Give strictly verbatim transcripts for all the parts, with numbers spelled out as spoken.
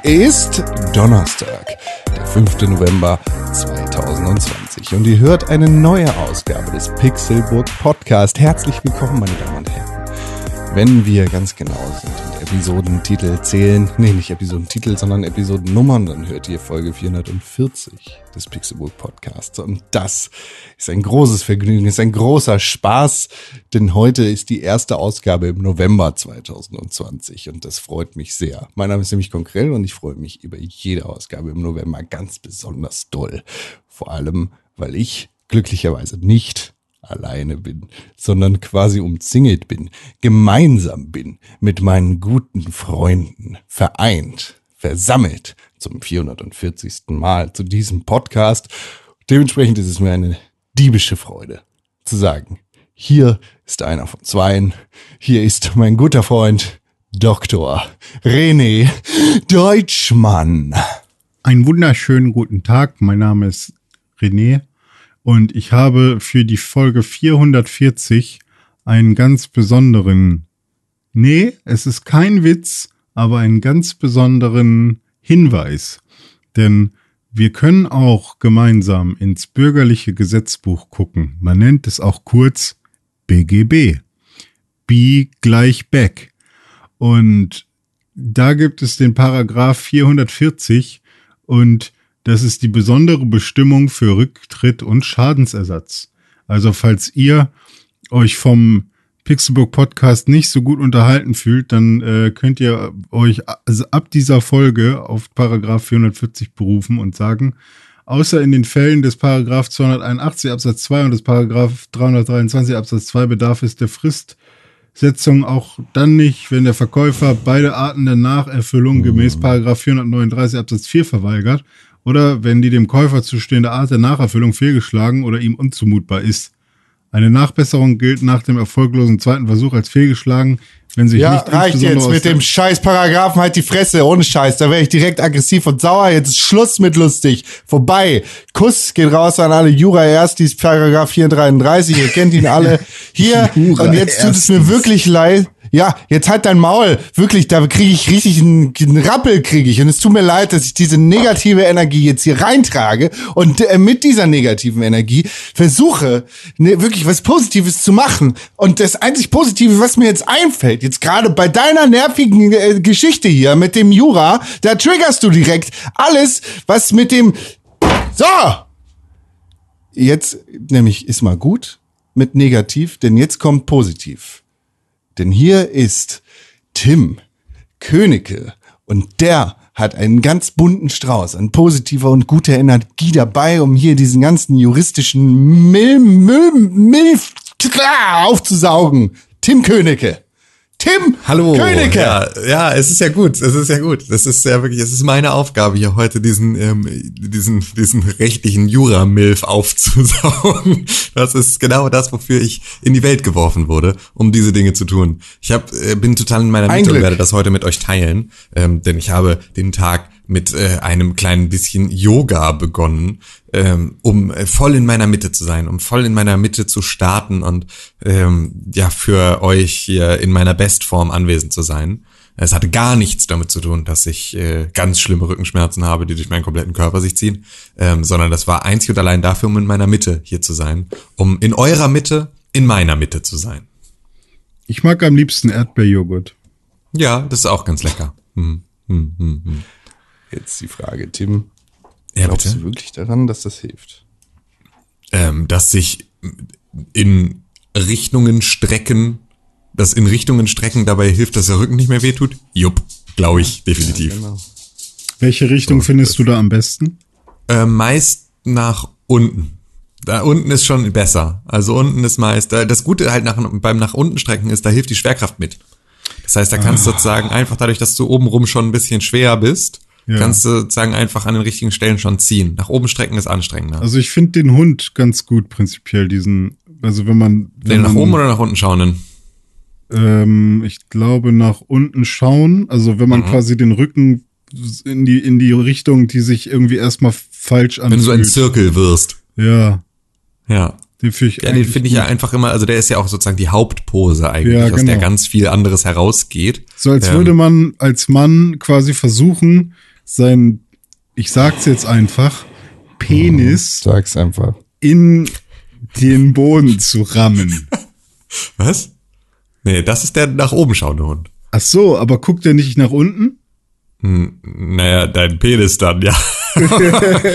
ist Donnerstag, der fünfte November zweitausendzwanzig und ihr hört eine neue Ausgabe des Pixelburg Podcast. Herzlich willkommen, meine Damen und Herren. Wenn wir ganz genau sind und Episodentitel zählen, nee, nicht Episodentitel, sondern Episodennummern, dann hört ihr Folge vierhundertvierzig des Pixelburg Podcasts. Und das ist ein großes Vergnügen, ist ein großer Spaß, denn heute ist die erste Ausgabe im November zweitausendzwanzig und das freut mich sehr. Mein Name ist nämlich Konkrell und ich freue mich über jede Ausgabe im November ganz besonders doll. Vor allem, weil ich glücklicherweise nicht alleine bin, sondern quasi umzingelt bin, gemeinsam bin mit meinen guten Freunden, vereint, versammelt zum vierhundertvierzigsten Mal zu diesem Podcast. Dementsprechend ist es mir eine diebische Freude zu sagen, hier ist einer von zweien, hier ist mein guter Freund Doktor René Deutschmann. Einen wunderschönen guten Tag, mein Name ist René. Und ich habe für die Folge vierhundertvierzig einen ganz besonderen, nee, es ist kein Witz, aber einen ganz besonderen Hinweis. Denn wir können auch gemeinsam ins bürgerliche Gesetzbuch gucken. Man nennt es auch kurz B G B. Be gleich Back. Und da gibt es den Paragraph vierhundertvierzig und das ist die besondere Bestimmung für Rücktritt und Schadensersatz. Also falls ihr euch vom Pixelburg Podcast nicht so gut unterhalten fühlt, dann äh, könnt ihr euch also ab dieser Folge auf Paragraph vierhundertvierzig berufen und sagen, außer in den Fällen des Paragraph zweihunderteinundachtzig Absatz zwei und des Paragraph dreihundertdreiundzwanzig Absatz zwei bedarf es der Fristsetzung auch dann nicht, wenn der Verkäufer beide Arten der Nacherfüllung gemäß Paragraph vierhundertneununddreißig Absatz vier verweigert, oder wenn die dem Käufer zustehende Art der Nacherfüllung fehlgeschlagen oder ihm unzumutbar ist. Eine Nachbesserung gilt nach dem erfolglosen zweiten Versuch als fehlgeschlagen, wenn sich ja, nicht reicht jetzt mit dem scheiß Paragraphen, halt die Fresse, ohne Scheiß, da wäre ich direkt aggressiv und sauer, jetzt ist Schluss mit lustig, vorbei. Kuss geht raus an alle Jura-Erstis, Paragraph vierhundertdreiunddreißig, ihr kennt ihn alle. Hier, und jetzt tut es mir wirklich leid. Ja, jetzt halt dein Maul. Wirklich, da kriege ich richtig einen, einen Rappel kriege ich. Und es tut mir leid, dass ich diese negative Energie jetzt hier reintrage und äh, mit dieser negativen Energie versuche, ne, wirklich was Positives zu machen. Und das einzig Positive, was mir jetzt einfällt, jetzt gerade bei deiner nervigen äh, Geschichte hier mit dem Jura, da triggerst du direkt alles, was mit dem... So! Jetzt nämlich ist mal gut mit negativ, denn jetzt kommt positiv. Denn hier ist Tim Königke und der hat einen ganz bunten Strauß an positiver und guter Energie dabei, um hier diesen ganzen juristischen Müll, Müll, Müll aufzusaugen. Tim Königke. Tim Hallo. Königke. Ja, ja, es ist ja gut, es ist ja gut. Das ist ja wirklich, es ist meine Aufgabe hier heute diesen ähm, diesen diesen rechtlichen Jura-Milf aufzusaugen. Das ist genau das, wofür ich in die Welt geworfen wurde, um diese Dinge zu tun. Ich hab, äh, bin total in meiner Mitte und werde das heute mit euch teilen, ähm, denn ich habe den Tag mit äh, einem kleinen bisschen Yoga begonnen, ähm, um äh, voll in meiner Mitte zu sein, um voll in meiner Mitte zu starten und ähm, ja für euch hier in meiner Bestform anwesend zu sein. Es hatte gar nichts damit zu tun, dass ich äh, ganz schlimme Rückenschmerzen habe, die durch meinen kompletten Körper sich ziehen, ähm, sondern das war einzig und allein dafür, um in meiner Mitte hier zu sein, um in eurer Mitte, in meiner Mitte zu sein. Ich mag am liebsten Erdbeerjoghurt. Ja, das ist auch ganz lecker. Hm, hm, hm, hm. Jetzt die Frage, Tim. Ja, glaubst bitte? du wirklich daran, dass das hilft? Ähm, dass sich in Richtungen strecken, dass in Richtungen strecken dabei hilft, dass der Rücken nicht mehr wehtut? Jupp, glaube ich, definitiv. Ja, genau. Welche Richtung so, findest du da am besten? Äh, meist nach unten. Da unten ist schon besser. Also unten ist meist, das Gute halt nach, beim nach unten strecken ist, da hilft die Schwerkraft mit. Das heißt, da kannst du sozusagen einfach dadurch, dass du obenrum schon ein bisschen schwer bist, ja. kannst du sozusagen einfach an den richtigen Stellen schon ziehen. Nach oben strecken ist anstrengender. Also ich finde den Hund ganz gut prinzipiell, diesen, also wenn man... Wenn den nach man, oben oder nach unten schauen denn? Ähm, ich glaube nach unten schauen, also wenn man mhm. quasi den Rücken in die in die Richtung, die sich irgendwie erstmal falsch anfühlt. Wenn du so ein Zirkel wirst. Ja. Ja. Den finde ich, ja, den finde ich ja einfach immer, also der ist ja auch sozusagen die Hauptpose eigentlich, ja, aus genau. der ganz viel anderes herausgeht. So als ähm, würde man als Mann quasi versuchen, sein, ich sag's jetzt einfach, Penis oh, sag's einfach. in den Boden zu rammen. Was? Nee, das ist der nach oben schauende Hund. Ach so, aber guckt der nicht nach unten? Hm, naja, dein Penis dann, ja. nee, also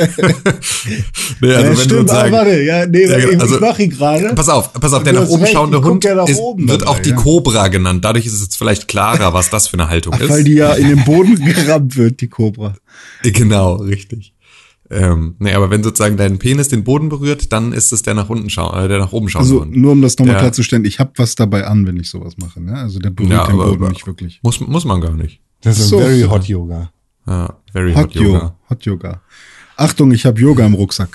ja, wenn stimmt, du sozusagen, aber warte, ja, nee, ja, ich also, mach ihn gerade. Pass auf, pass auf, der Du nach hast oben recht, schauende ich guck Hund ja nach ist, oben wird dabei, auch die ja. Kobra genannt. Dadurch ist es jetzt vielleicht klarer, was das für eine Haltung Ach, ist. weil die ja in den Boden gerammt wird, die Kobra. Genau, richtig. Ähm, nee, aber wenn sozusagen dein Penis den Boden berührt, dann ist es der nach unten schau, äh, der nach oben schauende Also Hund. nur um das nochmal Ja. klarzustellen, ich habe was dabei an, wenn ich sowas mache. Ne? Also der berührt Ja, den aber- Boden aber- nicht wirklich. Muss, muss man gar nicht. Das ist So. ein very hot Yoga. Ja, very hot, Hot Yoga. Yoga. Hot Yoga. Achtung, ich habe Yoga im Rucksack.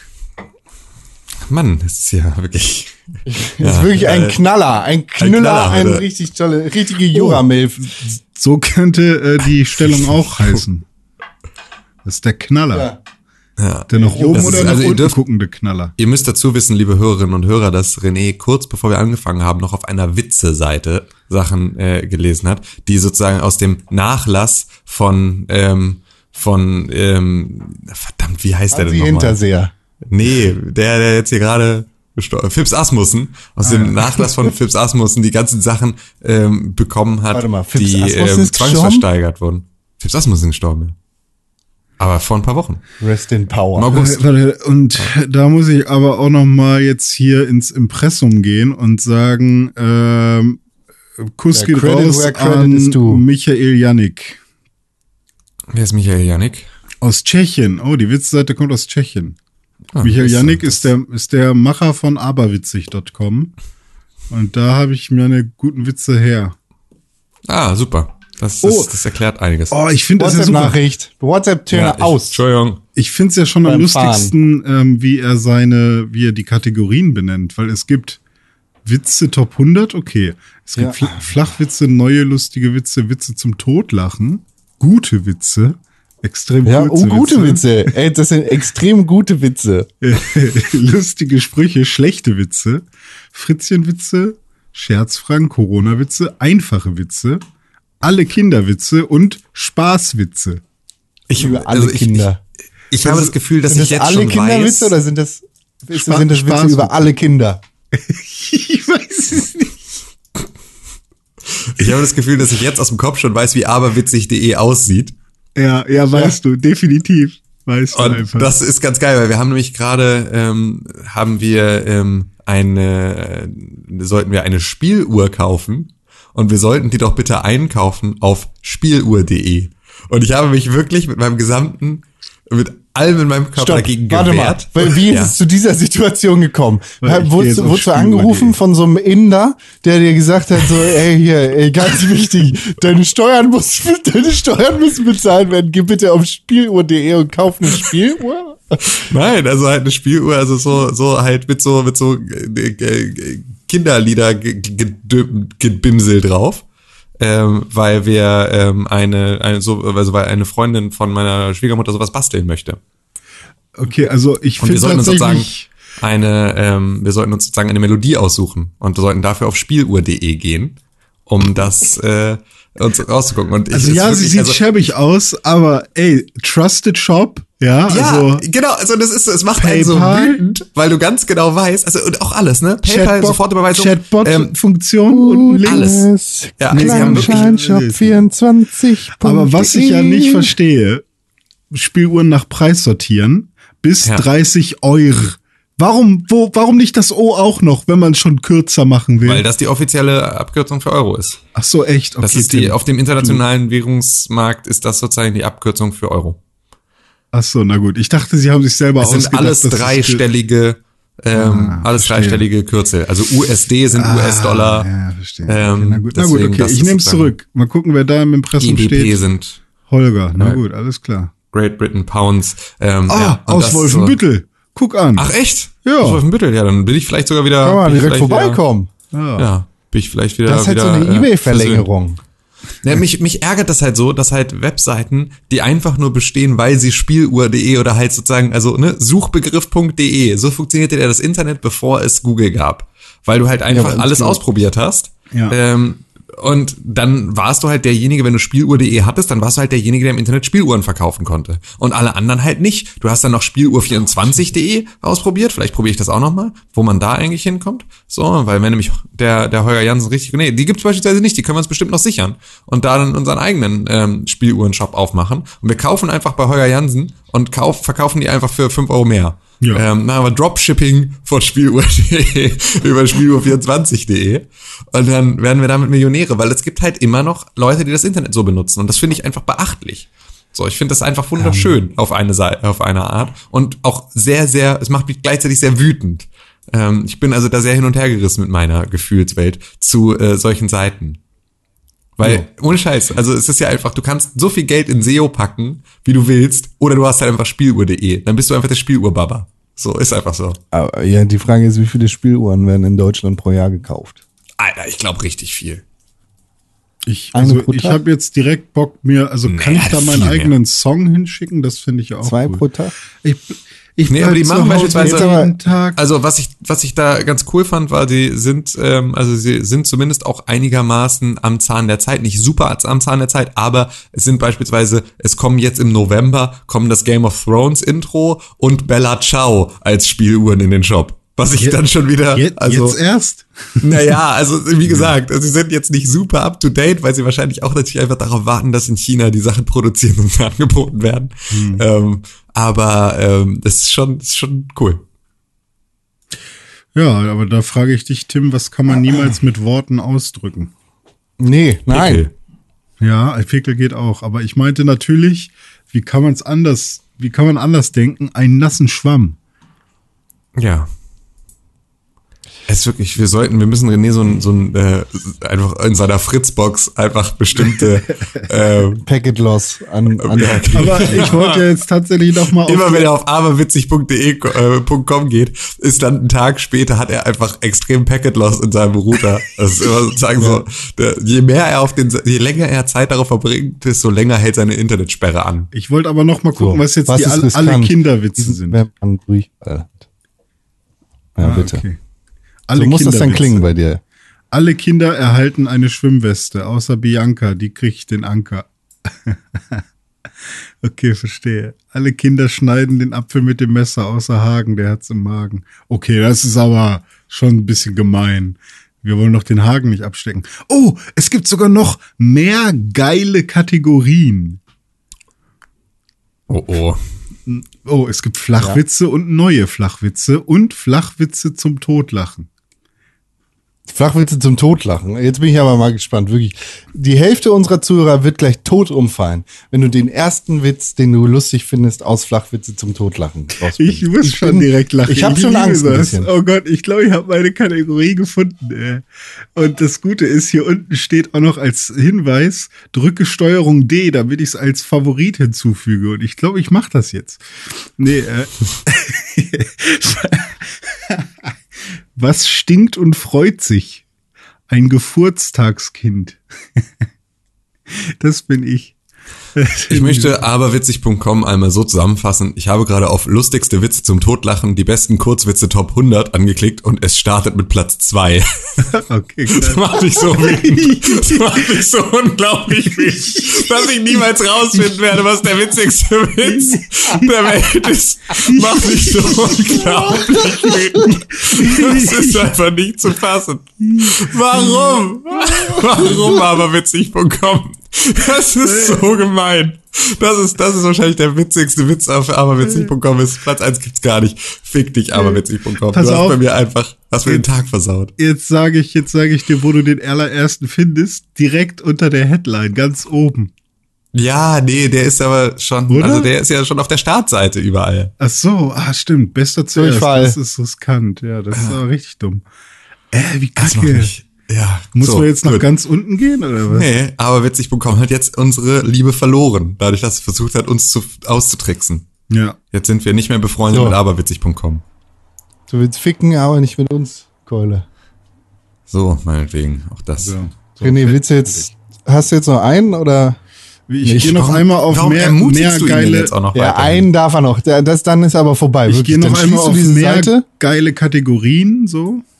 Mann, das ist ja wirklich. Das ist wirklich ein äh, Knaller, ein Knüller, Knaller ein heute. richtig tolle, richtige Yoga-Milf. So könnte äh, die Stellung auch heißen. Das ist der Knaller. Ja. Ja. Der nach oben Das oder ist- nach also ihr unten dürft- guckende Knaller. Ihr müsst dazu wissen, liebe Hörerinnen und Hörer, dass René kurz bevor wir angefangen haben, noch auf einer Witze-Seite Sachen äh, gelesen hat, die sozusagen aus dem Nachlass von, ähm, von, ähm, verdammt, wie heißt der denn Sie nochmal? Hinterseher. Nee, der, der jetzt hier gerade gestorben, Fips Asmussen, aus dem Nachlass von Fips Asmussen die ganzen Sachen ähm, bekommen hat, Warte mal, Fips die Asmussen ähm, ist gestorben? zwangsversteigert wurden. Fips Asmussen ist gestorben, ja. Aber vor ein paar Wochen. Rest in Im Power. August. Warte, und da muss ich aber auch noch mal jetzt hier ins Impressum gehen und sagen, ähm, Kuss Ja, geht Credit raus where credit an is due. Michael Janik Wer ist Michael Janik? aus Tschechien. Oh, die Witzseite kommt aus Tschechien. Ah, Michael das- Janik ist der, ist der Macher von aberwitzig Punkt com. Und da habe ich mir eine guten Witze her. Ah, super. Das, Oh. ist, das erklärt einiges. Oh, ich finde das ja super. WhatsApp-Nachricht. WhatsApp-Töne ich, aus. Entschuldigung. Ich finde es ja schon am Beim lustigsten, ähm, wie er seine, wie er die Kategorien benennt, weil es gibt Witze Top hundert, okay. Es gibt Ja. Fl- Flachwitze, neue lustige Witze, Witze zum Totlachen, gute Witze, extrem Ja, kurze oh, gute Witze. Ey, das sind extrem gute Witze. lustige Sprüche, schlechte Witze, Fritzchenwitze, Scherzfragen, Corona-Witze, einfache Witze, alle Kinderwitze und Spaßwitze. Ich, Über alle also ich, Kinder. Ich, ich habe das Gefühl, dass Sind ich das jetzt alle schon Kinderwitze weiß. oder sind das, ist, Spa- sind das Witze Spaßwitze. über alle Kinder? Ich weiß es nicht. Ich habe das Gefühl, dass ich jetzt aus dem Kopf schon weiß, wie aberwitzig punkt de aussieht. Ja, ja, weißt du, definitiv. Weißt du Und einfach. das ist ganz geil, weil wir haben nämlich gerade, ähm, haben wir ähm, eine, äh, sollten wir eine Spieluhr kaufen und wir sollten die doch bitte einkaufen auf spieluhr punkt de. Und ich habe mich wirklich mit meinem gesamten, mit allem in meinem Körper Stopp, dagegen warte gewehrt. mal. Weil, wie ist Ja. es zu dieser Situation gekommen? Weil ich gehe jetzt Wurdest auf wurdest du Spieluhr punkt angerufen de. von so einem Inder, der dir gesagt hat, so, ey, hier, ey, ganz wichtig, deine Steuern, muss, deine Steuern müssen bezahlt werden. Geh bitte auf spieluhr punkt de und kauf eine Spieluhr. Nein, also halt eine Spieluhr, also so, so halt mit so, mit so äh, äh, Kinderlieder ge- ge- ge- gebimsel drauf. Ähm, weil wir ähm, eine, eine so, also weil eine Freundin von meiner Schwiegermutter sowas basteln möchte. Okay, also ich Und wir finde sollten uns sozusagen tatsächlich, eine, ähm, wir sollten uns sozusagen eine Melodie aussuchen und wir sollten dafür auf spieluhr punkt de gehen, um das äh, uns rauszugucken. Und ich, also ist ja, sie wirklich- sieht also, schäbig aus, aber ey, Trusted Shop, ja, ja, also genau, also das ist, es macht einen so PayPal? wütend, weil du ganz genau weißt, also und auch alles, ne? PayPal, Chatbot, Sofortüberweisung, ähm, Chatbot-Funktion und Links. alles. Ja, sie haben wirklich- Kleinscheinshop vierundzwanzig. Aber was ich ja nicht verstehe, Spieluhren nach Preis sortieren, bis Ja. dreißig Euro. Warum, wo, warum nicht das O auch noch, wenn man es schon kürzer machen will? Weil das die offizielle Abkürzung für Euro ist. Ach so, echt? Okay, Das ist die, Tim. auf dem internationalen Währungsmarkt ist das sozusagen die Abkürzung für Euro. Ach so, na gut. Ich dachte, sie haben sich selber Es sind ausgedacht. alles dass es- dreistellige, ähm, Ah, alles verstehe. dreistellige Kürzel. Also U S D sind Ah, U S-Dollar, Ja, verstehe. Ähm, okay, na gut, na gut, deswegen, okay. das Ich ist nehme es sozusagen- zurück. Mal gucken, wer da im Impressum G B P steht. sind Holger. Na Ja. gut, alles klar. Great Britain Pounds. Ähm, Ah, ja, und aus das Wolfenbüttel. Guck an. So, ach echt? Ja. Aus Wolfenbüttel, ja, dann bin ich vielleicht sogar wieder. Kann man bin ich direkt vielleicht vorbeikommen. Wieder, ja, bin ich vielleicht wieder. Das ist halt so wieder, eine äh, eBay-Verlängerung. Ja, mich, mich ärgert das halt so, dass halt Webseiten, die einfach nur bestehen, weil sie spieluhr punkt de oder halt sozusagen, also ne, Suchbegriff punkt de, so funktionierte ja das Internet, bevor es Google gab. Weil du halt einfach aber alles so- ausprobiert hast. Ja. Ähm, Und dann warst du halt derjenige, wenn du Spieluhr punkt de hattest, dann warst du halt derjenige, der im Internet Spieluhren verkaufen konnte. Und alle anderen halt nicht. Du hast dann noch Spieluhr vierundzwanzig punkt de ausprobiert. Vielleicht probiere ich das auch nochmal, wo man da eigentlich hinkommt. So, weil wenn nämlich der der Holger Jansen richtig... Nee, die gibt's beispielsweise nicht. Die können wir uns bestimmt noch sichern. Und da dann unseren eigenen ähm, Spieluhren-Shop aufmachen. Und wir kaufen einfach bei Holger Jansen und kauf, verkaufen die einfach für fünf Euro mehr. Ja. Ähm, dann haben wir Dropshipping von Spieluhr punkt de über Spieluhr vierundzwanzig punkt de und dann werden wir damit Millionäre, weil es gibt halt immer noch Leute, die das Internet so benutzen und das finde ich einfach beachtlich. So, ich finde das einfach wunderschön um. auf eine Seite, auf eine Art und auch sehr, sehr, es macht mich gleichzeitig sehr wütend. Ähm, ich bin also da sehr hin und her gerissen mit meiner Gefühlswelt zu äh, solchen Seiten. Weil, ja. ohne Scheiß, also es ist ja einfach, du kannst so viel Geld in S E O packen, wie du willst, oder du hast halt einfach Spieluhr punkt de. Dann bist du einfach der Spieluhr-Baba. So, ist einfach so. Aber ja, die Frage ist, wie viele Spieluhren werden in Deutschland pro Jahr gekauft? Alter, ich glaube richtig viel. Ich, also ich habe jetzt direkt Bock mir, also nee, kann ich da meinen eigenen mehr. Song hinschicken? Das finde ich auch Zwei cool. pro Tag? Ich, ich nee, aber die machen beispielsweise jeden Tag. Also was ich was ich da ganz cool fand, war, die sind ähm, also sie sind zumindest auch einigermaßen am Zahn der Zeit, nicht super am Zahn der Zeit, aber es sind beispielsweise, es kommen jetzt im November kommen das Game of Thrones Intro und Bella Ciao als Spieluhren in den Shop. Was ich jetzt, dann schon wieder, jetzt, also jetzt erst? Naja, also wie gesagt, also sie sind jetzt nicht super up to date, weil sie wahrscheinlich auch natürlich einfach darauf warten, dass in China die Sachen produzieren und angeboten werden. Hm. Ähm, aber ähm, das ist schon, das ist schon cool. Ja, aber da frage ich dich, Tim, was kann man niemals mit Worten ausdrücken? Nee, nein. Pickel. Ja, Pickel geht auch. Aber ich meinte natürlich, wie kann man es anders, wie kann man anders denken? Einen nassen Schwamm. Ja. Es ist wirklich, wir sollten, wir müssen René so ein, so ein äh, einfach in seiner Fritzbox einfach bestimmte äh, Packet Loss an, an ja, aber ich wollte ja jetzt tatsächlich noch mal immer wenn er auf aberwitzig punkt de äh, .com geht, ist dann ein Tag später hat er einfach extrem Packet Loss in seinem Router. Das ist immer sozusagen ja. so, der, je mehr er auf den, je länger er Zeit darauf verbringt, desto länger hält seine Internetsperre an. Ich wollte aber noch mal gucken, so, was jetzt was die alle, alle Kinderwitze sind. Wenn man Durchfall hat. Ja, ah, bitte. Okay. Alle so muss das dann klingen bei dir. Alle Kinder erhalten eine Schwimmweste, außer Bianca, die kriegt den Anker. Okay, verstehe. Alle Kinder schneiden den Apfel mit dem Messer, außer Hagen, der hat's im Magen. Okay, das ist aber schon ein bisschen gemein. Wir wollen doch den Hagen nicht abstecken. Oh, es gibt sogar noch mehr geile Kategorien. Oh, oh. Oh, es gibt Flachwitze ja. und neue Flachwitze und Flachwitze zum Totlachen. Flachwitze zum Totlachen. Jetzt bin ich aber mal gespannt, wirklich. Die Hälfte unserer Zuhörer wird gleich tot umfallen, wenn du den ersten Witz, den du lustig findest, aus Flachwitze zum Totlachen rausbringst. Ich muss ich schon bin, direkt lachen. Ich habe schon Angst ein bisschen. Oh Gott, ich glaube, ich habe meine Kategorie gefunden. Ey. Und das Gute ist, hier unten steht auch noch als Hinweis, drücke Steuerung D, damit ich es als Favorit hinzufüge. Und ich glaube, ich mache das jetzt. Nee, äh. Was stinkt und freut sich? Ein Geburtstagskind. Das bin ich. Ich möchte aberwitzig punkt com einmal so zusammenfassen. Ich habe gerade auf lustigste Witze zum Totlachen die besten Kurzwitze Top hundert angeklickt und es startet mit Platz zwei. Okay, klar. Das macht mich so wütend. Das macht mich so unglaublich wütend, dass ich niemals rausfinden werde, was der witzigste Witz der Welt ist. Macht mich so unglaublich wütend. Das ist einfach nicht zu fassen. Warum? Warum aberwitzig punkt com? Das ist so gemein. Das ist, das ist wahrscheinlich der witzigste Witz auf aberwitzig punkt com. Platz eins gibt's gar nicht. Fick dich, aberwitzig punkt com. Du hast auf, bei mir einfach, hast mir den Tag versaut. Jetzt sage ich, jetzt sage ich dir, wo du den allerersten findest. Direkt unter der Headline, ganz oben. Ja, nee, der ist aber schon, Oder? also der ist ja schon auf der Startseite überall. Ach so, ah, stimmt. Bester zuerst. Das ist riskant. Ja, das ist aber richtig dumm. Äh, wie kacke. Ja, muss so, man jetzt nach gut. ganz unten gehen, oder was? Nee, aber witzig punkt com hat jetzt unsere Liebe verloren, dadurch, dass es versucht hat, uns zu, auszutricksen. Ja. Jetzt sind wir nicht mehr befreundet so. mit aberwitzig punkt com. Du willst ficken, aber nicht mit uns, Keule. So, meinetwegen, auch das. So, so René, willst du jetzt, hast du jetzt noch einen, oder? Ich gehe noch einmal auf mehr, mehr geile. Jetzt auch noch ja, einen darf er noch. Das dann ist aber vorbei. Ich gehe noch dann einmal auf diese mehr Seite. geile Kategorien, so.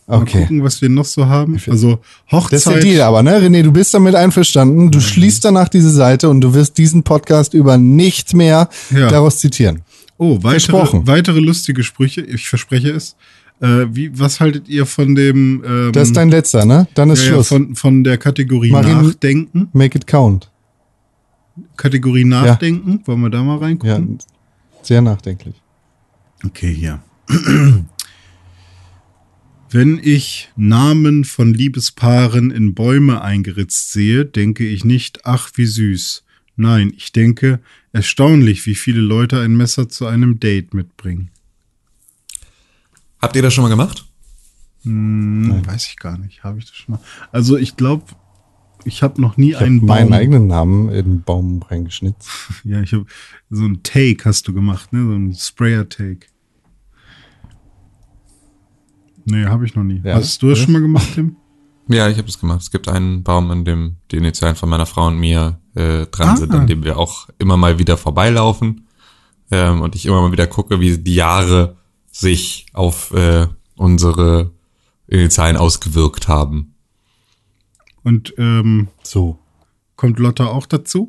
Okay. Mal gucken, was wir noch so haben. Also Hochzeit. Das ist der Deal aber, ne, René, du bist damit einverstanden. Du mhm. schließt danach diese Seite und du wirst diesen Podcast über nichts mehr ja. daraus zitieren. Oh, weitere, weitere lustige Sprüche. Ich verspreche es. Äh, wie, was haltet ihr von dem... Ähm, das ist dein letzter, ne? Dann ist ja, Schluss. Ja, von, von der Kategorie Marin, Nachdenken. Make it count. Kategorie Nachdenken. Ja. Wollen wir da mal reingucken? Ja, sehr nachdenklich. Okay, hier. Wenn ich Namen von Liebespaaren in Bäume eingeritzt sehe, denke ich nicht, ach, wie süß. Nein, ich denke, erstaunlich, wie viele Leute ein Messer zu einem Date mitbringen. Habt ihr das schon mal gemacht? Hm, Nein. Weiß ich gar nicht. Habe ich das schon mal? Also ich glaube, ich habe noch nie ich einen hab Baum... meinen eigenen Namen in den Baum reingeschnitzt. Ja, ich habe so ein Take hast du gemacht, ne? So ein Sprayer-Take. Nee, habe ich noch nie. Ja, hast du das schon mal gemacht, Tim? Ja, ich habe das gemacht. Es gibt einen Baum, an dem die Initialen von meiner Frau und mir äh, dran ah. sind, an dem wir auch immer mal wieder vorbeilaufen. Ähm, und ich immer mal wieder gucke, wie die Jahre sich auf äh, unsere Initialen ausgewirkt haben. Und ähm, so kommt Lotta auch dazu?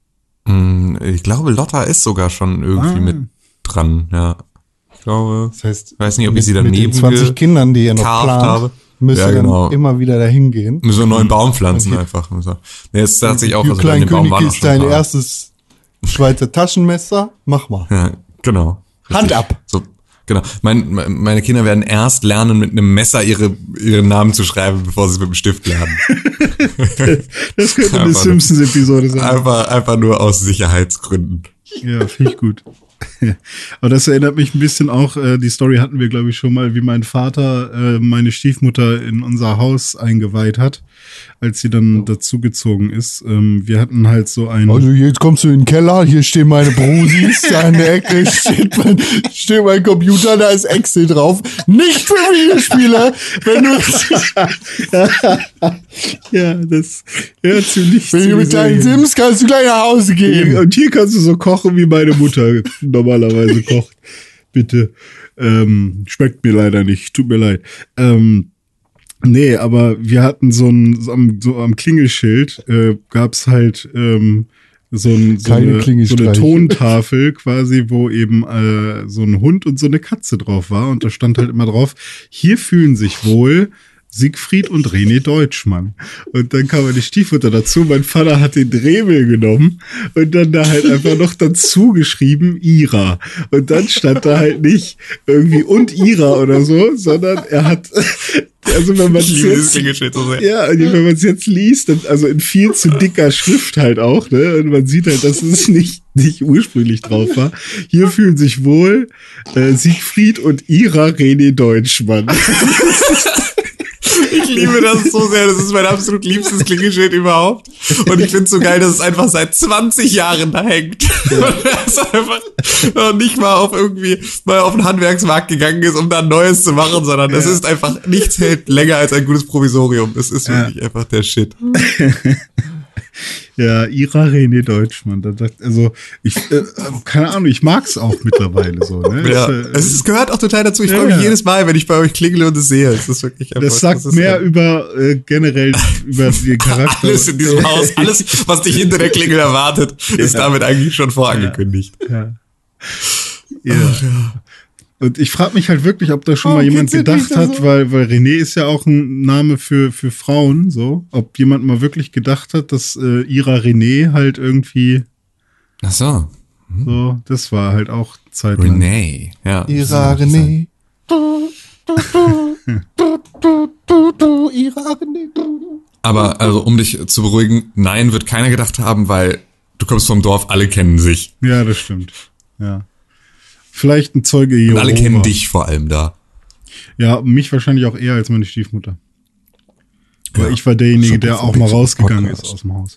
Ich glaube, Lotta ist sogar schon irgendwie ah. mit dran, ja. Ich glaube, das heißt, ich weiß nicht, ob ich sie daneben mit den zwanzig Kindern, die ihr noch plant, habe. müssen ja, genau. dann immer wieder dahin gehen. Müssen wir einen neuen Baum pflanzen okay. einfach. Nee, jetzt tatsächlich auch, also in dem Baum war noch ist dein paar. erstes Schweizer Taschenmesser, mach mal. Ja, genau. Richtig. Hand ab. So, genau. Mein, meine Kinder werden erst lernen, mit einem Messer ihre, ihren Namen zu schreiben, bevor sie es mit dem Stift lernen. Das könnte eine Simpsons-Episode sein. Einfach, einfach nur aus Sicherheitsgründen. Ja, finde ich gut. Aber das erinnert mich ein bisschen auch, äh, die Story hatten wir, glaube ich, schon mal, wie mein Vater äh, meine Stiefmutter in unser Haus eingeweiht hat, als sie dann dazugezogen ist. Ähm, wir hatten halt so ein... Also jetzt kommst du in den Keller, hier stehen meine Brusis, da in der Ecke steht mein, steht mein Computer, da ist Excel drauf. Nicht für Videospiele, wenn du... Ja, das hört ziemlich Wenn du mit deinen Sims kannst du gleich nach Hause gehen. Und hier kannst du so kochen, wie meine Mutter normalerweise kocht. Bitte. Ähm, schmeckt mir leider nicht. Tut mir leid. Ähm, nee, aber wir hatten so ein, so am, so am Klingelschild äh, gab's halt ähm, so, ein, so, eine, so eine Tontafel quasi, wo eben äh, so ein Hund und so eine Katze drauf war. Und da stand halt immer drauf, hier fühlen sich wohl Siegfried und René Deutschmann. Und dann kam meine Stiefmutter dazu. Mein Vater hat den Dremel genommen und dann da halt einfach noch dazu geschrieben Ira. Und dann stand da halt nicht irgendwie und Ira oder so, sondern er hat, also wenn man es jetzt, ja, wenn man es jetzt liest, dann, also in viel zu dicker Schrift halt auch, ne, und man sieht halt, dass es nicht, nicht ursprünglich drauf war. Hier fühlen sich wohl äh, Siegfried und Ira René Deutschmann. Ich liebe das so sehr. Das ist mein absolut liebstes Klingelschild überhaupt. Und ich finde es so geil, dass es einfach seit zwanzig Jahren da hängt. Ja. Und es einfach noch nicht mal auf irgendwie mal auf den Handwerksmarkt gegangen ist, um da ein Neues zu machen, sondern es ja. ist einfach, nichts hält länger als ein gutes Provisorium. Es ist wirklich ja. einfach der Shit. Ja, Ira René Deutschmann. Da dachte, also ich, äh, keine Ahnung, ich mag's auch mittlerweile so. Ne? Ja, es, äh, es gehört auch total dazu. Ich ja, freue mich ja. jedes Mal, wenn ich bei euch klingele und es sehe. Es ist wirklich einfach, das sagt das mehr ja. über äh, generell über den Charakter. Alles in diesem Haus, alles, was dich hinter der Klingel erwartet, ist ja. damit eigentlich schon vorangekündigt. Ja. Ja. ja. Ach, ja. Und ich frage mich halt wirklich, ob da schon oh, mal jemand gedacht hat, so? weil weil René ist ja auch ein Name für für Frauen, so, ob jemand mal wirklich gedacht hat, dass äh, Ira René halt irgendwie. Ach so. Hm. So, das war halt auch zeitlang. René, ja. Ira René. Du, du, du, du, du, du, du, Ira René. Aber also um dich zu beruhigen, nein, wird keiner gedacht haben, weil du kommst vom Dorf, alle kennen sich. Ja, das stimmt. Ja. Vielleicht ein Zeuge Jehova. Und alle kennen dich vor allem da. Ja, mich wahrscheinlich auch eher als meine Stiefmutter. Weil ja, ich war derjenige, der auch mal rausgegangen ist aus dem Haus.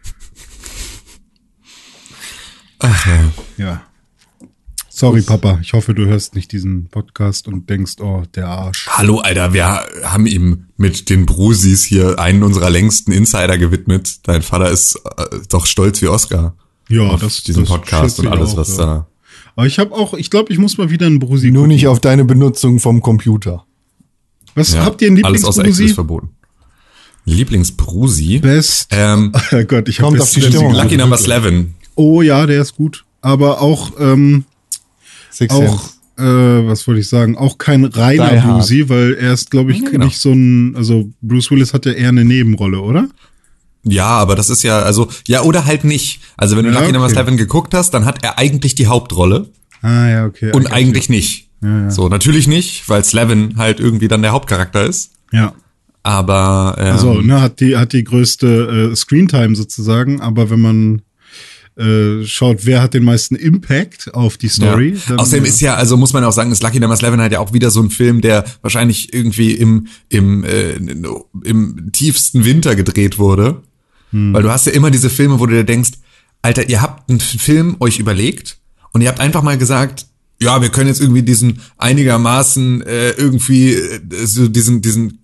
Ach ja. Ja. Sorry, Papa. Ich hoffe, du hörst nicht diesen Podcast und denkst, oh, der Arsch. Hallo, Alter. Wir haben ihm mit den Brusis hier einen unserer längsten Insider gewidmet. Dein Vater ist äh, doch stolz wie Oscar. Ja, auf das diesen das Podcast und alles, auch, was ja. da. Aber ich habe auch, ich glaube, ich muss mal wieder einen Brusi Nur gucken. nicht auf deine Benutzung vom Computer. Was Ja, habt ihr in alles außer Action ist Lieblingsbrusi? verboten. Lieblingsbrusi? Best. Ähm, Oh Gott, ich habe kommt auf die Stimmung an. Lucky Number Eleven. Oh ja, der ist gut. Aber auch, ähm, Six auch, Sense. äh, was wollte ich sagen, auch kein reiner Die Hard. Brusi, weil er ist, glaube ich, Ja, genau. nicht so ein, also Bruce Willis hat ja eher eine Nebenrolle, oder? Ja, aber das ist ja, also, ja, oder halt nicht. Also wenn du Ja, Lucky Number okay. Eleven geguckt hast, dann hat er eigentlich die Hauptrolle Ah ja, okay. und okay. eigentlich nicht. Ja, ja. So, natürlich nicht, weil Slevin halt irgendwie dann der Hauptcharakter ist. Ja. Aber, ähm, Also, ne, hat die, hat die größte äh, Screentime sozusagen, aber wenn man äh, schaut, wer hat den meisten Impact auf die Story. Ja. Dann, Außerdem ja. ist ja, also muss man auch sagen, ist Lucky Number Eleven halt ja auch wieder so ein Film, der wahrscheinlich irgendwie im im äh, im tiefsten Winter gedreht wurde, hm. weil du hast ja immer diese Filme, wo du dir denkst, Alter, ihr habt einen Film euch überlegt und ihr habt einfach mal gesagt, ja, wir können jetzt irgendwie diesen einigermaßen äh, irgendwie äh, so diesen diesen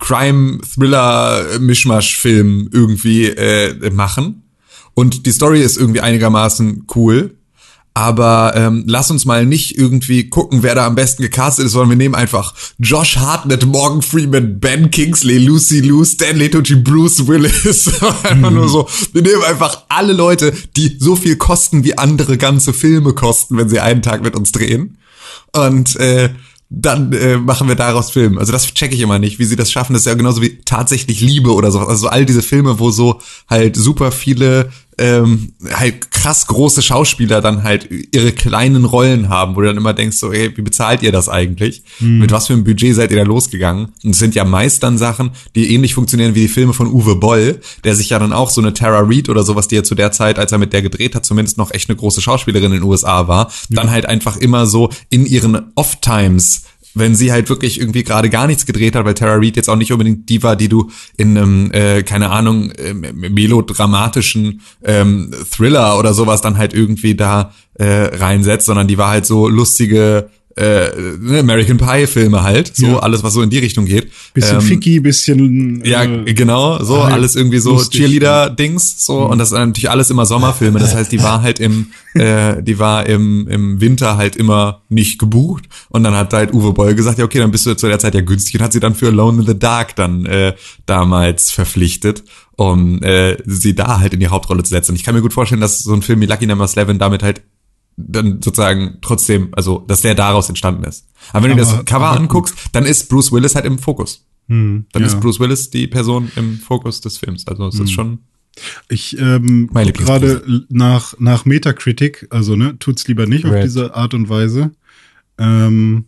Crime-Thriller-Mischmasch-Film irgendwie äh, machen. Und die Story ist irgendwie einigermaßen cool, aber ähm, lass uns mal nicht irgendwie gucken, wer da am besten gecastet ist, sondern wir nehmen einfach Josh Hartnett, Morgan Freeman, Ben Kingsley, Lucy Liu, Stanley Tucci, Bruce Willis. Einfach nur so, wir nehmen einfach alle Leute, die so viel kosten, wie andere ganze Filme kosten, wenn sie einen Tag mit uns drehen. Und äh, dann äh, machen wir daraus Film. Also das checke ich immer nicht, wie sie das schaffen. Das ist ja genauso wie tatsächlich Liebe oder so. Also so all diese Filme, wo so halt super viele ähm, halt krass große Schauspieler dann halt ihre kleinen Rollen haben, wo du dann immer denkst so, ey, wie bezahlt ihr das eigentlich? Mhm. Mit was für einem Budget seid ihr da losgegangen? Und es sind ja meist dann Sachen, die ähnlich funktionieren wie die Filme von Uwe Boll, der sich ja dann auch so eine Tara Reid oder sowas, die ja zu der Zeit, als er mit der gedreht hat, zumindest noch echt eine große Schauspielerin in den U S A war, ja. dann halt einfach immer so in ihren Off-Times, wenn sie halt wirklich irgendwie gerade gar nichts gedreht hat, weil Tara Reid jetzt auch nicht unbedingt die war, die du in einem, äh, keine Ahnung, äh, melodramatischen ähm, Thriller oder sowas dann halt irgendwie da äh, reinsetzt, sondern die war halt so lustige äh, American Pie Filme halt, so ja. alles, was so in die Richtung geht. Bisschen ähm, Ficky, bisschen ja, äh, genau, so halt alles irgendwie so Cheerleader-Dings, so, mhm. und das sind natürlich alles immer Sommerfilme, das heißt, die war halt im, äh, die war im im Winter halt immer nicht gebucht und dann hat halt Uwe Boll gesagt, ja okay, dann bist du zu der Zeit ja günstig und hat sie dann für Alone in the Dark dann äh, damals verpflichtet, um äh, sie da halt in die Hauptrolle zu setzen. Und ich kann mir gut vorstellen, dass so ein Film wie Lucky Number Eleven damit halt dann sozusagen trotzdem, also dass der daraus entstanden ist. Aber wenn aber, du das Cover anguckst, gut. dann ist Bruce Willis halt im Fokus. Hm, dann ja. ist Bruce Willis die Person im Fokus des Films. Also es hm. ist schon ich ähm, gerade nach nach Metacritic, also ne, tut's lieber nicht Red. Auf diese Art und Weise. Ähm,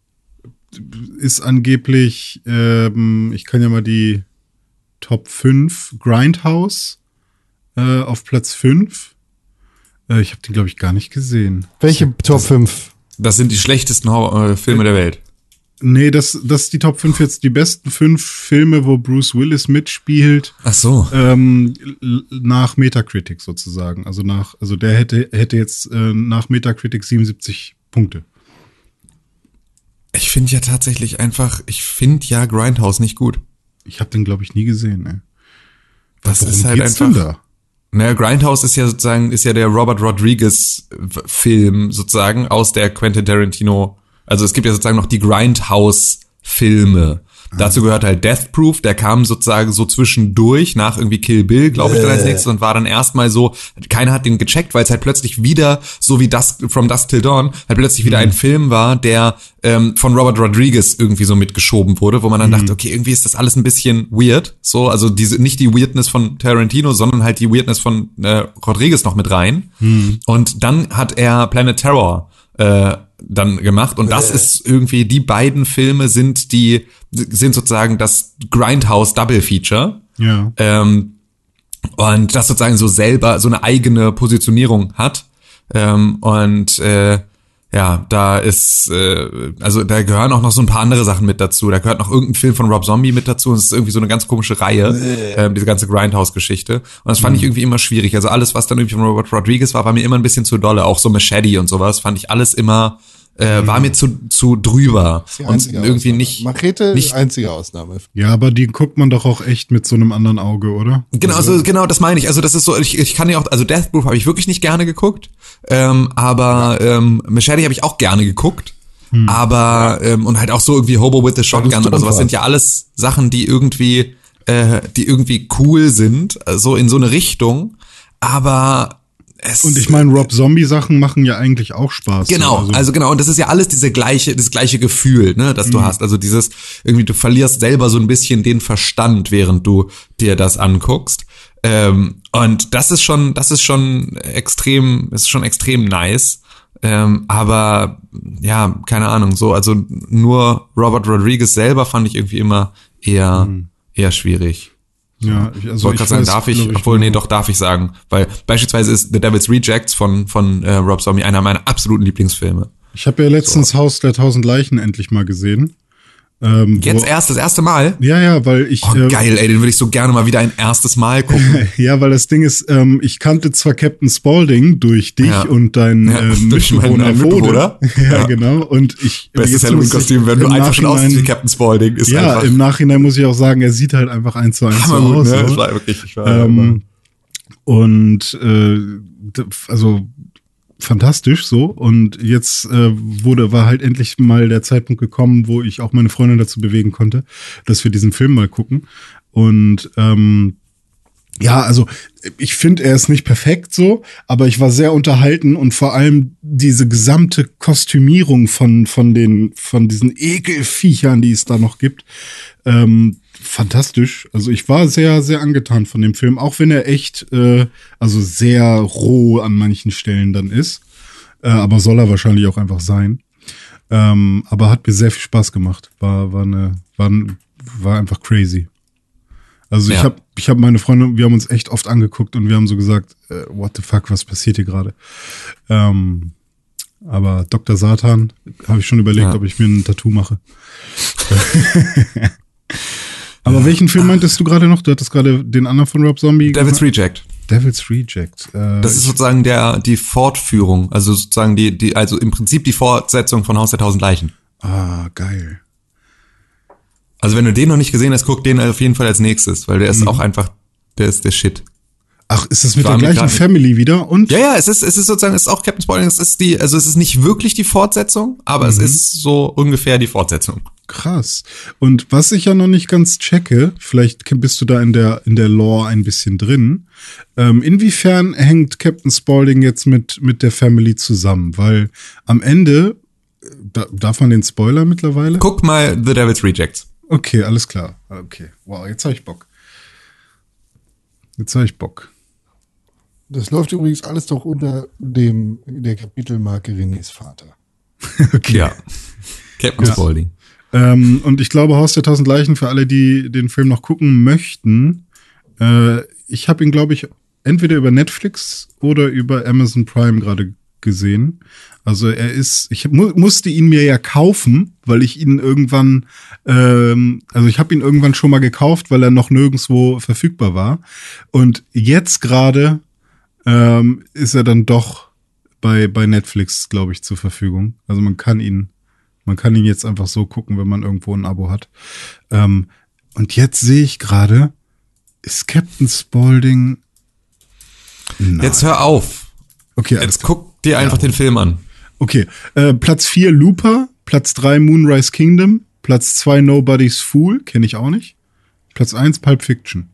ist angeblich, ähm, ich kann ja mal die Top fünf Grindhouse äh, auf Platz fünf. Ich habe den, glaube ich, gar nicht gesehen. Welche Top fünf? Das sind die schlechtesten äh, Filme der Welt. Nee, das, das ist die Top fünf jetzt, die besten fünf Filme, wo Bruce Willis mitspielt. Ach so. Ähm, nach Metacritic sozusagen. Also nach, also der hätte, hätte jetzt äh, nach Metacritic siebenundsiebzig Punkte. Ich finde ja tatsächlich einfach, ich finde ja Grindhouse nicht gut. Ich habe den, glaube ich, nie gesehen, ne? Das Worum ist halt einfach. Naja, Grindhouse ist ja sozusagen, ist ja der Robert Rodriguez-Film sozusagen aus der Quentin Tarantino. Also es gibt ja sozusagen noch die Grindhouse-Filme. Ah. Dazu gehört halt Death Proof, der kam sozusagen so zwischendurch nach irgendwie Kill Bill, glaube ich, dann als nächstes und war dann erstmal so, keiner hat den gecheckt, weil es halt plötzlich wieder, so wie Dusk, From Dusk Till Dawn, halt plötzlich wieder mhm. ein Film war, der ähm, von Robert Rodriguez irgendwie so mitgeschoben wurde, wo man dann mhm. dachte, okay, irgendwie ist das alles ein bisschen weird, so, also diese nicht die Weirdness von Tarantino, sondern halt die Weirdness von äh, Rodriguez noch mit rein. Mhm. Und dann hat er Planet Terror äh, dann gemacht und das äh. ist irgendwie, die beiden Filme sind die, sind sozusagen das Grindhouse Double Feature. Ja. Ähm, und das sozusagen so selber so eine eigene Positionierung hat. Ähm, und äh, ja, da ist, äh, also da gehören auch noch so ein paar andere Sachen mit dazu. Da gehört noch irgendein Film von Rob Zombie mit dazu. Und es ist irgendwie so eine ganz komische Reihe, äh, diese ganze Grindhouse-Geschichte. Und das fand mhm. ich irgendwie immer schwierig. Also alles, was dann irgendwie von Robert Rodriguez war, war mir immer ein bisschen zu dolle. Auch so Machete und sowas fand ich alles immer, äh, mhm. war mir zu zu drüber. Und irgendwie Ausnahme. nicht. Machete, nicht einzige Ausnahme. Ja, aber die guckt man doch auch echt mit so einem anderen Auge, oder? Genau, also genau, das meine ich. Also das ist so, ich, ich kann ja auch, also Death Proof habe ich wirklich nicht gerne geguckt, ähm, aber ja. ähm, Machete habe ich auch gerne geguckt. Hm. Aber, ähm, und halt auch so irgendwie Hobo with the Shotgun oder sowas sind ja alles Sachen, die irgendwie, äh, die irgendwie cool sind, so in so eine Richtung. Aber es, und ich meine, Rob Zombie-Sachen machen ja eigentlich auch Spaß. Genau, also. also genau, und das ist ja alles diese gleiche, das gleiche Gefühl, ne, das du mhm. hast. Also dieses, irgendwie, du verlierst selber so ein bisschen den Verstand, während du dir das anguckst. Ähm, und das ist schon, das ist schon extrem, ist schon extrem nice. Ähm, aber ja, keine Ahnung, so, also nur Robert Rodriguez selber fand ich irgendwie immer eher, mhm. eher schwierig. Ja, ich, also ich wollte gerade sagen, darf ich, obwohl, nee, doch, darf ich sagen. Weil beispielsweise ist The Devil's Rejects von von äh, Rob Zombie einer meiner absoluten Lieblingsfilme. Ich habe ja letztens so. Haus der tausend Leichen endlich mal gesehen. Ähm, Jetzt wo, erst, das erste Mal? Ja, ja, weil ich... Oh, äh, geil, ey, den würde ich so gerne mal wieder ein erstes Mal gucken. Ja, weil das Ding ist, ähm, ich kannte zwar Captain Spaulding durch dich ja. und dein ja, ähm, durch meinen äh, Mitbewohner. ja, ja, genau. Und ich... Bestes Halloween-Kostüm, wenn du einfach schon aussiehst wie Captain Spaulding. Ist ja, einfach, im Nachhinein muss ich auch sagen, er sieht halt einfach eins zu eins so gut, aus. Ne? Das war wirklich, ich war, ähm, und äh, also... fantastisch so und jetzt äh, wurde war halt endlich mal der Zeitpunkt gekommen, wo ich auch meine Freundin dazu bewegen konnte, dass wir diesen Film mal gucken und ähm, ja, also ich finde, er ist nicht perfekt so, aber ich war sehr unterhalten und vor allem diese gesamte Kostümierung von von den von diesen Ekelviechern, die es da noch gibt, ähm, fantastisch. Also ich war sehr, sehr angetan von dem Film, auch wenn er echt, äh, also sehr roh an manchen Stellen dann ist. Äh, aber soll er wahrscheinlich auch einfach sein. Ähm, aber hat mir sehr viel Spaß gemacht. War, war eine, war, war einfach crazy. Also ja. ich habe, ich habe meine Freunde, wir haben uns echt oft angeguckt und wir haben so gesagt, äh, what the fuck, was passiert hier gerade? Ähm, aber Doktor Satan habe ich schon überlegt, ja. ob ich mir ein Tattoo mache. Aber ja. welchen Film meintest du gerade noch? Du hattest gerade den anderen von Rob Zombie Devil's gemacht? Reject. Devil's Reject. Äh, das ist sozusagen der die Fortführung, also sozusagen die die also im Prinzip die Fortsetzung von Haus der tausend Leichen. Ah, geil. Also wenn du den noch nicht gesehen hast, guck den auf jeden Fall als nächstes, weil der ist mhm. auch einfach, der ist der Shit. Ach, ist das mit der gleichen Family wieder? Und? Ja, ja, es ist, es ist sozusagen, es ist auch Captain Spaulding, es ist die, also es ist nicht wirklich die Fortsetzung, aber mhm. es ist so ungefähr die Fortsetzung. Krass. Und was ich ja noch nicht ganz checke, vielleicht bist du da in der, in der Lore ein bisschen drin, ähm, inwiefern hängt Captain Spaulding jetzt mit, mit der Family zusammen? Weil am Ende, da, darf man den Spoiler mittlerweile? Guck mal The Devil's Rejects. Okay, alles klar. Okay. Wow, jetzt hab ich Bock. Jetzt hab ich Bock. Das läuft übrigens alles doch unter dem der Kapitelmarke Renés Vater. Okay. Ja. Captain ja. Spaulding. Ähm, und ich glaube, Haus der tausend Leichen, für alle, die den Film noch gucken möchten, äh, ich habe ihn, glaube ich, entweder über Netflix oder über Amazon Prime gerade gesehen. Also er ist, ich mu- musste ihn mir ja kaufen, weil ich ihn irgendwann, ähm, also ich habe ihn irgendwann schon mal gekauft, weil er noch nirgendwo verfügbar war. Und jetzt gerade ähm, ist er dann doch bei bei Netflix, glaube ich, zur Verfügung. Also man kann ihn, man kann ihn jetzt einfach so gucken, wenn man irgendwo ein Abo hat. Ähm, und jetzt sehe ich gerade, ist Captain Spaulding. Nein. Jetzt hör auf. Okay, jetzt guck dir einfach ja. den Film an. Okay, äh, Platz vier Looper, Platz drei Moonrise Kingdom, Platz zwei Nobody's Fool, kenne ich auch nicht. Platz eins Pulp Fiction.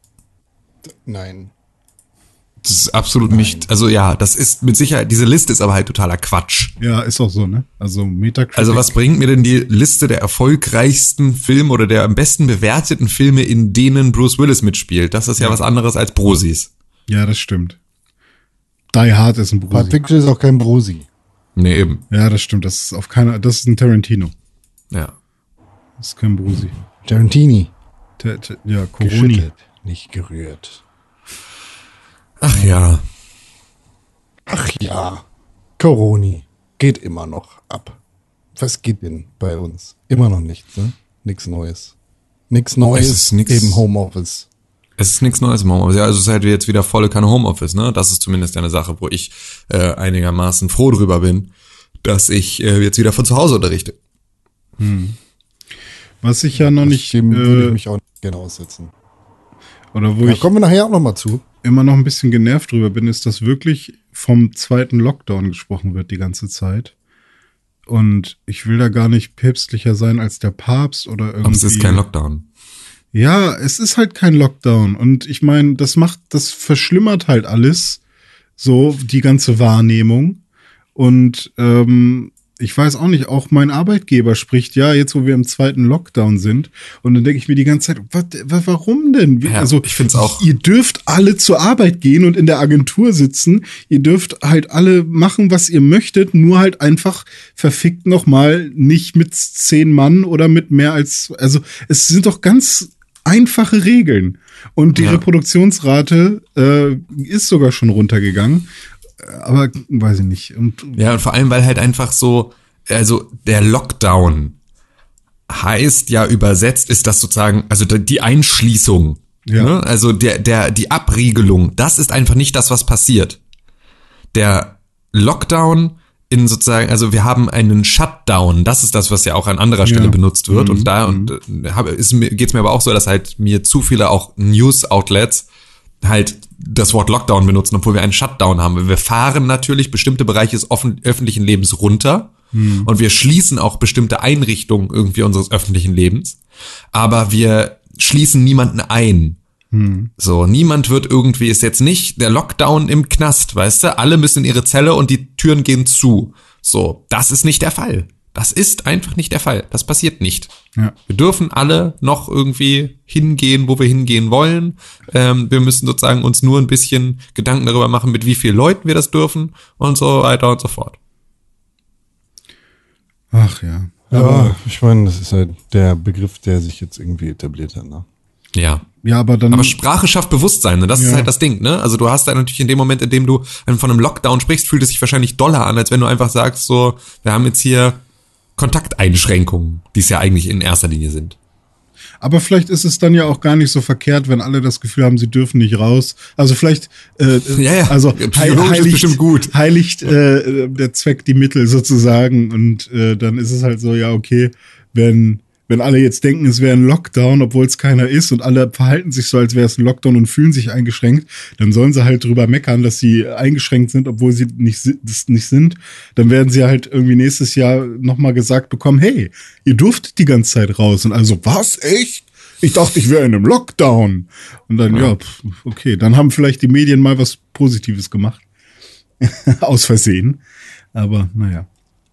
Nein. Das ist absolut Nein. nicht, also ja, das ist mit Sicherheit, diese Liste ist aber halt totaler Quatsch. Ja, ist auch so, ne? Also Metacritic. Also was bringt mir denn die Liste der erfolgreichsten Filme oder der am besten bewerteten Filme, in denen Bruce Willis mitspielt? Das ist ja, ja was anderes als Brosis. Ja, das stimmt. Die Hard ist ein Brosi. Pulp Fiction ist auch kein Brosi. Nee, eben. Ja, das stimmt. Das ist auf keiner, das ist ein Tarantino. Ja. Das ist kein Brosi. Tarantini. Ta- ta- ja, Coroni. Geschüttelt, nicht gerührt. Ach ja. Ach ja. Coroni. Geht immer noch ab. Was geht denn bei uns? Immer noch nichts, ne? Nichts Neues. Nichts Neues. Es ist nix. Eben Homeoffice. Es ist nichts Neues im Homeoffice. Ja, also es ist halt jetzt wieder volle Kanne Homeoffice, ne? Das ist zumindest eine Sache, wo ich äh, einigermaßen froh drüber bin, dass ich äh, jetzt wieder von zu Hause unterrichte. Hm. Was ich ja noch nicht... Dem äh, würde ich mich auch nicht gerne aussetzen. Oder wo da ich kommen wir nachher auch noch mal zu. Immer noch ein bisschen genervt drüber bin, ist, dass wirklich vom zweiten Lockdown gesprochen wird die ganze Zeit. Und ich will da gar nicht päpstlicher sein als der Papst oder irgendwie. Aber es ist kein Lockdown. Ja, es ist halt kein Lockdown. Und ich meine, das macht, das verschlimmert halt alles, so die ganze Wahrnehmung. Und ähm, ich weiß auch nicht, auch mein Arbeitgeber spricht, ja, jetzt wo wir im zweiten Lockdown sind. Und dann denke ich mir die ganze Zeit, was, was, warum denn? Ja, also ich find's auch. Ihr dürft alle zur Arbeit gehen und in der Agentur sitzen. Ihr dürft halt alle machen, was ihr möchtet, nur halt einfach verfickt nochmal nicht mit zehn Mann oder mit mehr als, also es sind doch ganz einfache Regeln. Und die Ja. Reproduktionsrate äh, ist sogar schon runtergegangen. Aber weiß ich nicht. Und Ja, und vor allem, weil halt einfach so, also der Lockdown heißt ja übersetzt, ist das sozusagen, also die Einschließung, Ja. ne? Also der, der, die Abriegelung, das ist einfach nicht das, was passiert. Der Lockdown in sozusagen, also wir haben einen Shutdown, das ist das, was ja auch an anderer Stelle Ja. benutzt wird. Mhm. Und da und äh, habe- ist mir, geht's mir aber auch so, dass halt mir zu viele auch News-Outlets halt das Wort Lockdown benutzen, obwohl wir einen Shutdown haben. Wir fahren natürlich bestimmte Bereiche des offen, öffentlichen Lebens runter hm. und wir schließen auch bestimmte Einrichtungen irgendwie unseres öffentlichen Lebens, aber wir schließen niemanden ein. Hm. So, niemand wird irgendwie, ist jetzt nicht der Lockdown im Knast, weißt du? Alle müssen in ihre Zelle und die Türen gehen zu. So, das ist nicht der Fall. Das ist einfach nicht der Fall. Das passiert nicht. Ja. Wir dürfen alle noch irgendwie hingehen, wo wir hingehen wollen. Ähm, wir müssen sozusagen uns nur ein bisschen Gedanken darüber machen, mit wie vielen Leuten wir das dürfen und so weiter und so fort. ach ja. Ja, ich meine, das ist halt der Begriff, der sich jetzt irgendwie etabliert hat, ne? Ja. Ja, aber dann. Aber Sprache schafft Bewusstsein, ne? Das ist Ja. halt das Ding, ne? Also du hast da natürlich in dem Moment, in dem du von einem Lockdown sprichst, fühlt es sich wahrscheinlich doller an, als wenn du einfach sagst, so, wir haben jetzt hier Kontakteinschränkungen, die es ja eigentlich in erster Linie sind. Aber vielleicht ist es dann ja auch gar nicht so verkehrt, wenn alle das Gefühl haben, sie dürfen nicht raus. Also vielleicht, äh, Ja, ja. also Psychologisch ist heiligt, bestimmt gut. heiligt äh, der Zweck die Mittel sozusagen. Und äh, dann ist es halt so, ja, okay, wenn wenn alle jetzt denken, es wäre ein Lockdown, obwohl es keiner ist und alle verhalten sich so, als wäre es ein Lockdown und fühlen sich eingeschränkt, dann sollen sie halt drüber meckern, dass sie eingeschränkt sind, obwohl sie nicht, si- das nicht sind. Dann werden sie halt irgendwie nächstes Jahr nochmal gesagt bekommen, hey, ihr durftet die ganze Zeit raus. Und also, was, echt? Ich dachte, ich wäre in einem Lockdown. Und dann, ja, pf, okay, dann haben vielleicht die Medien mal was Positives gemacht. Aus Versehen. Aber, naja.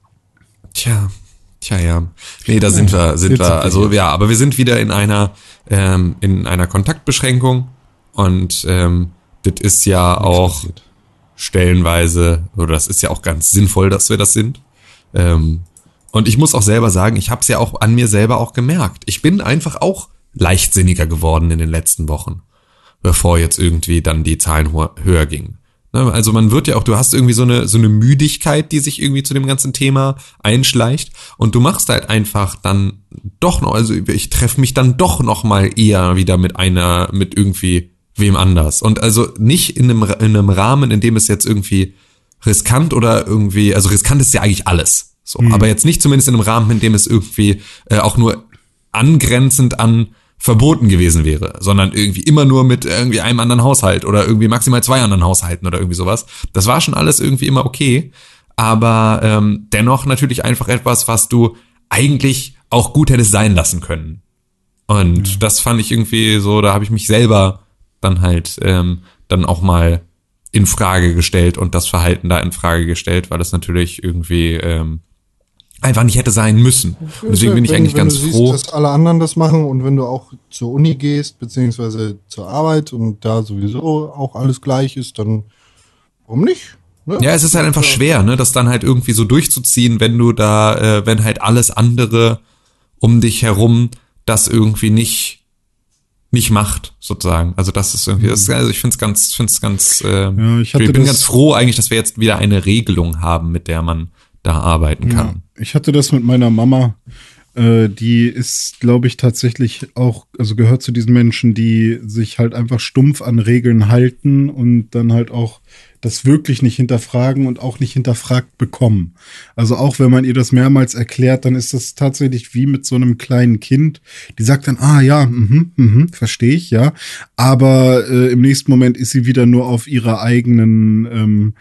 Tja, tja, ja. Nee, da sind wir, sind jetzt sind wir, wir also hier. ja, aber wir sind wieder in einer, ähm, in einer Kontaktbeschränkung und ähm, das ist ja auch passiert. stellenweise, oder das ist ja auch ganz sinnvoll, dass wir das sind. Ähm, und ich muss auch selber sagen, ich habe es ja auch an mir selber auch gemerkt. Ich bin einfach auch leichtsinniger geworden in den letzten Wochen, bevor jetzt irgendwie dann die Zahlen ho- höher gingen. Ne, also man wird ja auch, du hast irgendwie so eine so eine Müdigkeit, die sich irgendwie zu dem ganzen Thema einschleicht und du machst halt einfach dann doch noch, also ich treffe mich dann doch noch mal eher wieder mit einer, mit irgendwie wem anders und also nicht in einem, in einem Rahmen, in dem es jetzt irgendwie riskant oder irgendwie, also riskant ist ja eigentlich alles, so, aber jetzt nicht zumindest in einem Rahmen, in dem es irgendwie äh, auch nur angrenzend an verboten gewesen wäre, sondern irgendwie immer nur mit irgendwie einem anderen Haushalt oder irgendwie maximal zwei anderen Haushalten oder irgendwie sowas. Das war schon alles irgendwie immer okay, aber ähm, dennoch natürlich einfach etwas, was du eigentlich auch gut hättest sein lassen können. Und ja. das fand ich irgendwie so, da habe ich mich selber dann halt ähm, dann auch mal in Frage gestellt und das Verhalten da in Frage gestellt, weil es natürlich irgendwie ähm, einfach nicht hätte sein müssen. Und deswegen bin ich wenn, eigentlich wenn ganz du siehst, froh. dass alle anderen das machen und wenn du auch zur Uni gehst, beziehungsweise zur Arbeit und da sowieso auch alles gleich ist, dann warum nicht? Ne? Ja, es ist halt einfach schwer, ne, das dann halt irgendwie so durchzuziehen, wenn du da, äh, wenn halt alles andere um dich herum das irgendwie nicht nicht macht, sozusagen. Also das ist irgendwie, das ist, also ich finde es ganz, finde es ganz, äh, Ja, ich ich, hatte bin das- ganz froh eigentlich, dass wir jetzt wieder eine Regelung haben, mit der man da arbeiten kann. Ja, ich hatte das mit meiner Mama. Äh, die ist, glaube ich, tatsächlich auch, also gehört zu diesen Menschen, die sich halt einfach stumpf an Regeln halten und dann halt auch das wirklich nicht hinterfragen und auch nicht hinterfragt bekommen. Also auch wenn man ihr das mehrmals erklärt, dann ist das tatsächlich wie mit so einem kleinen Kind. Die sagt dann, ah ja, mhm, mhm, verstehe ich, ja. Aber äh, im nächsten Moment ist sie wieder nur auf ihrer eigenen ähm,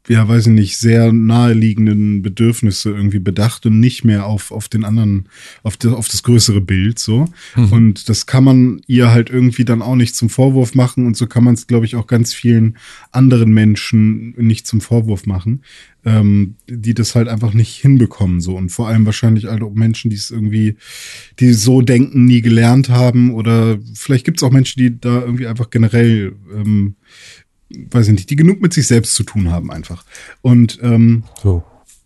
ja, weiß ich nicht, sehr naheliegenden Bedürfnisse irgendwie bedacht und nicht mehr auf, auf den anderen, auf das, auf das größere Bild, so. Mhm. Und das kann man ihr halt irgendwie dann auch nicht zum Vorwurf machen und so kann man es, glaube ich, auch ganz vielen anderen Menschen nicht zum Vorwurf machen, ähm, die das halt einfach nicht hinbekommen, so. Und vor allem wahrscheinlich halt auch Menschen, die es irgendwie, die so denken, nie gelernt haben oder vielleicht gibt es auch Menschen, die da irgendwie einfach generell, ähm, weiß ich nicht, die genug mit sich selbst zu tun haben einfach. Und ähm, so.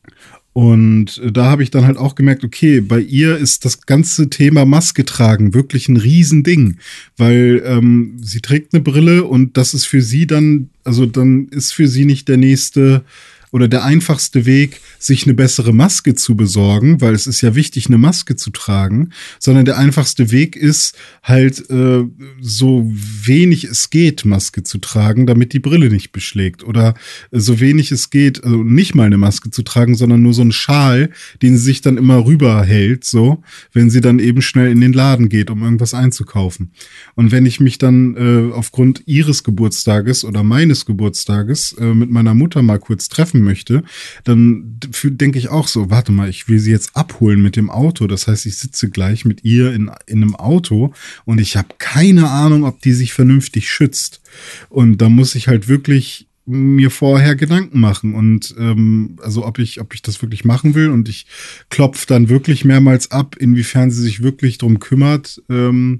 Und da habe ich dann halt auch gemerkt, okay, bei ihr ist das ganze Thema Maske tragen wirklich ein Riesending, weil ähm, sie trägt eine Brille und das ist für sie dann, also dann ist für sie nicht der nächste oder der einfachste Weg, sich eine bessere Maske zu besorgen, weil es ist ja wichtig, eine Maske zu tragen, sondern der einfachste Weg ist halt äh, so wenig es geht, Maske zu tragen, damit die Brille nicht beschlägt oder äh, so wenig es geht, also nicht mal eine Maske zu tragen, sondern nur so einen Schal, den sie sich dann immer rüberhält, so, wenn sie dann eben schnell in den Laden geht, um irgendwas einzukaufen. Und wenn ich mich dann äh, aufgrund ihres Geburtstages oder meines Geburtstages äh, mit meiner Mutter mal kurz treffen möchte, dann denke ich auch so, warte mal, ich will sie jetzt abholen mit dem Auto. Das heißt, ich sitze gleich mit ihr in, in einem Auto und ich habe keine Ahnung, ob die sich vernünftig schützt. Und da muss ich halt wirklich mir vorher Gedanken machen und ähm, also ob ich ob ich das wirklich machen will und ich klopfe dann wirklich mehrmals ab, inwiefern sie sich wirklich drum kümmert ähm,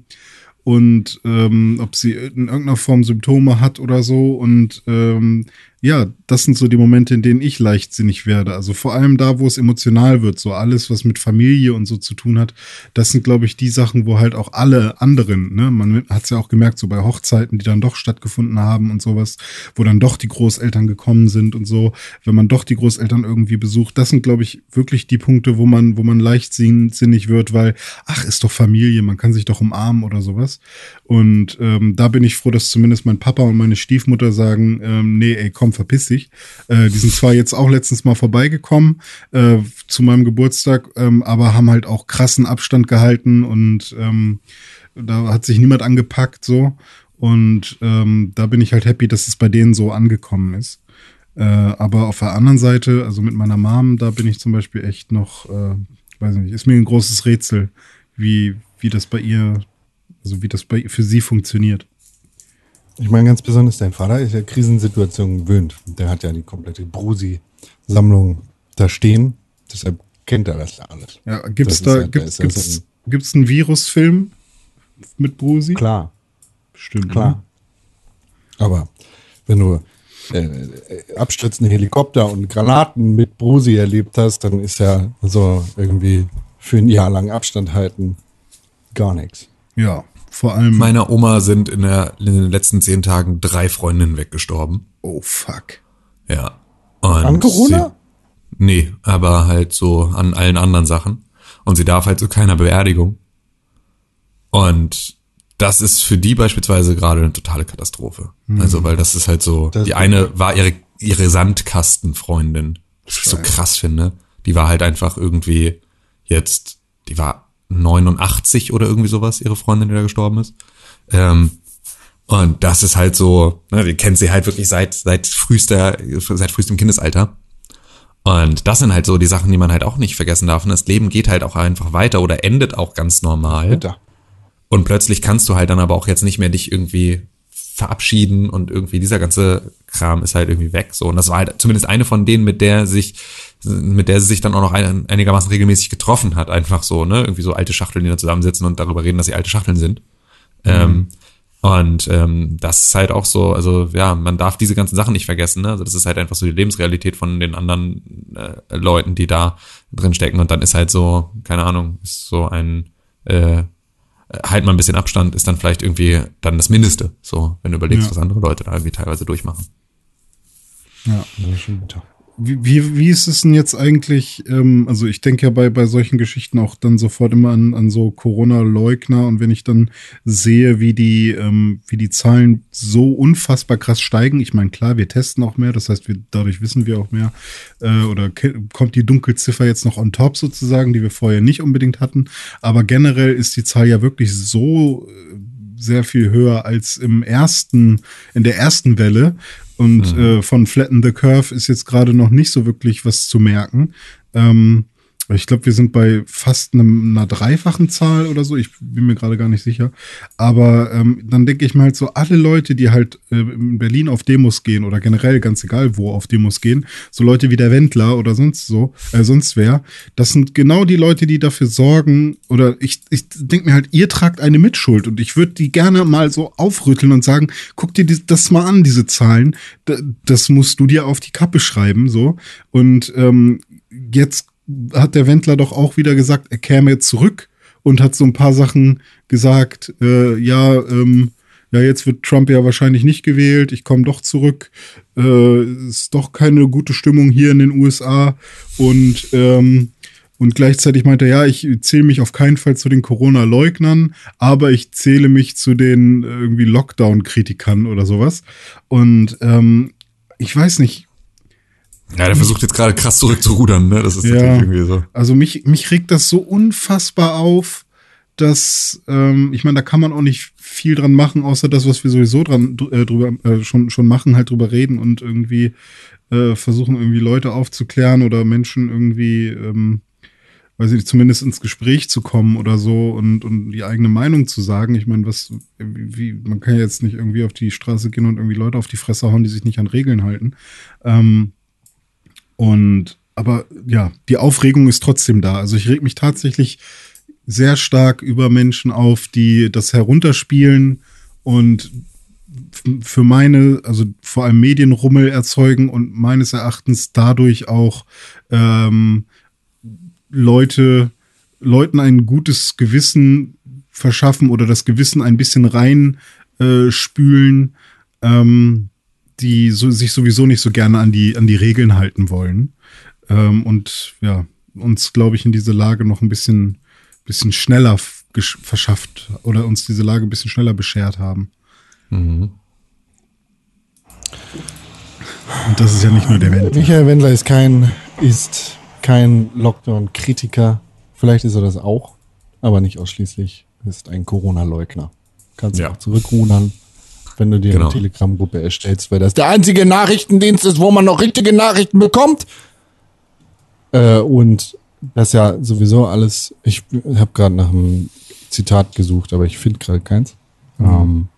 und ähm, ob sie in irgendeiner Form Symptome hat oder so und ähm, ja, das sind so die Momente, in denen ich leichtsinnig werde. Also vor allem da, wo es emotional wird, so alles, was mit Familie und so zu tun hat, das sind, glaube ich, die Sachen, wo halt auch alle anderen, ne, man hat es ja auch gemerkt, so bei Hochzeiten, die dann doch stattgefunden haben und sowas, wo dann doch die Großeltern gekommen sind und so, wenn man doch die Großeltern irgendwie besucht, das sind, glaube ich, wirklich die Punkte, wo man, wo man leichtsinnig wird, weil, ach, ist doch Familie, man kann sich doch umarmen oder sowas. Und ähm, da bin ich froh, dass zumindest mein Papa und meine Stiefmutter sagen, ähm, nee, ey, komm, verpiss dich. Äh, die sind zwar jetzt auch letztens mal vorbeigekommen äh, zu meinem Geburtstag, ähm, aber haben halt auch krassen Abstand gehalten und ähm, da hat sich niemand angepackt so. Und ähm, da bin ich halt happy, dass es bei denen so angekommen ist. Äh, aber auf der anderen Seite, also mit meiner Mom, da bin ich zum Beispiel echt noch, äh, weiß nicht, ist mir ein großes Rätsel, wie, wie das bei ihr, also wie das bei für sie funktioniert. Ich meine, ganz besonders dein Vater ist ja Krisensituationen gewöhnt. Der hat ja die komplette Brusi-Sammlung da stehen. Deshalb kennt er das ja alles. Ja, gibt's da, ja, gibt's, gibt's, also ein, gibt's einen Virusfilm mit Brusi? Klar. Bestimmt. Klar. Ne? Aber wenn du äh, abstürzende Helikopter und Granaten mit Brusi erlebt hast, dann ist ja so irgendwie für ein Jahr lang Abstand halten gar nichts. Ja. Vor allem. Meiner Oma sind in, der, in den letzten zehn Tagen drei Freundinnen weggestorben. Oh, fuck. Ja. Und an Corona? Sie, nee, aber halt so an allen anderen Sachen. Und sie darf halt zu keiner Beerdigung. Und das ist für die beispielsweise gerade eine totale Katastrophe. Mhm. Also, weil das ist halt so, das die eine war ihre, ihre Sandkastenfreundin. Das ich so krass finde. Die war halt einfach irgendwie jetzt, die war neunundachtzig oder irgendwie sowas, ihre Freundin, die da gestorben ist. Ähm, und das ist halt so, ne, wir kennen sie halt wirklich seit seit frühester, seit frühestem Kindesalter. Und das sind halt so die Sachen, die man halt auch nicht vergessen darf. Und das Leben geht halt auch einfach weiter oder endet auch ganz normal. Bitte. Und plötzlich kannst du halt dann aber auch jetzt nicht mehr dich irgendwie verabschieden und irgendwie dieser ganze Kram ist halt irgendwie weg. So, und das war halt zumindest eine von denen, mit der sich mit der sie sich dann auch noch ein, einigermaßen regelmäßig getroffen hat, einfach so, ne, irgendwie so alte Schachteln, die da zusammensitzen und darüber reden, dass sie alte Schachteln sind. Mhm. Ähm, und ähm, das ist halt auch so, also ja, man darf diese ganzen Sachen nicht vergessen, ne, also das ist halt einfach so die Lebensrealität von den anderen äh, Leuten, die da drin stecken und dann ist halt so, keine Ahnung, ist so ein äh, halt mal ein bisschen Abstand, ist dann vielleicht irgendwie dann das Mindeste, so, wenn du überlegst, ja. was andere Leute da irgendwie teilweise durchmachen. Ja, das ist schon bitter. Wie, wie, wie ist es denn jetzt eigentlich, ähm, also ich denke ja bei, bei solchen Geschichten auch dann sofort immer an, an so Corona-Leugner und wenn ich dann sehe, wie die, ähm, wie die Zahlen so unfassbar krass steigen, ich meine, klar, wir testen auch mehr, das heißt, wir, dadurch wissen wir auch mehr, äh, oder ke- kommt die Dunkelziffer jetzt noch on top sozusagen, die wir vorher nicht unbedingt hatten, aber generell ist die Zahl ja wirklich so sehr viel höher als im ersten, in der ersten Welle. Und mhm. äh, von Flatten the Curve ist jetzt gerade noch nicht so wirklich was zu merken. Ähm, Ich glaube, wir sind bei fast einem, einer dreifachen Zahl oder so. Ich bin mir gerade gar nicht sicher. Aber ähm, dann denke ich mir halt so, alle Leute, die halt äh, in Berlin auf Demos gehen oder generell ganz egal wo auf Demos gehen, so Leute wie der Wendler oder sonst so, äh, sonst wer, das sind genau die Leute, die dafür sorgen. Oder ich, ich denke mir halt, ihr tragt eine Mitschuld. Und ich würde die gerne mal so aufrütteln und sagen, guck dir die, das mal an, diese Zahlen. D- das musst du dir auf die Kappe schreiben. So. Und ähm, jetzt hat der Wendler doch auch wieder gesagt, er käme jetzt zurück und hat so ein paar Sachen gesagt, äh, ja, ähm, ja, jetzt wird Trump ja wahrscheinlich nicht gewählt, ich komme doch zurück, äh, ist doch keine gute Stimmung hier in den U S A und ähm, und gleichzeitig meinte er, ja, ich zähle mich auf keinen Fall zu den Corona-Leugnern, aber ich zähle mich zu den irgendwie Lockdown-Kritikern oder sowas. Und ähm, ich weiß nicht, ja, der versucht jetzt gerade krass zurückzurudern, ne? Das ist ja, natürlich irgendwie so. Also mich, mich regt das so unfassbar auf, dass, ähm, ich meine, da kann man auch nicht viel dran machen, außer das, was wir sowieso dran äh, drüber äh, schon, schon machen, halt drüber reden und irgendwie äh, versuchen, irgendwie Leute aufzuklären oder Menschen irgendwie, ähm, weiß ich nicht, zumindest ins Gespräch zu kommen oder so und, und die eigene Meinung zu sagen. Ich meine, was, wie, man kann ja jetzt nicht irgendwie auf die Straße gehen und irgendwie Leute auf die Fresse hauen, die sich nicht an Regeln halten. Ähm, Und, aber ja, die Aufregung ist trotzdem da. Also ich reg mich tatsächlich sehr stark über Menschen auf, die das herunterspielen und für meine, also vor allem Medienrummel erzeugen und meines Erachtens dadurch auch ähm, Leute, Leuten ein gutes Gewissen verschaffen oder das Gewissen ein bisschen rein äh, spülen, ähm, die so, sich sowieso nicht so gerne an die, an die Regeln halten wollen. Ähm, und ja, uns, glaube ich, in diese Lage noch ein bisschen, bisschen schneller gesch- verschafft oder uns diese Lage ein bisschen schneller beschert haben. Mhm. Und das ist ja nicht nur der Wendler. Michael Wendler ist kein, ist kein Lockdown-Kritiker. Vielleicht ist er das auch, aber nicht ausschließlich. Ist ein Corona-Leugner. Kannst du Ja. auch zurückrudern, wenn du dir Genau. eine Telegram-Gruppe erstellst, weil das der einzige Nachrichtendienst ist, wo man noch richtige Nachrichten bekommt. Äh, und das ist ja sowieso alles, ich habe gerade nach einem Zitat gesucht, aber ich finde gerade keins. Mhm. Ähm,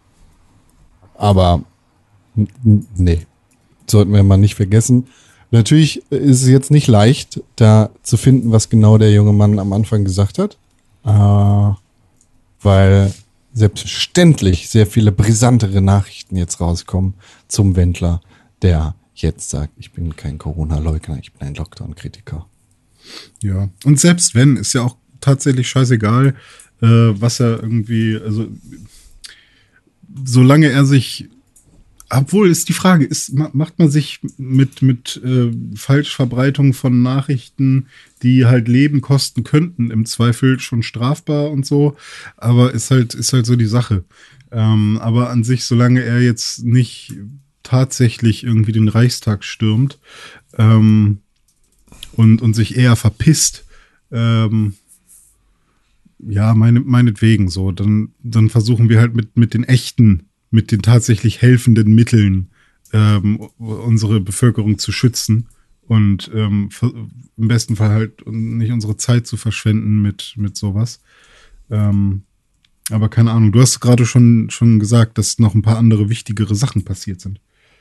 aber n- n- nee, sollten wir mal nicht vergessen. Natürlich ist es jetzt nicht leicht, da zu finden, was genau der junge Mann am Anfang gesagt hat. Äh, weil selbstverständlich sehr viele brisantere Nachrichten jetzt rauskommen zum Wendler, der jetzt sagt, ich bin kein Corona-Leugner, ich bin ein Lockdown-Kritiker. Ja, und selbst wenn, ist ja auch tatsächlich scheißegal, äh, was er irgendwie, also solange er sich, obwohl ist die Frage, ist, ma- macht man sich mit, mit äh, Falschverbreitung von Nachrichten, die halt Leben kosten könnten, im Zweifel schon strafbar und so, aber ist halt, ist halt so die Sache. Ähm, aber an sich, solange er jetzt nicht tatsächlich irgendwie den Reichstag stürmt, ähm, und, und sich eher verpisst, ähm, ja, meine, meinetwegen so, dann, dann versuchen wir halt mit, mit den echten, mit den tatsächlich helfenden Mitteln ähm, unsere Bevölkerung zu schützen und ähm, im besten Fall halt nicht unsere Zeit zu verschwenden mit, mit sowas. Ähm, aber keine Ahnung, du hast gerade schon, schon gesagt, dass noch ein paar andere wichtigere Sachen passiert sind.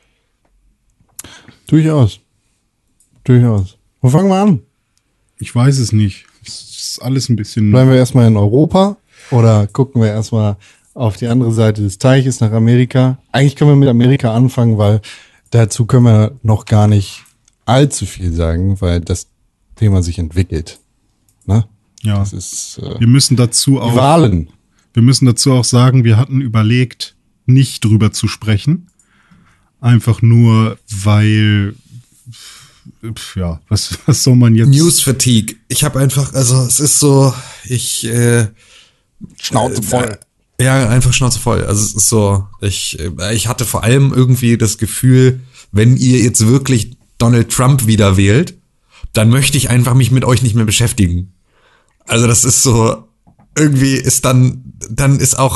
Durchaus. Durchaus. Wo fangen wir an? Ich weiß es nicht. Es ist alles ein bisschen. Bleiben wir erstmal in Europa oder gucken wir erstmal auf die andere Seite des Teiches nach Amerika? Eigentlich können wir mit Amerika anfangen, weil dazu können wir noch gar nicht allzu viel sagen, weil das Thema sich entwickelt. Ne? Ja. Das ist äh, Wir müssen dazu auch. Wahlen. Wir müssen dazu auch sagen, wir hatten überlegt, nicht drüber zu sprechen. Einfach nur, weil, ja, was, was soll man jetzt? News Fatigue. Ich habe einfach, also es ist so, ich äh, Schnauze voll. Äh, ja, einfach Schnauze voll. Also es ist so, ich äh, ich hatte vor allem irgendwie das Gefühl, wenn ihr jetzt wirklich Donald Trump wieder wählt, dann möchte ich einfach mich mit euch nicht mehr beschäftigen. Also das ist so, irgendwie ist dann, dann ist auch,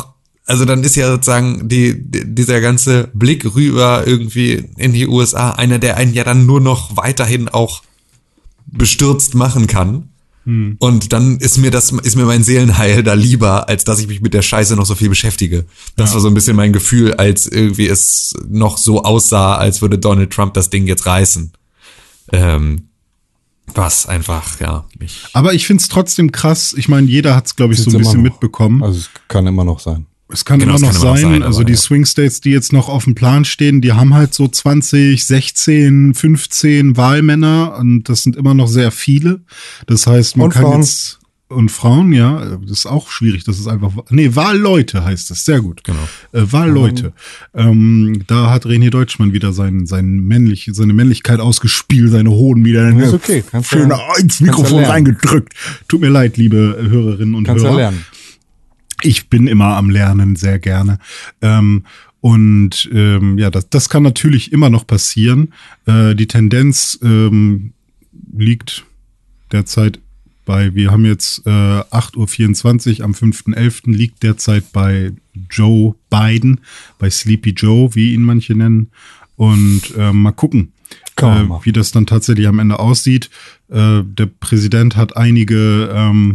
also dann ist ja sozusagen die, die dieser ganze Blick rüber irgendwie in die U S A einer, der einen ja dann nur noch weiterhin auch bestürzt machen kann. Hm. Und dann ist mir das, ist mir mein Seelenheil da lieber, als dass ich mich mit der Scheiße noch so viel beschäftige. Das ja. war so ein bisschen mein Gefühl, als irgendwie es noch so aussah, als würde Donald Trump das Ding jetzt reißen. Ähm, was einfach, ja. Mich Aber ich find's trotzdem krass. Ich meine, jeder hat's, glaube ich, so ein bisschen mitbekommen. Also es kann immer noch sein. Es kann genau, immer noch kann sein, immer noch sein also die ja. Swing States, die jetzt noch auf dem Plan stehen, die haben halt so zwanzig, sechzehn, fünfzehn Wahlmänner und das sind immer noch sehr viele. Das heißt, man und kann Frauen. jetzt und Frauen, ja, das ist auch schwierig, das ist einfach, nee, Wahlleute heißt es, sehr gut. Genau. Äh, Wahlleute. Mhm. Ähm, da hat René Deutschmann wieder sein, sein männlich, seine Männlichkeit ausgespielt, seine Hoden wieder in ist okay. schön ins Mikrofon reingedrückt. Tut mir leid, liebe Hörerinnen und Kannst Hörer. Ja lernen. Ich bin immer am Lernen, sehr gerne. Ähm, und ähm, ja, das, das kann natürlich immer noch passieren. Äh, die Tendenz ähm, liegt derzeit bei, wir haben jetzt äh, acht Uhr vierundzwanzig, am fünften elften liegt derzeit bei Joe Biden, bei Sleepy Joe, wie ihn manche nennen. Und äh, mal gucken, äh, wie das dann tatsächlich am Ende aussieht. Äh, der Präsident hat einige ähm,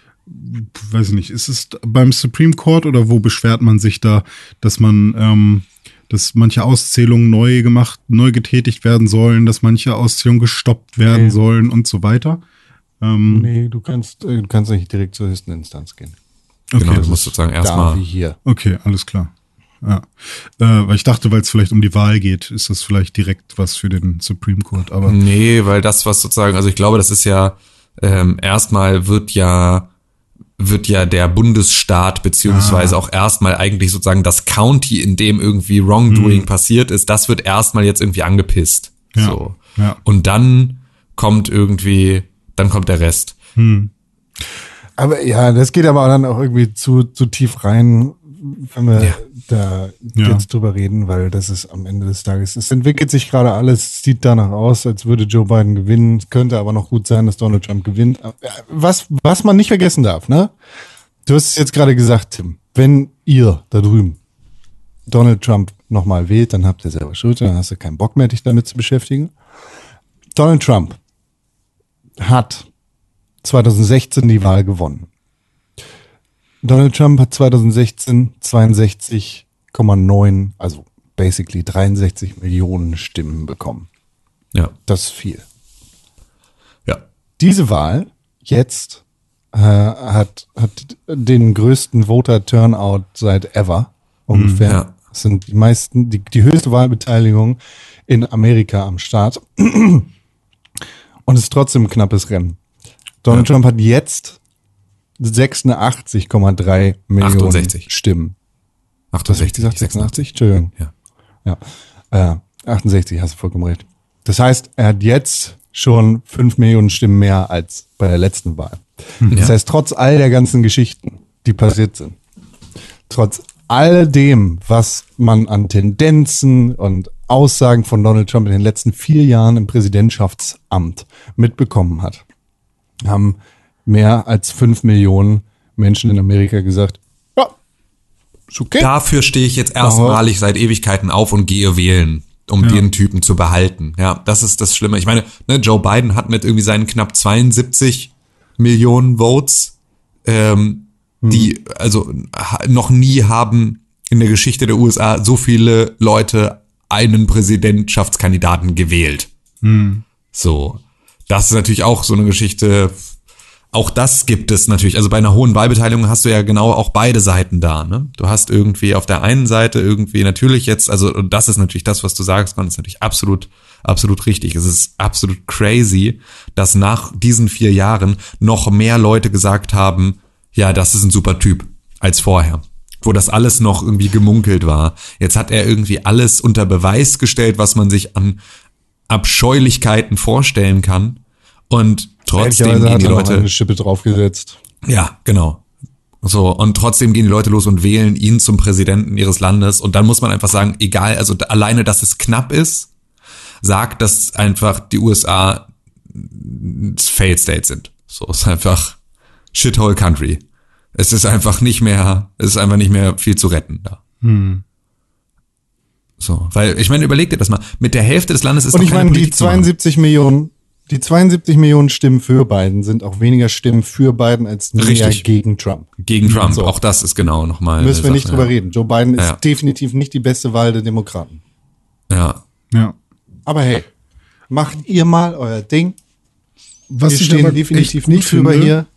weiß ich nicht, ist es beim Supreme Court oder wo beschwert man sich da, dass man, ähm, dass manche Auszählungen neu gemacht, neu getätigt werden sollen, dass manche Auszählungen gestoppt werden nee. sollen und so weiter? Ähm, nee, du kannst, du kannst nicht direkt zur höchsten Instanz gehen. Okay, genau, du musst sozusagen erstmal. Wie hier. Okay, alles klar. Ja, äh, weil ich dachte, weil es vielleicht um die Wahl geht, ist das vielleicht direkt was für den Supreme Court, aber. Nee, weil das, was sozusagen, also ich glaube, das ist ja, ähm, erstmal wird ja, wird ja der Bundesstaat beziehungsweise ah. auch erstmal eigentlich sozusagen das County, in dem irgendwie Wrongdoing hm. passiert ist, das wird erstmal jetzt irgendwie angepisst. Ja. So. Ja. Und dann kommt irgendwie, dann kommt der Rest. Hm. Aber ja, das geht aber dann auch irgendwie zu, zu tief rein, wenn wir ja. da ja. jetzt drüber reden, weil das ist am Ende des Tages, es entwickelt sich gerade alles, sieht danach aus, als würde Joe Biden gewinnen, es könnte aber noch gut sein, dass Donald Trump gewinnt. Was, was man nicht vergessen darf, ne? Du hast es jetzt gerade gesagt, Tim, wenn ihr da drüben Donald Trump nochmal wählt, dann habt ihr selber Schuld, dann hast du keinen Bock mehr, dich damit zu beschäftigen. Donald Trump hat zwanzig sechzehn die Wahl gewonnen. Donald Trump hat zwanzig sechzehn zweiundsechzig Komma neun, also basically dreiundsechzig Millionen Stimmen bekommen. Ja. Das ist viel. Ja. Diese Wahl jetzt äh, hat, hat den größten Voter-Turnout seit ever ungefähr. Ja. Das sind die meisten, die, die höchste Wahlbeteiligung in Amerika am Start. Und es ist trotzdem ein knappes Rennen. Donald ja. Trump hat jetzt sechsundachtzig Komma drei Millionen achtundsechzig Stimmen. achtundsechzig. gesagt, sechsundachtzig? Entschuldigung. Ja. Ja. Äh, achtundsechzig, hast du vollkommen recht. Das heißt, er hat jetzt schon fünf Millionen Stimmen mehr als bei der letzten Wahl. Ja. Das heißt, trotz all der ganzen Geschichten, die passiert sind, trotz all dem, was man an Tendenzen und Aussagen von Donald Trump in den letzten vier Jahren im Präsidentschaftsamt mitbekommen hat, haben mehr als fünf Millionen Menschen in Amerika gesagt, ja, ist okay. Dafür stehe ich jetzt erstmalig seit Ewigkeiten auf und gehe wählen, um ja. den Typen zu behalten. Ja, das ist das Schlimme. Ich meine, ne, Joe Biden hat mit irgendwie seinen knapp zweiundsiebzig Millionen Votes, ähm, hm. die also noch nie haben in der Geschichte der U S A so viele Leute einen Präsidentschaftskandidaten gewählt. Hm. So. Das ist natürlich auch so eine Geschichte. Auch das gibt es natürlich. Also bei einer hohen Wahlbeteiligung hast du ja genau auch beide Seiten da, ne? Du hast irgendwie auf der einen Seite irgendwie natürlich jetzt, also, und das ist natürlich das, was du sagst, man ist natürlich absolut, absolut richtig. Es ist absolut crazy, dass nach diesen vier Jahren noch mehr Leute gesagt haben, ja, das ist ein super Typ, als vorher. Wo das alles noch irgendwie gemunkelt war. Jetzt hat er irgendwie alles unter Beweis gestellt, was man sich an Abscheulichkeiten vorstellen kann. Und trotzdem gehen die Leute eine Schippe draufgesetzt. Ja, genau. So, und trotzdem gehen die Leute los und wählen ihn zum Präsidenten ihres Landes. Und dann muss man einfach sagen, egal, also alleine, dass es knapp ist, sagt, dass einfach die U S A Failed State sind. So, ist einfach Shithole Country. Es ist einfach nicht mehr, es ist einfach nicht mehr viel zu retten da. Hm. So, weil, ich meine, überleg dir das mal, mit der Hälfte des Landes ist Und doch ich keine meine, die Politik zu machen. zweiundsiebzig Millionen, die zweiundsiebzig Millionen Stimmen für Biden sind auch weniger Stimmen für Biden als mehr Richtig. gegen Trump. Gegen Trump, So. auch das ist genau nochmal. Müssen wir nicht drüber ja. reden. Joe Biden ist Ja. definitiv nicht die beste Wahl der Demokraten. Ja. Ja. Aber hey, macht ihr mal euer Ding. Was Wir ich stehen aber definitiv echt gut nicht drüber finde, hier.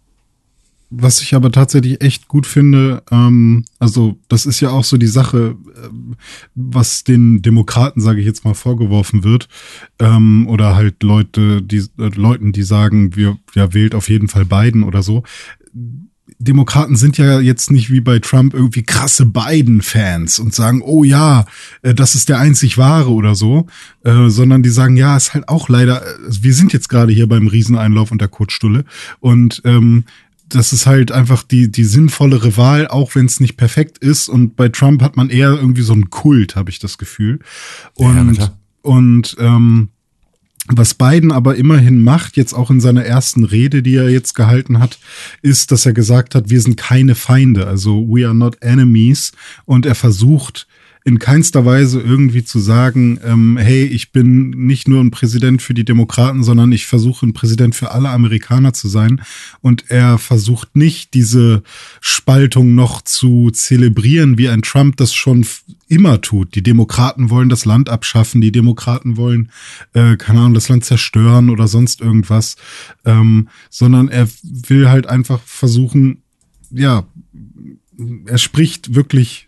Was ich aber tatsächlich echt gut finde, ähm, also das ist ja auch so die Sache, ähm, was den Demokraten, sage ich jetzt mal, vorgeworfen wird, ähm, oder halt Leute, die äh, Leuten, die sagen, wir ja wählt auf jeden Fall Biden oder so. Demokraten sind ja jetzt nicht wie bei Trump irgendwie krasse Biden-Fans und sagen, oh ja, äh, das ist der einzig wahre oder so, äh, sondern die sagen, ja, ist halt auch leider, äh, wir sind jetzt gerade hier beim Rieseneinlauf und der Kotstulle und ähm, das ist halt einfach die die sinnvollere Wahl, auch wenn es nicht perfekt ist. Und bei Trump hat man eher irgendwie so einen Kult, habe ich das Gefühl. Und Ja, na klar. und ähm, was Biden aber immerhin macht, jetzt auch in seiner ersten Rede, die er jetzt gehalten hat, ist, dass er gesagt hat, wir sind keine Feinde, also we are not enemies. Und er versucht in keinster Weise irgendwie zu sagen, ähm, hey, ich bin nicht nur ein Präsident für die Demokraten, sondern ich versuche ein Präsident für alle Amerikaner zu sein. Und er versucht nicht, diese Spaltung noch zu zelebrieren, wie ein Trump das schon f- immer tut. Die Demokraten wollen das Land abschaffen, die Demokraten wollen, äh, keine Ahnung, das Land zerstören oder sonst irgendwas, ähm, sondern er will halt einfach versuchen, ja, er spricht wirklich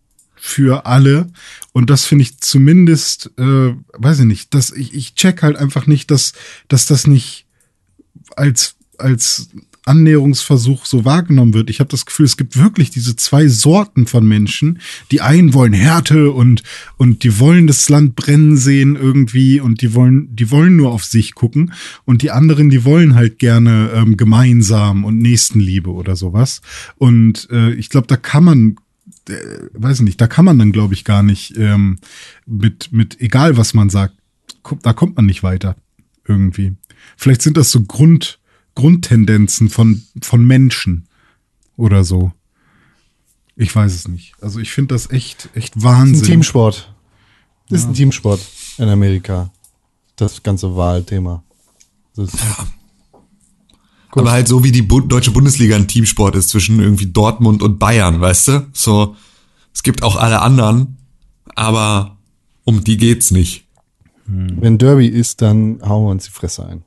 für alle. Und das finde ich zumindest, äh, weiß ich nicht, dass ich, ich check halt einfach nicht, dass, dass das nicht als, als Annäherungsversuch so wahrgenommen wird. Ich habe das Gefühl, es gibt wirklich diese zwei Sorten von Menschen. Die einen wollen Härte und, und die wollen das Land brennen sehen irgendwie und die wollen, die wollen nur auf sich gucken. Und die anderen, die wollen halt gerne ähm, gemeinsam und Nächstenliebe oder sowas. Und äh, ich glaube, da kann man Äh, weiß nicht, da kann man dann, glaube ich, gar nicht ähm, mit, mit, egal was man sagt, ko- da kommt man nicht weiter irgendwie. Vielleicht sind das so Grund, Grundtendenzen von, von Menschen oder so. Ich weiß es nicht. Also ich finde das echt, echt Das ist Wahnsinn. ein Teamsport. Das ist ein Teamsport in Amerika. Das ganze Wahlthema. Das ist Gut. Aber halt so wie die Bu- deutsche Bundesliga ein Teamsport ist zwischen irgendwie Dortmund und Bayern, weißt du? So, es gibt auch alle anderen, aber um die geht's nicht. Wenn Derby ist, dann hauen wir uns die Fresse ein.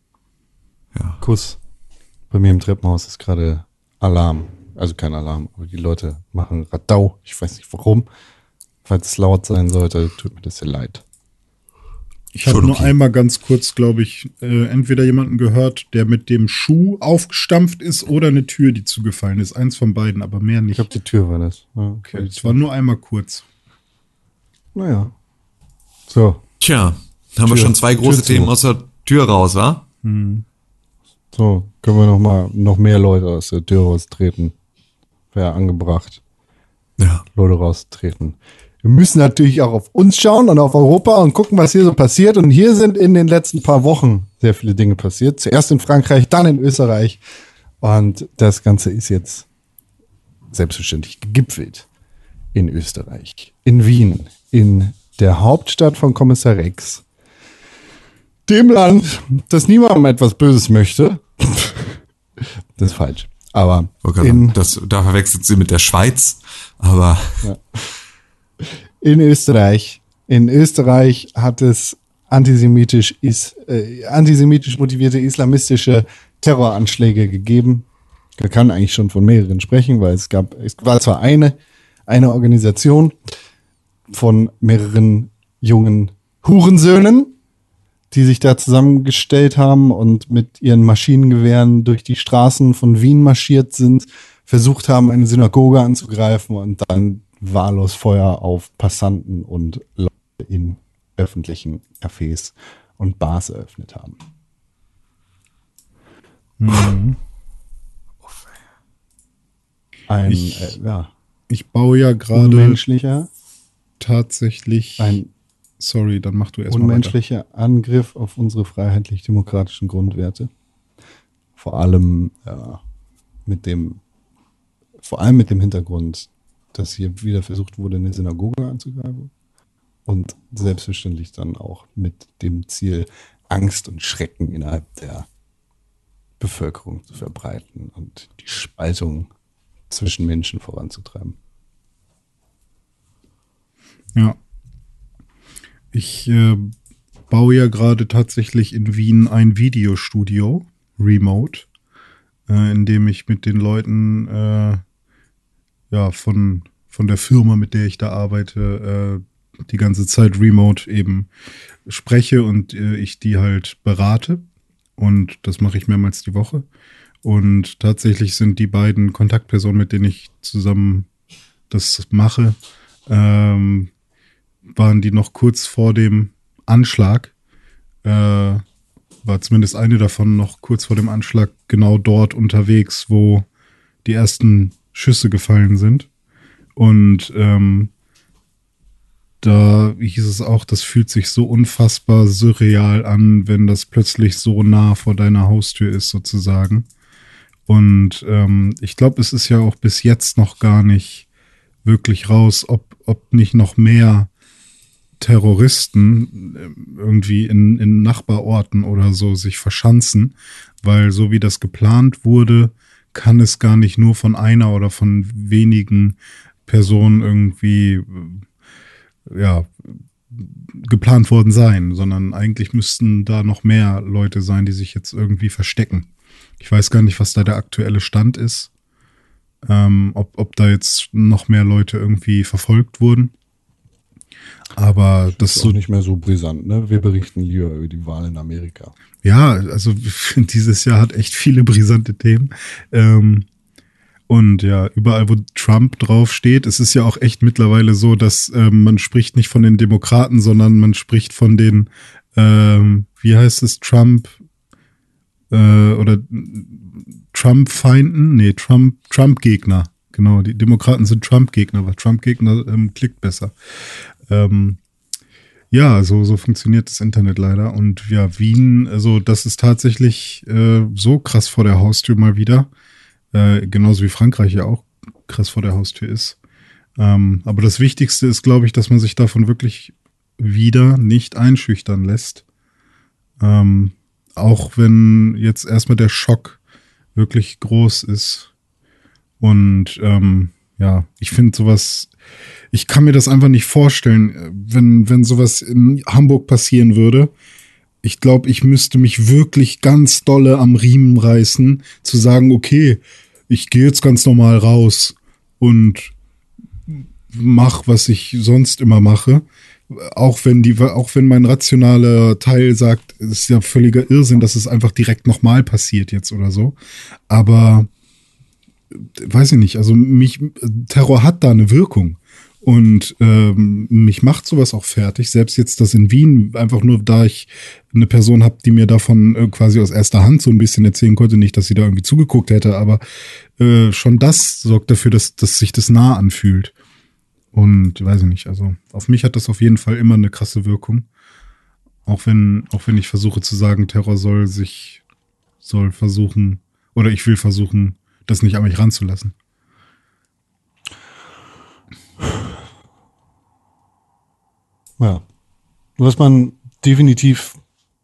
Ja. Kuss. Bei mir im Treppenhaus ist gerade Alarm. Also kein Alarm, aber die Leute machen Radau. Ich weiß nicht warum. Falls es laut sein sollte, tut mir das sehr leid. Ich habe Schon nur okay. einmal ganz kurz, glaube ich, äh, entweder jemanden gehört, der mit dem Schuh aufgestampft ist oder eine Tür, die zugefallen ist. Eins von beiden, aber mehr Ich nicht. glaube, die Tür war das. Ja, Okay, es war nur einmal kurz. Naja. So, Tja, haben wir Tür- schon zwei große Tür zu. Themen aus der Tür raus, wa? so können wir noch mal noch mehr Leute aus der Tür raustreten. Wäre angebracht, Ja. Leute raustreten. Wir müssen natürlich auch auf uns schauen und auf Europa und gucken, was hier so passiert. Und hier sind in den letzten paar Wochen sehr viele Dinge passiert. Zuerst in Frankreich, dann in Österreich. Und das Ganze ist jetzt selbstverständlich gegipfelt in Österreich, in Wien, in der Hauptstadt von Kommissar Rex. Dem Land, das niemandem etwas Böses möchte. Das ist falsch. Aber Okay, in, das, da verwechselt sie mit der Schweiz, aber in Österreich, in Österreich hat es antisemitisch, is, äh, antisemitisch motivierte islamistische Terroranschläge gegeben. Man kann eigentlich schon von mehreren sprechen, weil es gab, es war zwar eine, eine Organisation von mehreren jungen Hurensöhnen, die sich da zusammengestellt haben und mit ihren Maschinengewehren durch die Straßen von Wien marschiert sind, versucht haben, eine Synagoge anzugreifen und dann wahllos Feuer auf Passanten und Leute in öffentlichen Cafés und Bars eröffnet haben. Ein Ich- äh, ja, Ich baue ja gerade unmenschlicher, tatsächlich. ein Sorry, dann mach du erstmal weiter. unmenschlicher Angriff auf unsere freiheitlich-demokratischen Grundwerte. Vor allem ja, mit dem vor allem mit dem Hintergrund, dass hier wieder versucht wurde, eine Synagoge anzugreifen. Und selbstverständlich dann auch mit dem Ziel, Angst und Schrecken innerhalb der Bevölkerung zu verbreiten und die Spaltung zwischen Menschen voranzutreiben. Ja. Ich äh, baue ja gerade tatsächlich in Wien ein Videostudio, remote, äh, in dem ich mit den Leuten äh, ja, von, von der Firma, mit der ich da arbeite, äh, die ganze Zeit remote eben spreche und äh, ich die halt berate. Und das mache ich mehrmals die Woche. Und tatsächlich sind die beiden Kontaktpersonen, mit denen ich zusammen das mache, ähm, waren die noch kurz vor dem Anschlag. Äh, war zumindest eine davon noch kurz vor dem Anschlag genau dort unterwegs, wo die ersten Schüsse gefallen sind. Und ähm, da hieß es auch, das fühlt sich so unfassbar surreal an, wenn das plötzlich so nah vor deiner Haustür ist, sozusagen. Und ähm, ich glaube, es ist ja auch bis jetzt noch gar nicht wirklich raus, ob, ob nicht noch mehr Terroristen irgendwie in, in Nachbarorten oder so sich verschanzen, weil so wie das geplant wurde, kann es gar nicht nur von einer oder von wenigen Personen irgendwie ja, geplant worden sein, sondern eigentlich müssten da noch mehr Leute sein, die sich jetzt irgendwie verstecken. Ich weiß gar nicht, was da der aktuelle Stand ist, ähm, ob, ob da jetzt noch mehr Leute irgendwie verfolgt wurden. Aber das, das ist so nicht mehr so brisant, ne? Wir berichten lieber über die Wahl in Amerika. Ja, also dieses Jahr hat echt viele brisante Themen. Ähm, Und ja, überall, wo Trump draufsteht, es ist ja auch echt mittlerweile so, dass ähm, man spricht nicht von den Demokraten, sondern man spricht von den, ähm, wie heißt es, Trump äh, oder Trump-Feinden? Nee, Trump, Trump-Gegner. Genau, die Demokraten sind Trump-Gegner, aber Trump-Gegner ähm, klickt besser. Ähm, ja, so, so funktioniert das Internet leider. Und ja, Wien, also das ist tatsächlich äh, so krass vor der Haustür mal wieder. Äh, genauso wie Frankreich ja auch krass vor der Haustür ist. Ähm, aber das Wichtigste ist, glaube ich, dass man sich davon wirklich wieder nicht einschüchtern lässt. Ähm, auch wenn jetzt erstmal der Schock wirklich groß ist. Und ähm, ja, ich finde sowas, ich kann mir das einfach nicht vorstellen, wenn, wenn sowas in Hamburg passieren würde. Ich glaube, ich müsste mich wirklich ganz dolle am Riemen reißen, zu sagen, okay, ich gehe jetzt ganz normal raus und mach, was ich sonst immer mache. Auch wenn die, auch wenn mein rationaler Teil sagt, es ist ja völliger Irrsinn, dass es einfach direkt nochmal passiert jetzt oder so. Aber weiß ich nicht, also mich, Terror hat da eine Wirkung. Und ähm, mich macht sowas auch fertig. Selbst jetzt das in Wien, einfach nur da ich eine Person habe, die mir davon äh, quasi aus erster Hand so ein bisschen erzählen konnte. Nicht, dass sie da irgendwie zugeguckt hätte, aber äh, schon das sorgt dafür, dass, dass sich das nah anfühlt. Und weiß ich nicht, also auf mich hat das auf jeden Fall immer eine krasse Wirkung. Auch wenn, auch wenn ich versuche zu sagen, Terror soll sich, soll versuchen, oder ich will versuchen, das nicht an mich ranzulassen. Ja, was man definitiv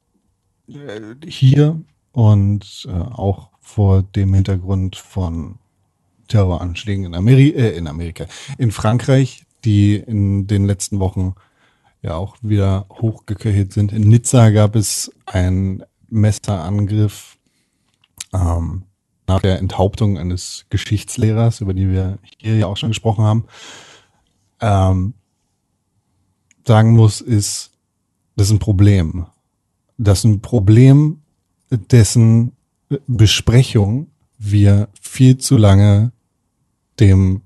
hier und äh, auch vor dem Hintergrund von Terroranschlägen in, Ameri äh, in Amerika, in Frankreich, die in den letzten Wochen ja auch wieder hochgeköchelt sind. In Nizza gab es einen Messerangriff ähm, nach der Enthauptung eines Geschichtslehrers, über die wir hier ja auch schon gesprochen haben. Ähm, sagen muss, ist, das ist ein Problem. Das ist ein Problem, dessen Besprechung wir viel zu lange dem,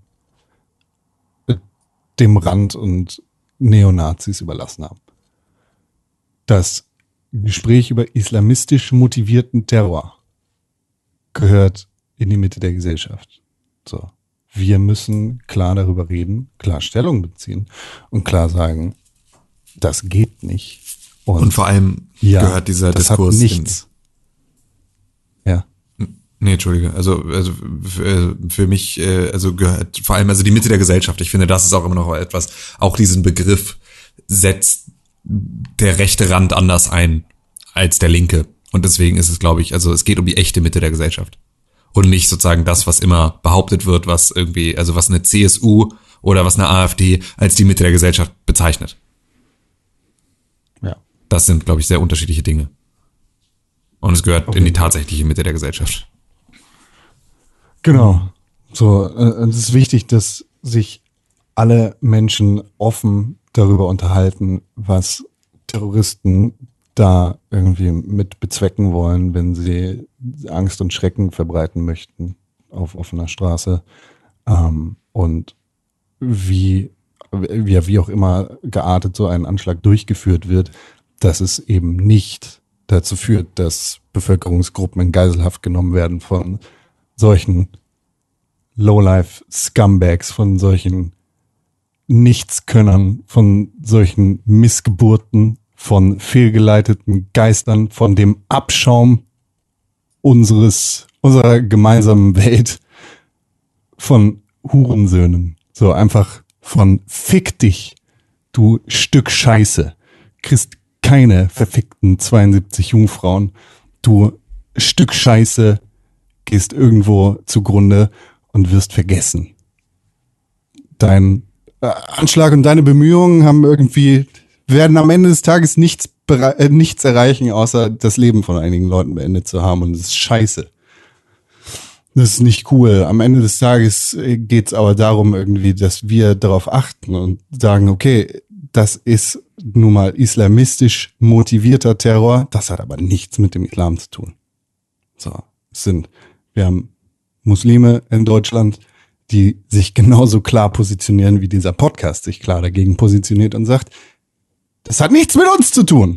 dem Rand und Neonazis überlassen haben. Das Gespräch über islamistisch motivierten Terror gehört in die Mitte der Gesellschaft. So. Wir müssen klar darüber reden, klar Stellung beziehen und klar sagen, das geht nicht. Und, und vor allem ja, gehört dieser das Diskurs hat nichts. Ja. In, Nee, Entschuldige. Also, also für, für mich, äh, also gehört vor allem also die Mitte der Gesellschaft. Ich finde, das ist auch immer noch etwas, auch diesen Begriff setzt der rechte Rand anders ein als der linke. Und deswegen ist es, glaube ich, also es geht um die echte Mitte der Gesellschaft. Und nicht sozusagen das, was immer behauptet wird, was irgendwie, also was eine C S U oder was eine AfD als die Mitte der Gesellschaft bezeichnet. Ja. Das sind, glaube ich, sehr unterschiedliche Dinge. Und es gehört Okay. in die tatsächliche Mitte der Gesellschaft. Genau. So, äh, es ist wichtig, dass sich alle Menschen offen darüber unterhalten, was Terroristen da irgendwie mit bezwecken wollen, wenn sie Angst und Schrecken verbreiten möchten auf offener Straße. Ähm, und wie, wie, wie auch immer geartet so ein Anschlag durchgeführt wird, dass es eben nicht dazu führt, dass Bevölkerungsgruppen in Geiselhaft genommen werden von solchen Lowlife-Scumbags, von solchen Nichtskönnern, von solchen Missgeburten, von fehlgeleiteten Geistern, von dem Abschaum unseres, unserer gemeinsamen Welt, von Hurensöhnen. So einfach von Fick dich, du Stück Scheiße. Kriegst keine verfickten zweiundsiebzig Jungfrauen. Du Stück Scheiße, gehst irgendwo zugrunde und wirst vergessen. Dein äh, Anschlag und deine Bemühungen haben irgendwie, werden am Ende des Tages nichts, bere- äh, nichts erreichen, außer das Leben von einigen Leuten beendet zu haben. Und das ist scheiße. Das ist nicht cool. Am Ende des Tages geht es aber darum irgendwie, dass wir darauf achten und sagen, okay, das ist nun mal islamistisch motivierter Terror. Das hat aber nichts mit dem Islam zu tun. So, es sind, wir haben Muslime in Deutschland, die sich genauso klar positionieren, wie dieser Podcast sich klar dagegen positioniert und sagt, das hat nichts mit uns zu tun.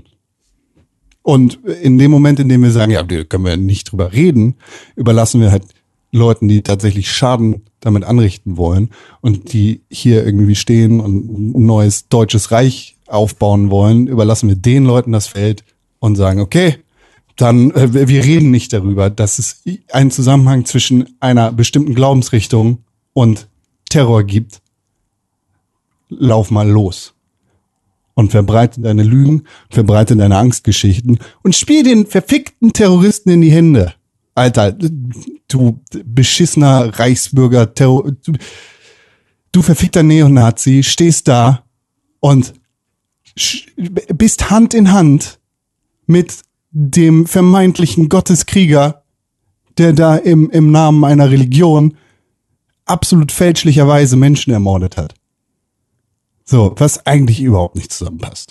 Und in dem Moment, in dem wir sagen, ja, da können wir nicht drüber reden, überlassen wir halt Leuten, die tatsächlich Schaden damit anrichten wollen und die hier irgendwie stehen und ein neues deutsches Reich aufbauen wollen, überlassen wir den Leuten das Feld und sagen, okay, dann äh, wir reden nicht darüber, dass es einen Zusammenhang zwischen einer bestimmten Glaubensrichtung und Terror gibt. Lauf mal los und verbreite deine Lügen, verbreite deine Angstgeschichten und spiel den verfickten Terroristen in die Hände. Alter, du beschissener Reichsbürger, Terror, du, du verfickter Neonazi, stehst da und bist Hand in Hand mit dem vermeintlichen Gotteskrieger, der da im, im Namen einer Religion absolut fälschlicherweise Menschen ermordet hat. So, was eigentlich überhaupt nicht zusammenpasst.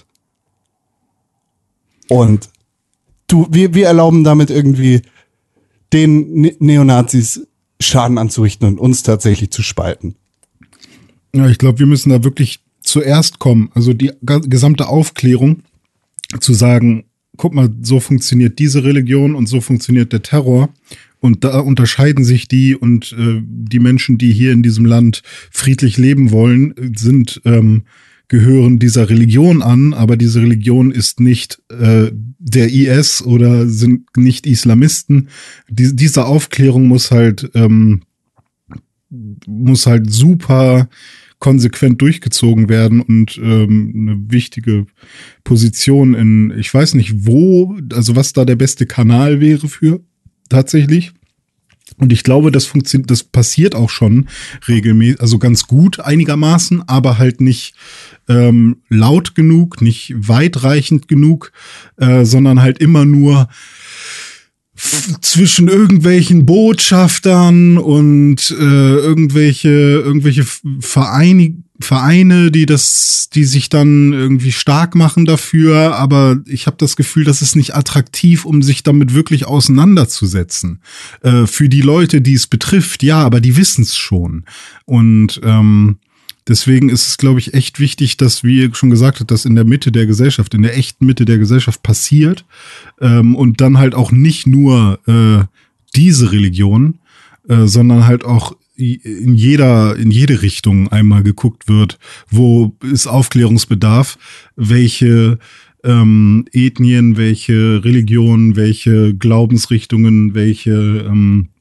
Und du, wir, wir erlauben damit irgendwie den Ne- Neonazis Schaden anzurichten und uns tatsächlich zu spalten. Ja, ich glaube, wir müssen da wirklich zuerst kommen. Also die ga- gesamte Aufklärung zu sagen, guck mal, so funktioniert diese Religion und so funktioniert der Terror. Und da unterscheiden sich die und äh, die Menschen, die hier in diesem Land friedlich leben wollen, sind ähm, gehören dieser Religion an, aber diese Religion ist nicht äh, der I S oder sind nicht Islamisten. Die, diese Aufklärung muss halt ähm, muss halt super konsequent durchgezogen werden und ähm, eine wichtige Position in, ich weiß nicht wo, also was da der beste Kanal wäre für tatsächlich. Und ich glaube, das funktioniert, das passiert auch schon regelmäßig, also ganz gut einigermaßen, aber halt nicht ähm, laut genug, nicht weitreichend genug, äh, sondern halt immer nur f- zwischen irgendwelchen Botschaftern und äh, irgendwelche irgendwelche Vereine, Vereine, die das, die sich dann irgendwie stark machen dafür, aber ich habe das Gefühl, das ist nicht attraktiv, um sich damit wirklich auseinanderzusetzen. Äh, für die Leute, die es betrifft, ja, aber die wissen es schon. Und ähm, deswegen ist es, glaube ich, echt wichtig, dass, wie ihr schon gesagt habt, das in der Mitte der Gesellschaft, in der echten Mitte der Gesellschaft passiert ähm, und dann halt auch nicht nur äh, diese Religion, äh, sondern halt auch in jeder, in jede Richtung einmal geguckt wird, wo ist Aufklärungsbedarf, welche ähm, Ethnien, welche Religionen, welche Glaubensrichtungen, welche ähm,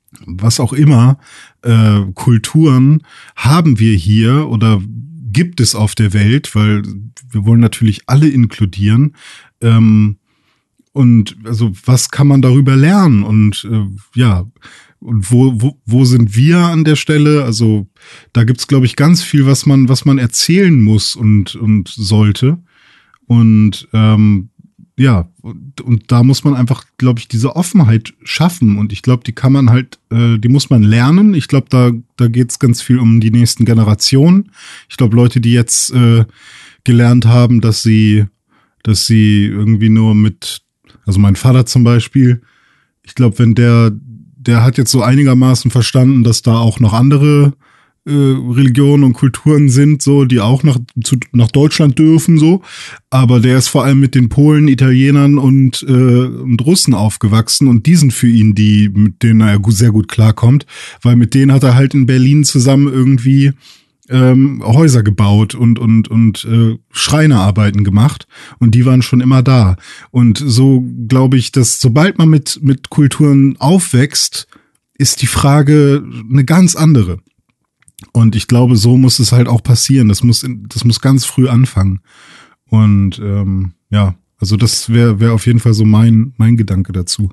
was auch immer, äh, Kulturen haben wir hier oder gibt es auf der Welt, weil wir wollen natürlich alle inkludieren. Ähm, und also was kann man darüber lernen? Und äh, ja, und wo, wo, wo sind wir an der Stelle? Also da gibt's, glaube ich, ganz viel, was man, was man erzählen muss und, und sollte. Und ähm, ja, und, und da muss man einfach, glaube ich, diese Offenheit schaffen. Und ich glaube, die kann man halt, äh, die muss man lernen. Ich glaube, da, da geht's ganz viel um die nächsten Generationen. Ich glaube, Leute, die jetzt äh, gelernt haben, dass sie, dass sie irgendwie nur mit, also mein Vater zum Beispiel, ich glaube, wenn der Der hat jetzt so einigermaßen verstanden, dass da auch noch andere äh, Religionen und Kulturen sind, so, die auch nach, zu, nach Deutschland dürfen, so. Aber der ist vor allem mit den Polen, Italienern und, äh, und Russen aufgewachsen und die sind für ihn die, mit denen er sehr gut klarkommt, weil mit denen hat er halt in Berlin zusammen irgendwie ähm, Häuser gebaut und und und äh, Schreinerarbeiten gemacht und die waren schon immer da. Und so glaube ich, dass sobald man mit mit Kulturen aufwächst, ist die Frage eine ganz andere. Und ich glaube, so muss es halt auch passieren. Das muss das muss ganz früh anfangen. Und ähm, ja, also das wäre wäre auf jeden Fall so mein mein Gedanke dazu.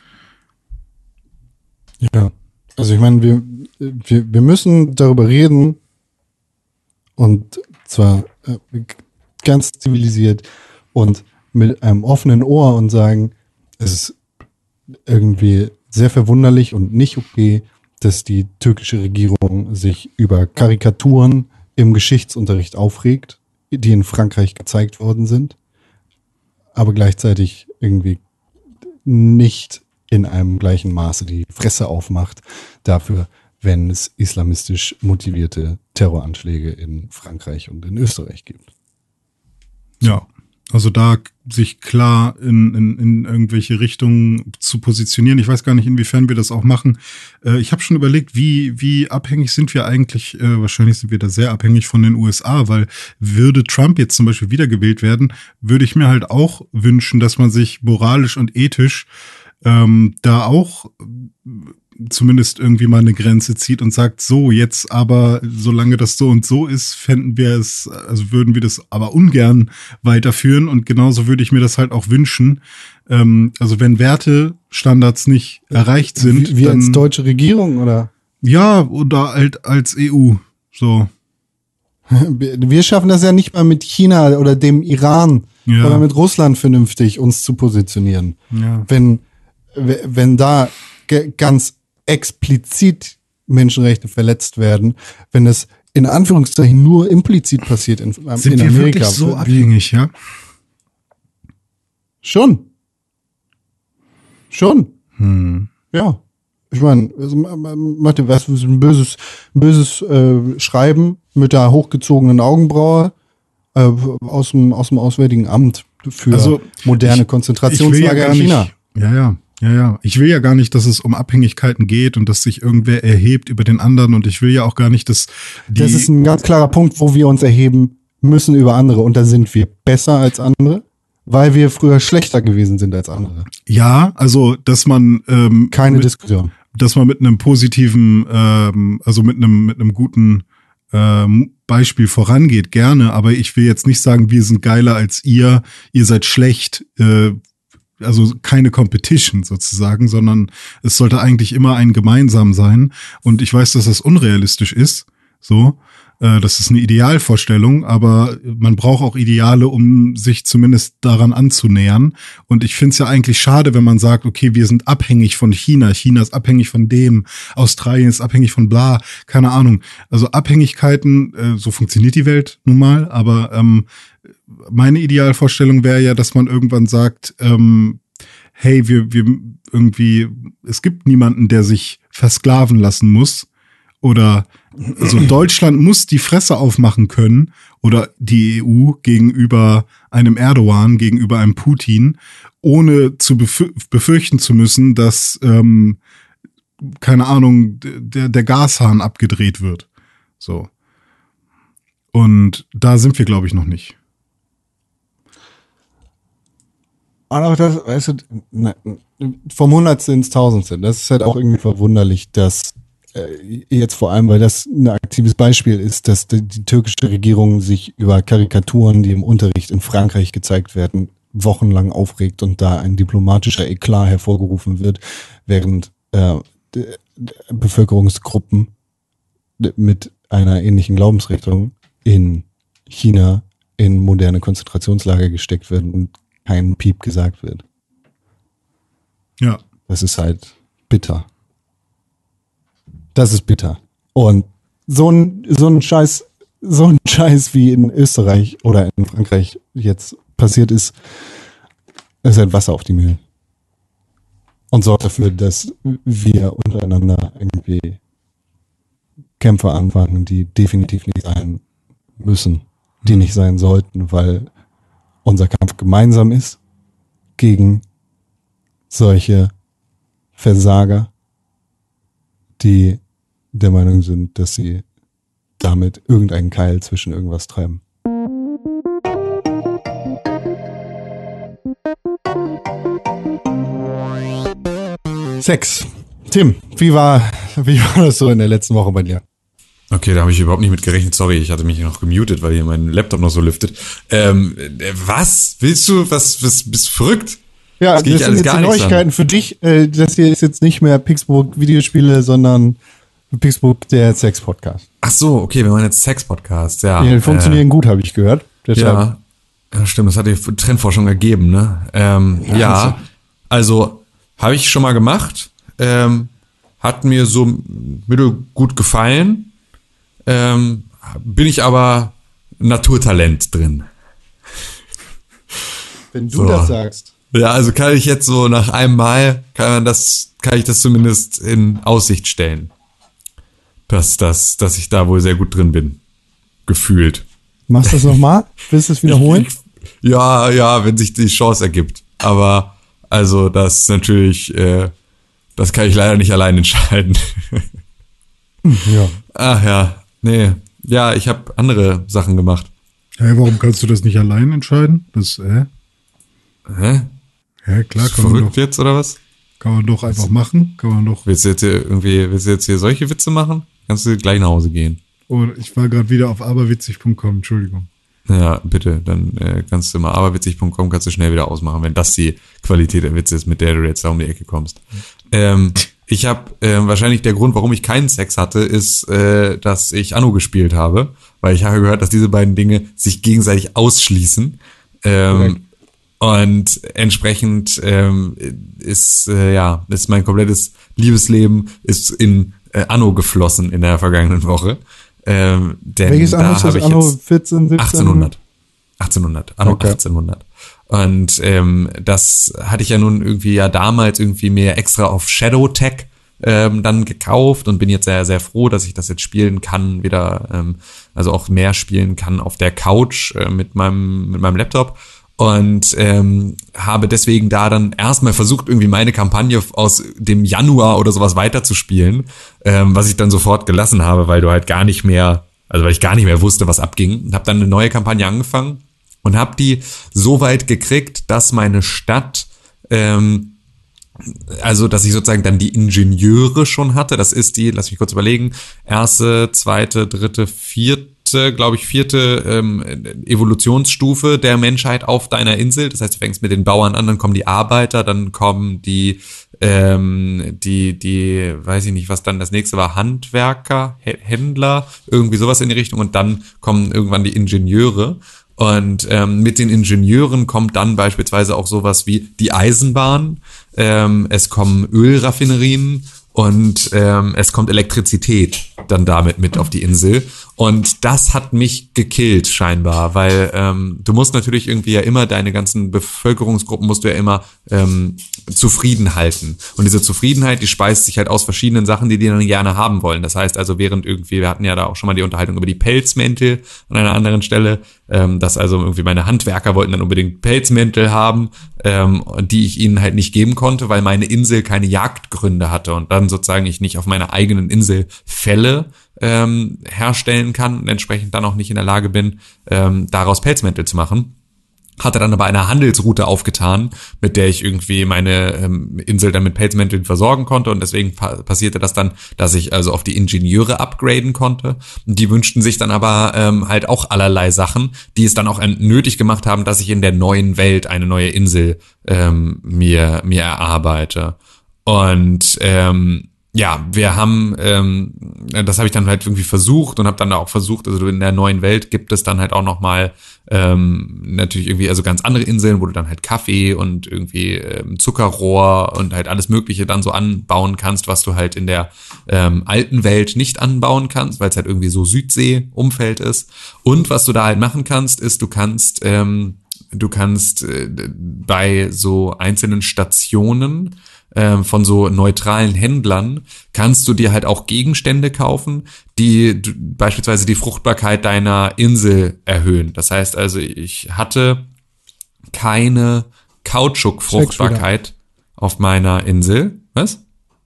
Ja, also ich meine, wir wir wir müssen darüber reden. Und zwar äh, ganz zivilisiert und mit einem offenen Ohr und sagen, es ist irgendwie sehr verwunderlich und nicht okay, dass die türkische Regierung sich über Karikaturen im Geschichtsunterricht aufregt, die in Frankreich gezeigt worden sind, aber gleichzeitig irgendwie nicht in einem gleichen Maße die Fresse aufmacht dafür, wenn es islamistisch motivierte Terroranschläge in Frankreich und in Österreich gibt. Ja, also da sich klar in, in, in irgendwelche Richtungen zu positionieren. Ich weiß gar nicht, inwiefern wir das auch machen. Äh, ich habe schon überlegt, wie, wie abhängig sind wir eigentlich, äh, wahrscheinlich sind wir da sehr abhängig von den U S A, weil würde Trump jetzt zum Beispiel wiedergewählt werden, würde ich mir halt auch wünschen, dass man sich moralisch und ethisch ähm, da auch zumindest irgendwie mal eine Grenze zieht und sagt, so, jetzt aber, solange das so und so ist, fänden wir es, also würden wir das aber ungern weiterführen und genauso würde ich mir das halt auch wünschen. Ähm, also wenn Wertestandards nicht erreicht sind. Wie, wie dann, als deutsche Regierung, oder? Ja, oder halt als E U, so. Wir schaffen das ja nicht mal mit China oder dem Iran Ja. oder mit Russland vernünftig uns zu positionieren. Ja. Wenn, wenn da ge- ganz explizit Menschenrechte verletzt werden, wenn es in Anführungszeichen nur implizit passiert in, in Sind wir Amerika. wirklich so Wie- abhängig, ja? Schon. Schon. Hm. Ja. Ich meine, also, macht dir was, ein böses, ein böses äh, Schreiben mit der hochgezogenen Augenbraue äh, aus dem, aus dem Auswärtigen Amt für Also, moderne ich- Konzentrationslager in China. Nicht, ja, ja, ja, ja. Ich will ja gar nicht, dass es um Abhängigkeiten geht und dass sich irgendwer erhebt über den anderen und ich will ja auch gar nicht, dass die. Das ist ein ganz klarer Punkt, wo wir uns erheben müssen über andere und da sind wir besser als andere, weil wir früher schlechter gewesen sind als andere. ja, also dass man ähm, Keine mit, Diskussion. dass man mit einem positiven, ähm, also mit einem mit einem guten ähm, Beispiel vorangeht, gerne. Aber ich will jetzt nicht sagen, wir sind geiler als ihr, ihr seid schlecht. Äh, also keine Competition sozusagen, sondern es sollte eigentlich immer ein Gemeinsam sein. Und ich weiß, dass das unrealistisch ist, so. Äh, das ist eine Idealvorstellung, aber man braucht auch Ideale, um sich zumindest daran anzunähern. Und ich finde es ja eigentlich schade, wenn man sagt, okay, wir sind abhängig von China, China ist abhängig von dem, Australien ist abhängig von bla, keine Ahnung. Also Abhängigkeiten, äh, so funktioniert die Welt nun mal, aber ähm, meine Idealvorstellung wäre ja, dass man irgendwann sagt, ähm, hey, wir, wir irgendwie, es gibt niemanden, der sich versklaven lassen muss. Oder also Deutschland muss die Fresse aufmachen können oder die E U gegenüber einem Erdogan, gegenüber einem Putin, ohne zu befür- befürchten zu müssen, dass, ähm, keine Ahnung, der, der Gashahn abgedreht wird. So. Und da sind wir, glaube ich, noch nicht. Und auch das, weißt du, ne, vom Hundertste ins Tausendste. Das ist halt auch irgendwie verwunderlich, dass äh, jetzt vor allem, weil das ein aktives Beispiel ist, dass die, die türkische Regierung sich über Karikaturen, die im Unterricht in Frankreich gezeigt werden, wochenlang aufregt und da ein diplomatischer Eklat hervorgerufen wird, während äh, Bevölkerungsgruppen mit einer ähnlichen Glaubensrichtung in China in moderne Konzentrationslager gesteckt werden und kein Piep gesagt wird. Ja. Das ist halt bitter. Das ist bitter. Und so ein, so ein Scheiß, so ein Scheiß wie in Österreich oder in Frankreich jetzt passiert ist, ist halt Wasser auf die Mühlen. Und sorgt dafür, dass wir untereinander irgendwie Kämpfe anfangen, die definitiv nicht sein müssen, die nicht sein sollten, weil unser Kampf gemeinsam ist gegen solche Versager, die der Meinung sind, dass sie damit irgendeinen Keil zwischen irgendwas treiben. Sex. Tim, wie war, wie war das so in der letzten Woche bei dir? Okay, da habe ich überhaupt nicht mit gerechnet. Sorry, ich hatte mich noch gemutet, weil hier mein Laptop noch so lüftet. Ähm, was? Willst du? Was? Was? Bist du verrückt? Ja, das, das sind jetzt die Neuigkeiten für dich. Äh, das hier ist jetzt nicht mehr Pixburg Videospiele, sondern Pixburg der Sex-Podcast. Ach so, okay, wir machen jetzt Sex-Podcast, ja. Die funktionieren äh, gut, habe ich gehört. Deshalb. Ja, ja, stimmt, das hat die Trendforschung ergeben, ne? Ähm, ja, ja, also habe ich schon mal gemacht. Ähm, hat mir so mittelgut gefallen. Ähm, bin ich aber Naturtalent drin. Wenn du so. das sagst. Ja, also kann ich jetzt so nach einem Mal, kann man das, kann ich das zumindest in Aussicht stellen. Dass, dass, dass ich da wohl sehr gut drin bin. Gefühlt. Machst du das nochmal? Willst du es wiederholen? Ich, ich, ja, ja, wenn sich die Chance ergibt. Aber, also, das natürlich, äh, das kann ich leider nicht allein entscheiden. Ja. Ach ja. Nee, ja, ich habe andere Sachen gemacht. Hä, warum kannst du das nicht allein entscheiden? Das, äh? Hä? Ja, klar, kann man doch. Jetzt, oder was? Kann man doch einfach machen, kann man doch. Willst du jetzt hier irgendwie, willst du jetzt hier solche Witze machen? Kannst du gleich nach Hause gehen. Oh, ich war gerade wieder auf aberwitzig punkt com, Entschuldigung. Ja, bitte, dann äh, kannst du mal aberwitzig punkt com kannst du schnell wieder ausmachen, wenn das die Qualität der Witze ist, mit der du jetzt da um die Ecke kommst. Ähm, Ich habe äh, wahrscheinlich der Grund, warum ich keinen Sex hatte, ist, äh, dass ich Anno gespielt habe, weil ich habe gehört, dass diese beiden Dinge sich gegenseitig ausschließen. Ähm, und entsprechend ähm, ist äh, ja ist mein komplettes Liebesleben ist in äh, Anno geflossen in der vergangenen Woche. Ähm, denn Welches da Anno ist das? ich Anno jetzt vierzehn, siebzehn? achtzehnhundert. achtzehnhundert. Anno Okay. achtzehnhundert. Und ähm, das hatte ich ja nun irgendwie ja damals irgendwie mir extra auf Shadowtech ähm, dann gekauft und bin jetzt sehr, sehr froh, dass ich das jetzt spielen kann, wieder, ähm, also auch mehr spielen kann auf der Couch äh, mit meinem mit meinem Laptop. Und ähm, habe deswegen da dann erstmal versucht, irgendwie meine Kampagne aus dem Januar oder sowas weiterzuspielen, ähm, was ich dann sofort gelassen habe, weil du halt gar nicht mehr, also weil ich gar nicht mehr wusste, was abging. Und habe dann eine neue Kampagne angefangen. Und habe die so weit gekriegt, dass meine Stadt, ähm, also dass ich sozusagen dann die Ingenieure schon hatte. Das ist die, lass mich kurz überlegen, erste, zweite, dritte, vierte, glaube ich, vierte ähm, Evolutionsstufe der Menschheit auf deiner Insel. Das heißt, du fängst mit den Bauern an, dann kommen die Arbeiter, dann kommen die, ähm, die, die, weiß ich nicht, was dann das nächste war, Handwerker, Händler, irgendwie sowas in die Richtung. Und dann kommen irgendwann die Ingenieure. Und ähm, mit den Ingenieuren kommt dann beispielsweise auch sowas wie die Eisenbahn, ähm, es kommen Ölraffinerien und ähm, es kommt Elektrizität dann damit mit auf die Insel. Und das hat mich gekillt scheinbar, weil ähm, du musst natürlich irgendwie ja immer, deine ganzen Bevölkerungsgruppen musst du ja immer ähm, zufrieden halten. Und diese Zufriedenheit, die speist sich halt aus verschiedenen Sachen, die die dann gerne haben wollen. Das heißt also, während irgendwie, wir hatten ja da auch schon mal die Unterhaltung über die Pelzmäntel an einer anderen Stelle, ähm, dass also irgendwie meine Handwerker wollten dann unbedingt Pelzmäntel haben, ähm, die ich ihnen halt nicht geben konnte, weil meine Insel keine Jagdgründe hatte und dann sozusagen ich nicht auf meiner eigenen Insel Felle ähm, herstellen kann und entsprechend dann auch nicht in der Lage bin, ähm, daraus Pelzmäntel zu machen. hatte dann aber eine Handelsroute aufgetan, mit der ich irgendwie meine ähm, Insel dann mit Pelzmänteln versorgen konnte und deswegen pa- passierte das dann, dass ich also auf die Ingenieure upgraden konnte. Und die wünschten sich dann aber ähm, halt auch allerlei Sachen, die es dann auch nötig gemacht haben, dass ich in der neuen Welt eine neue Insel ähm, mir mir erarbeite. Und ähm, ja, wir haben, ähm, das habe ich dann halt irgendwie versucht und habe dann auch versucht, also in der neuen Welt gibt es dann halt auch nochmal ähm, natürlich irgendwie also ganz andere Inseln, wo du dann halt Kaffee und irgendwie ähm, Zuckerrohr und halt alles Mögliche dann so anbauen kannst, was du halt in der ähm, alten Welt nicht anbauen kannst, weil es halt irgendwie so Südsee-Umfeld ist. Und was du da halt machen kannst, ist, du kannst, ähm, du kannst äh, bei so einzelnen Stationen von so neutralen Händlern kannst du dir halt auch Gegenstände kaufen, die beispielsweise die Fruchtbarkeit deiner Insel erhöhen. Das heißt also, ich hatte keine Kautschuk-Fruchtbarkeit auf meiner Insel. Was?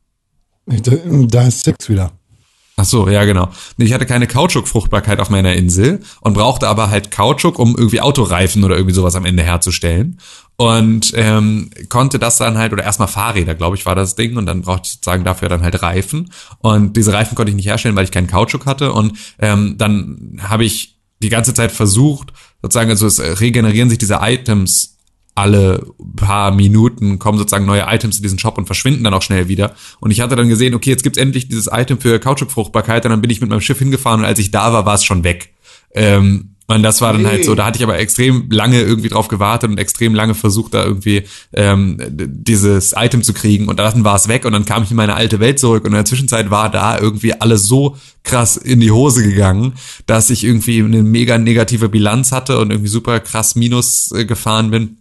Da ist Sex wieder. Ach so, ja genau. Ich hatte keine Kautschuk-Fruchtbarkeit auf meiner Insel und brauchte aber halt Kautschuk, um irgendwie Autoreifen oder irgendwie sowas am Ende herzustellen. Und ähm, konnte das dann halt, oder erstmal Fahrräder, glaube ich, war das Ding. Und dann brauchte ich sozusagen dafür dann halt Reifen. Und diese Reifen konnte ich nicht herstellen, weil ich keinen Kautschuk hatte. Und ähm, dann habe ich die ganze Zeit versucht, sozusagen, also es regenerieren sich diese Items alle paar Minuten, kommen sozusagen neue Items in diesen Shop und verschwinden dann auch schnell wieder. Und ich hatte dann gesehen, okay, jetzt gibt's endlich dieses Item für Kautschukfruchtbarkeit. Und dann bin ich mit meinem Schiff hingefahren und als ich da war, war es schon weg. Ähm, Und das war dann halt so, da hatte ich aber extrem lange irgendwie drauf gewartet und extrem lange versucht, da irgendwie ähm, dieses Item zu kriegen. Und dann war es weg und dann kam ich in meine alte Welt zurück. Und in der Zwischenzeit war da irgendwie alles so krass in die Hose gegangen, dass ich irgendwie eine mega negative Bilanz hatte und irgendwie super krass Minus äh, gefahren bin.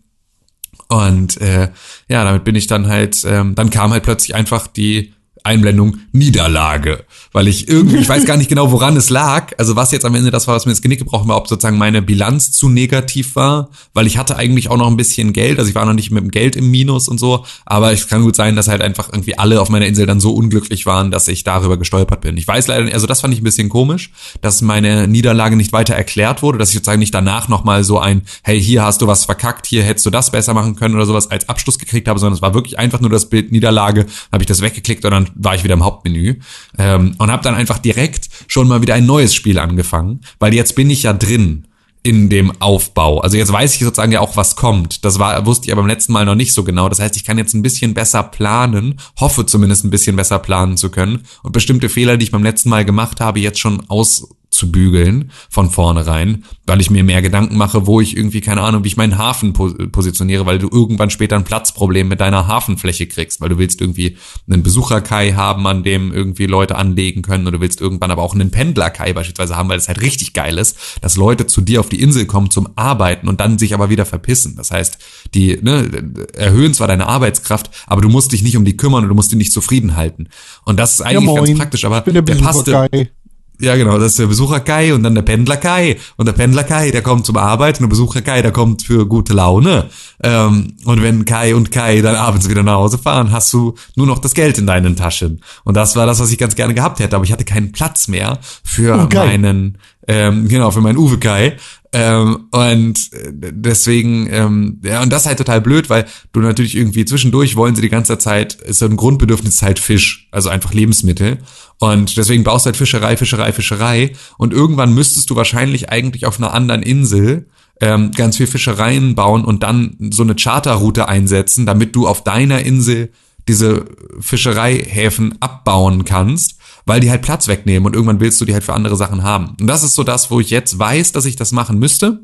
Und äh, ja, damit bin ich dann halt, ähm, dann kam halt plötzlich einfach die Einblendung Niederlage, weil ich irgendwie, ich weiß gar nicht genau, woran es lag, also was jetzt am Ende das war, was mir ins Genick gebrochen war, ob sozusagen meine Bilanz zu negativ war, weil ich hatte eigentlich auch noch ein bisschen Geld, also ich war noch nicht mit dem Geld im Minus und so, aber es kann gut sein, dass halt einfach irgendwie alle auf meiner Insel dann so unglücklich waren, dass ich darüber gestolpert bin. Ich weiß leider nicht, also das fand ich ein bisschen komisch, dass meine Niederlage nicht weiter erklärt wurde, dass ich sozusagen nicht danach nochmal so ein, hey, hier hast du was verkackt, hier hättest du das besser machen können oder sowas als Abschluss gekriegt habe, sondern es war wirklich einfach nur das Bild Niederlage, habe ich das weggeklickt und dann war ich wieder im Hauptmenü ähm, und habe dann einfach direkt schon mal wieder ein neues Spiel angefangen, weil jetzt bin ich ja drin in dem Aufbau. Also jetzt weiß ich sozusagen ja auch, was kommt. Das war wusste ich aber beim letzten Mal noch nicht so genau. Das heißt, ich kann jetzt ein bisschen besser planen, hoffe zumindest ein bisschen besser planen zu können und bestimmte Fehler, die ich beim letzten Mal gemacht habe, jetzt schon auszubügeln von vornherein, weil ich mir mehr Gedanken mache, wo ich irgendwie, keine Ahnung, wie ich meinen Hafen pos- positioniere, weil du irgendwann später ein Platzproblem mit deiner Hafenfläche kriegst, weil du willst irgendwie einen Besucherkai haben, an dem irgendwie Leute anlegen können oder du willst irgendwann aber auch einen Pendlerkai beispielsweise haben, weil das halt richtig geil ist, dass Leute zu dir auf die Insel kommen zum Arbeiten und dann sich aber wieder verpissen. Das heißt, die ne, erhöhen zwar deine Arbeitskraft, aber du musst dich nicht um die kümmern und du musst die nicht zufrieden halten. Und das ist eigentlich ja, ganz praktisch, aber der, der passte... Ja, genau, das ist der Besucher-Kai und dann der Pendler-Kai. Und der Pendler-Kai, der kommt zum Arbeiten und der Besucher-Kai, der kommt für gute Laune. Ähm, und wenn Kai und Kai dann abends wieder nach Hause fahren, hast du nur noch das Geld in deinen Taschen. Und das war das, was ich ganz gerne gehabt hätte. Aber ich hatte keinen Platz mehr für oh, meinen, ähm, genau, für meinen Uwe Kai. Ähm, und deswegen, ähm, ja, und das ist halt total blöd, weil du natürlich irgendwie zwischendurch wollen sie die ganze Zeit, ist so ein Grundbedürfnis halt Fisch, also einfach Lebensmittel. Und deswegen baust du halt Fischerei, Fischerei, Fischerei. Und irgendwann müsstest du wahrscheinlich eigentlich auf einer anderen Insel ähm, ganz viel Fischereien bauen und dann so eine Charterroute einsetzen, damit du auf deiner Insel diese Fischereihäfen abbauen kannst, weil die halt Platz wegnehmen und irgendwann willst du die halt für andere Sachen haben. Und das ist so das, wo ich jetzt weiß, dass ich das machen müsste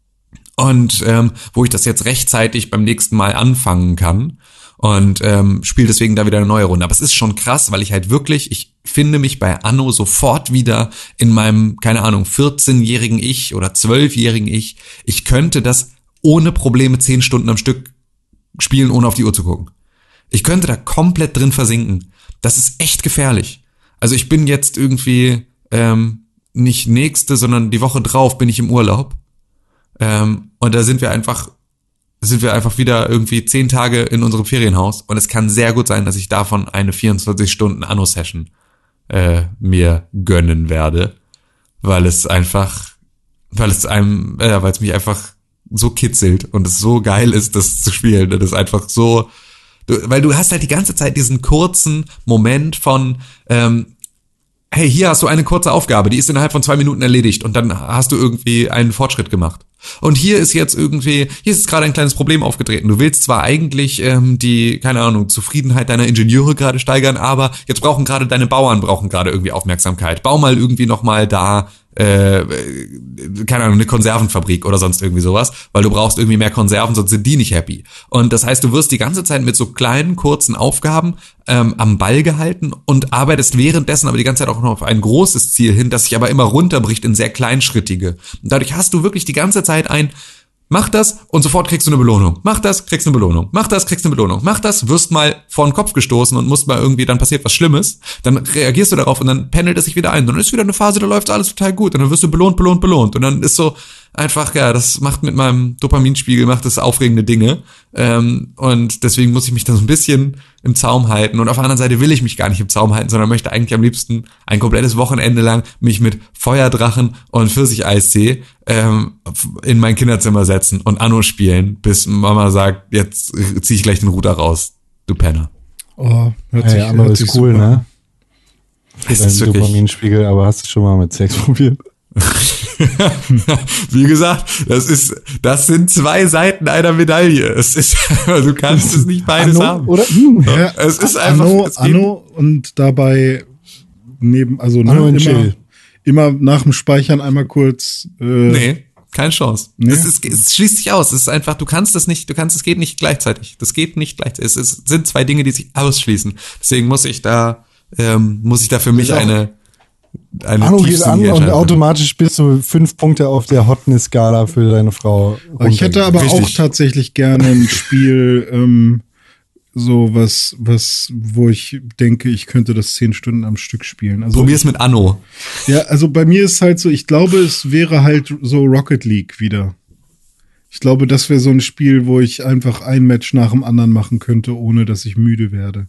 und ähm, wo ich das jetzt rechtzeitig beim nächsten Mal anfangen kann und ähm, spiele deswegen da wieder eine neue Runde. Aber es ist schon krass, weil ich halt wirklich, ich finde mich bei Anno sofort wieder in meinem, keine Ahnung, vierzehnjährigen Ich oder zwölfjährigen Ich. Ich könnte das ohne Probleme zehn Stunden am Stück spielen, ohne auf die Uhr zu gucken. Ich könnte da komplett drin versinken. Das ist echt gefährlich. Also ich bin jetzt irgendwie ähm, nicht nächste, sondern die Woche drauf bin ich im Urlaub. Ähm, und da sind wir einfach, sind wir einfach wieder irgendwie zehn Tage in unserem Ferienhaus. Und es kann sehr gut sein, dass ich davon eine vierundzwanzig Stunden Anno-Session äh, mir gönnen werde. Weil es einfach, weil es einem, äh, weil es mich einfach so kitzelt und es so geil ist, das zu spielen. Das ist einfach so, du, weil du hast halt die ganze Zeit diesen kurzen Moment von, ähm, hey, hier hast du eine kurze Aufgabe, die ist innerhalb von zwei Minuten erledigt und dann hast du irgendwie einen Fortschritt gemacht. Und hier ist jetzt irgendwie, hier ist gerade ein kleines Problem aufgetreten. Du willst zwar eigentlich ähm, die, keine Ahnung, Zufriedenheit deiner Ingenieure gerade steigern, aber jetzt brauchen gerade deine Bauern, brauchen gerade irgendwie Aufmerksamkeit. Bau mal irgendwie nochmal da, äh, keine Ahnung, eine Konservenfabrik oder sonst irgendwie sowas, weil du brauchst irgendwie mehr Konserven, sonst sind die nicht happy. Und das heißt, du wirst die ganze Zeit mit so kleinen, kurzen Aufgaben ähm, am Ball gehalten und arbeitest währenddessen aber die ganze Zeit auch noch auf ein großes Ziel hin, das sich aber immer runterbricht in sehr kleinschrittige. Und dadurch hast du wirklich die ganze Zeit ein, mach das und sofort kriegst du eine Belohnung. Mach das, kriegst eine Belohnung. Mach das, kriegst eine Belohnung. Mach das, wirst mal vor den Kopf gestoßen und musst mal irgendwie, dann passiert was Schlimmes. Dann reagierst du darauf und dann pendelt es sich wieder ein. Dann ist wieder eine Phase, da läuft alles total gut. Und dann wirst du belohnt, belohnt, belohnt. Und dann ist so einfach, ja, das macht mit meinem Dopaminspiegel, macht das aufregende Dinge. Ähm, und deswegen muss ich mich da so ein bisschen im Zaum halten. Und auf der anderen Seite will ich mich gar nicht im Zaum halten, sondern möchte eigentlich am liebsten ein komplettes Wochenende lang mich mit Feuerdrachen und Pfirsicheistee ähm, in mein Kinderzimmer setzen und Anno spielen, bis Mama sagt, jetzt zieh ich gleich den Router raus, du Penner. Oh, hört hey, sich, Anno hört ist sich cool, super ne? Ist Dein es wirklich? Dopaminspiegel, aber hast du schon mal mit Sex probiert? Wie gesagt, das ist, das sind zwei Seiten einer Medaille. Es ist, du kannst es nicht beides Anno, haben. oder? Hm. Ja, Es ist einfach, Anno, es geht- Anno und dabei neben, also ne, Anno und immer, Chill. immer nach dem Speichern einmal kurz. Äh, Nee, keine Chance. Nee. Es, ist, es schließt sich aus. Es ist einfach, du kannst das nicht, du kannst, es geht nicht gleichzeitig. Das geht nicht gleichzeitig. Es ist, sind zwei Dinge, die sich ausschließen. Deswegen muss ich da, ähm, muss ich da für mich auch. eine, eine Anno geht tiefsinnige an und Entscheidung treffen. automatisch bist du fünf Punkte auf der Hotness-Skala für deine Frau. Ich hätte aber Richtig. auch tatsächlich gerne ein Spiel, ähm, so was, was, wo ich denke, ich könnte das zehn Stunden am Stück spielen. Also, Probier's mit Anno. ja, also bei mir ist halt so, ich glaube, es wäre halt so Rocket League wieder. Ich glaube, das wäre so ein Spiel, wo ich einfach ein Match nach dem anderen machen könnte, ohne dass ich müde werde.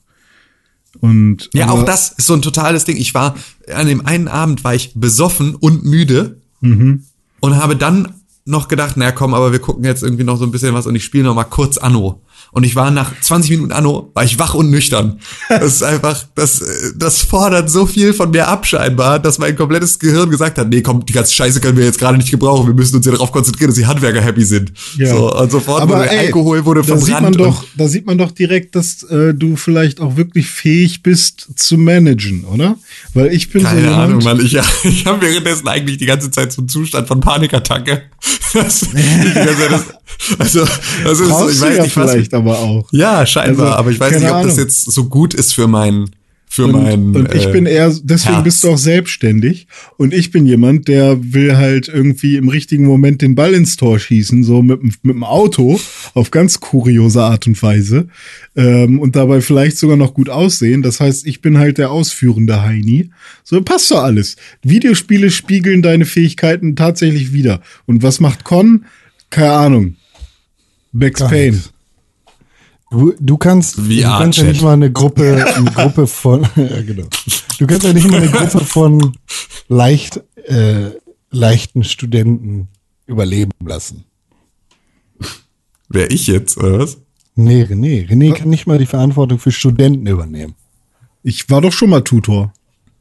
Und Ja, aber- auch das ist so ein totales Ding. Ich war, an dem einen Abend war ich besoffen und müde Mhm. und habe dann noch gedacht, na komm, aber wir gucken jetzt irgendwie noch so ein bisschen was und ich spiele noch mal kurz Anno. Und ich war nach zwanzig Minuten Anno, war ich wach und nüchtern. Das ist einfach, das, das fordert so viel von mir ab scheinbar, dass mein komplettes Gehirn gesagt hat, nee, komm, die ganze Scheiße können wir jetzt gerade nicht gebrauchen, wir müssen uns ja darauf konzentrieren, dass die Handwerker happy sind. Ja. So, und sofort Aber wurde ey, Alkohol wurde da sieht man verbrannt. doch, da sieht man doch direkt, dass äh, du vielleicht auch wirklich fähig bist zu managen, oder? Weil ich bin Keine so jemand, Ahnung, Mann. Ich, ich habe währenddessen eigentlich die ganze Zeit so einen Zustand von Panikattacke. Das, ich, das, also, das ist so, brauchst ich du weiß ja nicht, was. vielleicht aber auch. Ja, scheinbar. Also, aber ich weiß keine nicht, ob das Ahnung. jetzt so gut ist für mein, für Und, mein. und ich äh, bin eher, deswegen Herz. bist du auch selbstständig. Und ich bin jemand, der will halt irgendwie im richtigen Moment den Ball ins Tor schießen, so mit, dem- mit dem Auto, auf ganz kuriose Art und Weise. Ähm, und dabei vielleicht sogar noch gut aussehen. Das heißt, ich bin halt der ausführende Heini. So passt doch alles. Videospiele spiegeln deine Fähigkeiten tatsächlich wider. Und was macht Con? Keine Ahnung. Max Gar Payne. nichts. Du, du kannst, du V R kannst ja Chat. nicht mal eine Gruppe, eine Gruppe von, ja, genau. Du kannst ja nicht mal eine Gruppe von leicht, äh, leichten Studenten überleben lassen. Wer ich jetzt, oder was? Nee, René. René kann nicht mal die Verantwortung für Studenten übernehmen. Ich war doch schon mal Tutor.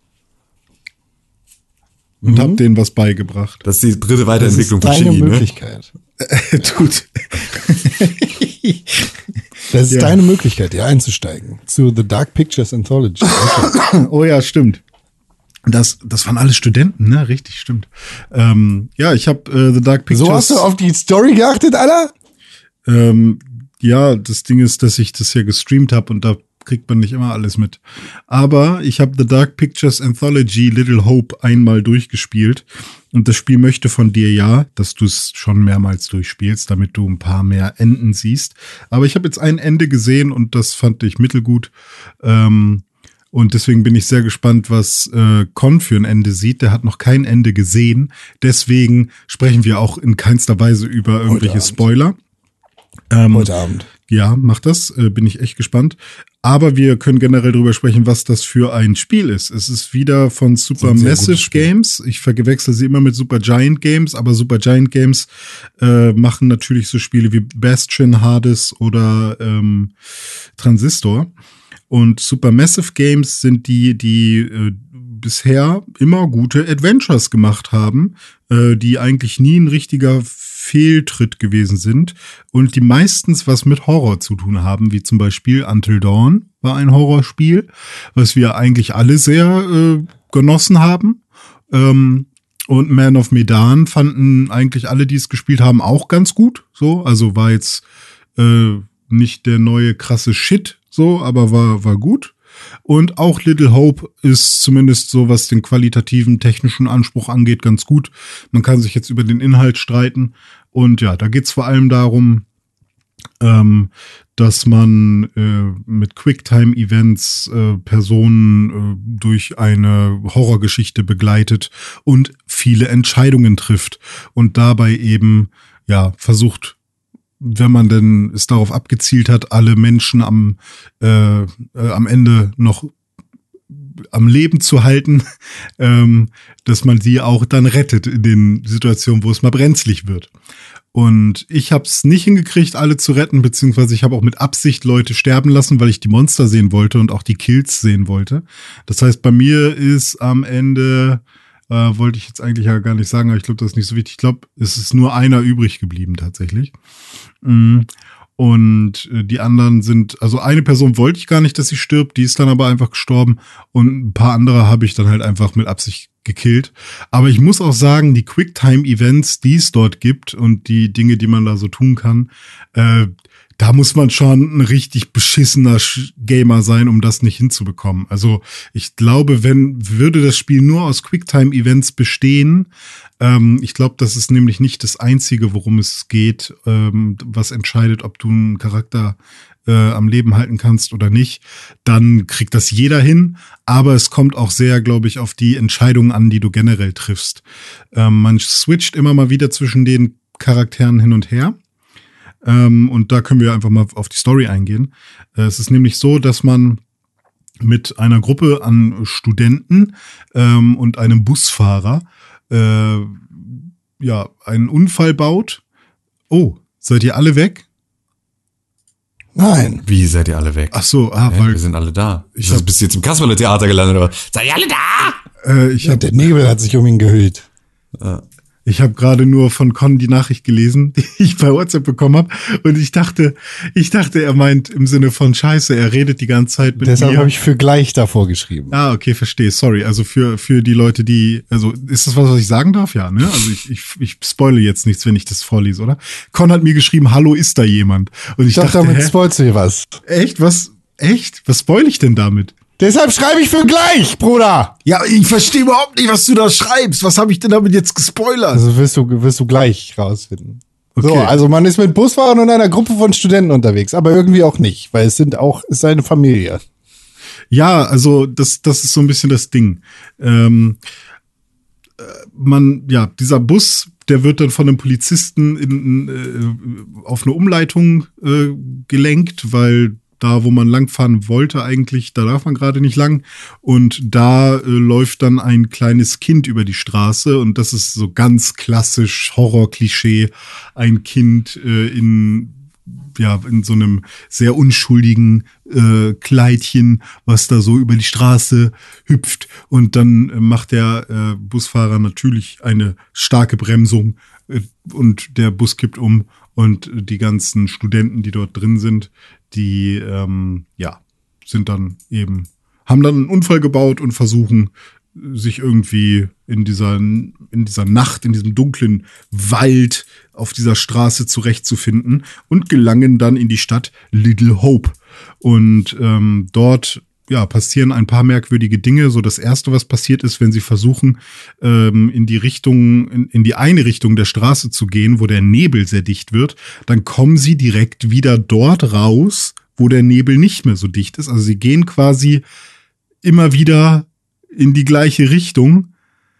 Und Mhm. hab denen was beigebracht. Das ist die dritte Das ist Weiterentwicklung von deine Shiggy, ne? Möglichkeit. Tut. Das ist Ja. deine Möglichkeit, hier einzusteigen. Zu The Dark Pictures Anthology. Okay. Oh ja, stimmt. Das, das waren alle Studenten, ne? Richtig, stimmt. Ähm, ja, ich habe äh, The Dark Pictures. So hast du auf die Story geachtet, Alter? ähm, ja, das Ding ist, dass ich das ja gestreamt habe und da kriegt man nicht immer alles mit. Aber ich habe The Dark Pictures Anthology Little Hope einmal durchgespielt. Und das Spiel möchte von dir ja, dass du es schon mehrmals durchspielst, damit du ein paar mehr Enden siehst. Aber ich habe jetzt ein Ende gesehen und das fand ich mittelgut. Ähm, und deswegen bin ich sehr gespannt, was äh, Con für ein Ende sieht. Der hat noch kein Ende gesehen. Deswegen sprechen wir auch in keinster Weise über irgendwelche Abend. Spoiler. Ähm, Heute Abend. Ja, mach das, äh, bin ich echt gespannt. Aber wir können generell drüber sprechen, was das für ein Spiel ist. Es ist wieder von Supermassive Games. Ich verwechsel sie immer mit Supergiant Games, aber Supergiant Games äh, machen natürlich so Spiele wie Bastion, Hades oder ähm, Transistor. Und Supermassive Games sind die, die äh, bisher immer gute Adventures gemacht haben, äh, die eigentlich nie ein richtiger Fehltritt gewesen sind und die meistens was mit Horror zu tun haben, wie zum Beispiel Until Dawn war ein Horrorspiel, was wir eigentlich alle sehr äh, genossen haben. Ähm, und Man of Medan fanden eigentlich alle, die es gespielt haben, auch ganz gut. So, also war jetzt äh, nicht der neue krasse Shit, so, aber war war gut. Und auch Little Hope ist zumindest so, was den qualitativen, technischen Anspruch angeht, ganz gut. Man kann sich jetzt über den Inhalt streiten. Und ja, da geht's vor allem darum, ähm, dass man äh, mit Quicktime-Events äh, Personen äh, durch eine Horrorgeschichte begleitet und viele Entscheidungen trifft. Und dabei eben, ja, versucht, wenn man denn es darauf abgezielt hat, alle Menschen am, äh, äh, am Ende noch am Leben zu halten, ähm, dass man sie auch dann rettet in den Situationen, wo es mal brenzlig wird. Und ich habe es nicht hingekriegt, alle zu retten, beziehungsweise ich habe auch mit Absicht Leute sterben lassen, weil ich die Monster sehen wollte und auch die Kills sehen wollte. Das heißt, bei mir ist am Ende, äh, wollte ich jetzt eigentlich ja gar nicht sagen, aber ich glaube, das ist nicht so wichtig. Ich glaube, es ist nur einer übrig geblieben tatsächlich. Mhm. Und die anderen sind, also eine Person wollte ich gar nicht, dass sie stirbt, die ist dann aber einfach gestorben und ein paar andere habe ich dann halt einfach mit Absicht gekillt. Aber ich muss auch sagen, die Quicktime-Events, die es dort gibt und die Dinge, die man da so tun kann, äh, da muss man schon ein richtig beschissener Gamer sein, um das nicht hinzubekommen. Also ich glaube, wenn würde das Spiel nur aus Quicktime-Events bestehen, ähm, ich glaube, das ist nämlich nicht das Einzige, worum es geht, ähm, was entscheidet, ob du einen Charakter äh, am Leben halten kannst oder nicht, dann kriegt das jeder hin. Aber es kommt auch sehr, glaube ich, auf die Entscheidungen an, die du generell triffst. Ähm, man switcht immer mal wieder zwischen den Charakteren hin und her. Ähm, und da können wir einfach mal auf die Story eingehen. Äh, es ist nämlich so, dass man mit einer Gruppe an Studenten ähm, und einem Busfahrer äh, ja einen Unfall baut. Oh, seid ihr alle weg? Nein. Wie seid ihr alle weg? Ach so, ah, ja, weil wir sind alle da. Ich Ich hab- bist du jetzt im Kasperle-Theater gelandet, oder? Seid ihr alle da? äh, ich Ja, habe der Nebel hat sich um ihn gehüllt. Ich habe gerade nur von Con die Nachricht gelesen, die ich bei WhatsApp bekommen habe. Und ich dachte, ich dachte, er meint im Sinne von Scheiße, er redet die ganze Zeit mit Deshalb mir. habe ich für gleich davor geschrieben. Ah, okay, verstehe. Sorry. Also für für die Leute, die, also ist das was, was ich sagen darf? Ja, ne? Also ich ich, ich spoile jetzt nichts, wenn ich das vorlese, oder? Con hat mir geschrieben, hallo, ist da jemand? Und ich Ich dachte, dachte, damit hä? spoilst du dir was. Echt? Was? Echt? Was spoil ich denn damit? Deshalb schreibe ich für gleich, Bruder. Ja, ich verstehe überhaupt nicht, was du da schreibst. Was habe ich denn damit jetzt gespoilert? Also wirst du, wirst du gleich rausfinden. So, Okay. also man ist mit Busfahrern und einer Gruppe von Studenten unterwegs, aber irgendwie auch nicht, weil es sind auch, es ist eine Familie. Ja, also das, das ist so ein bisschen das Ding. Ähm, äh, man, ja, dieser Bus, der wird dann von einem Polizisten in, äh, auf eine Umleitung äh, gelenkt, weil da, wo man langfahren wollte eigentlich, da darf man gerade nicht lang. Und da äh, läuft dann ein kleines Kind über die Straße. Und das ist so ganz klassisch Horror-Klischee. Ein Kind äh, in ja, in so einem sehr unschuldigen äh, Kleidchen, was da so über die Straße hüpft. Und dann äh, macht der äh, Busfahrer natürlich eine starke Bremsung äh, und der Bus kippt um und die ganzen Studenten, die dort drin sind, die ähm, ja, sind dann eben, haben dann einen Unfall gebaut und versuchen, sich irgendwie in dieser, in dieser Nacht, in diesem dunklen Wald auf dieser Straße zurechtzufinden und gelangen dann in die Stadt Little Hope. Und ähm, dort ja, passieren ein paar merkwürdige Dinge. So das Erste, was passiert ist, wenn sie versuchen, ähm, in die Richtung, in, in die eine Richtung der Straße zu gehen, wo der Nebel sehr dicht wird, dann kommen sie direkt wieder dort raus, wo der Nebel nicht mehr so dicht ist. Also sie gehen quasi immer wieder in die gleiche Richtung,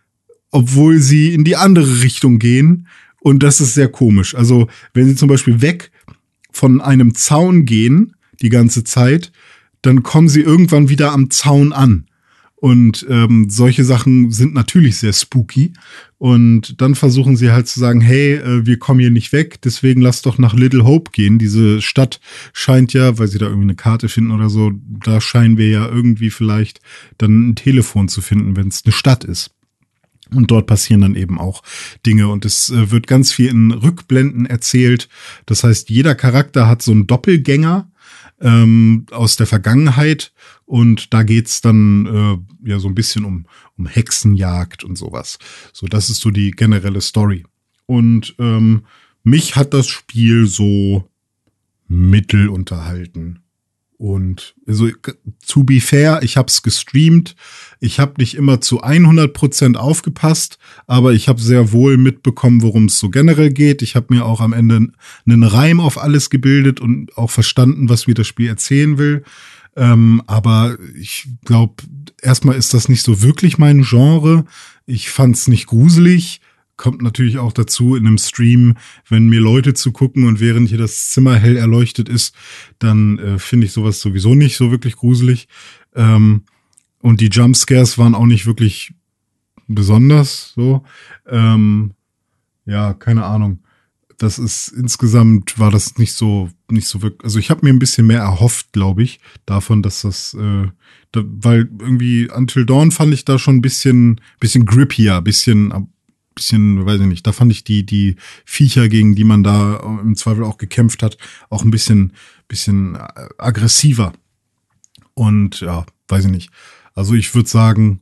obwohl sie in die andere Richtung gehen. Und das ist sehr komisch. Also wenn sie zum Beispiel weg von einem Zaun gehen die ganze Zeit, dann kommen sie irgendwann wieder am Zaun an. Und ähm, solche Sachen sind natürlich sehr spooky. Und dann versuchen sie halt zu sagen, hey, äh, wir kommen hier nicht weg, deswegen lass doch nach Little Hope gehen. Diese Stadt scheint ja, weil sie da irgendwie eine Karte finden oder so, da scheinen wir ja irgendwie vielleicht dann ein Telefon zu finden, wenn es eine Stadt ist. Und dort passieren dann eben auch Dinge. Und es äh, wird ganz viel in Rückblenden erzählt. Das heißt, jeder Charakter hat so einen Doppelgänger ähm, aus der Vergangenheit. Und da geht's dann äh, ja so ein bisschen um, um Hexenjagd und sowas. So, das ist so die generelle Story. Und ähm, mich hat das Spiel so mittel unterhalten. Und also, to be fair, ich habe es gestreamt. Ich habe nicht immer zu hundert Prozent aufgepasst, aber ich habe sehr wohl mitbekommen, worum es so generell geht. Ich habe mir auch am Ende einen Reim auf alles gebildet und auch verstanden, was mir das Spiel erzählen will. Ähm, aber ich glaube, erstmal ist das nicht so wirklich mein Genre. Ich fand's nicht gruselig. Kommt natürlich auch dazu in einem Stream, wenn mir Leute zugucken und während hier das Zimmer hell erleuchtet ist, dann äh, finde ich sowas sowieso nicht so wirklich gruselig. Ähm, und die Jumpscares waren auch nicht wirklich besonders so. Ähm, ja, keine Ahnung. Das ist insgesamt war das nicht so nicht so wirklich. Also ich habe mir ein bisschen mehr erhofft, glaube ich, davon, dass das, äh, da, weil irgendwie Until Dawn fand ich da schon ein bisschen bisschen grippier, bisschen bisschen, weiß ich nicht. Da fand ich die die Viecher, gegen die man da im Zweifel auch gekämpft hat, auch ein bisschen bisschen aggressiver. Und ja, weiß ich nicht. Also ich würde sagen,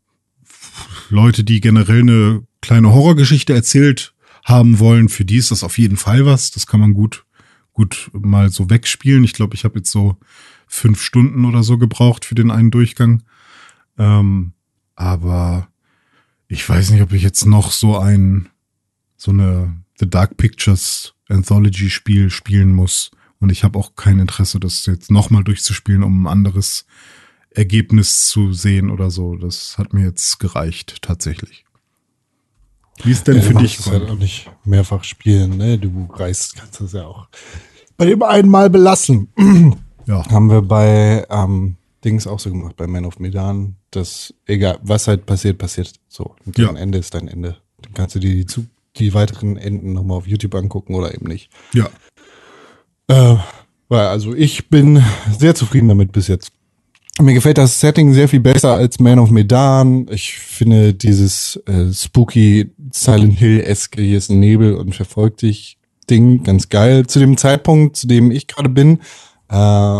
Leute, die generell eine kleine Horrorgeschichte erzählt haben wollen, für die ist das auf jeden Fall was. Das kann man gut, gut mal so wegspielen. Ich glaube, ich habe jetzt so fünf Stunden oder so gebraucht für den einen Durchgang. Ähm, aber ich weiß nicht, ob ich jetzt noch so ein, so eine The Dark Pictures Anthology Spiel spielen muss. Und ich habe auch kein Interesse, das jetzt nochmal durchzuspielen, um ein anderes Ergebnis zu sehen oder so. Das hat mir jetzt gereicht, tatsächlich. Wie ist denn ja, für du dich? Du halt auch nicht mehrfach spielen, ne? Du reist, kannst das ja auch bei dem einen Mal belassen. Ja. Haben wir bei ähm, Dings auch so gemacht, bei Man of Medan, dass egal, was halt passiert, passiert so. Und dein Ja. Ende ist dein Ende. Dann kannst du dir die, zu, die weiteren Enden nochmal auf YouTube angucken oder eben nicht. Ja. Äh, weil, also ich bin sehr zufrieden damit bis jetzt. Mir gefällt das Setting sehr viel besser als Man of Medan. Ich finde dieses äh, spooky Silent Hill-eske, hier ist ein Nebel und verfolgt dich Ding ganz geil. Zu dem Zeitpunkt, zu dem ich gerade bin, äh,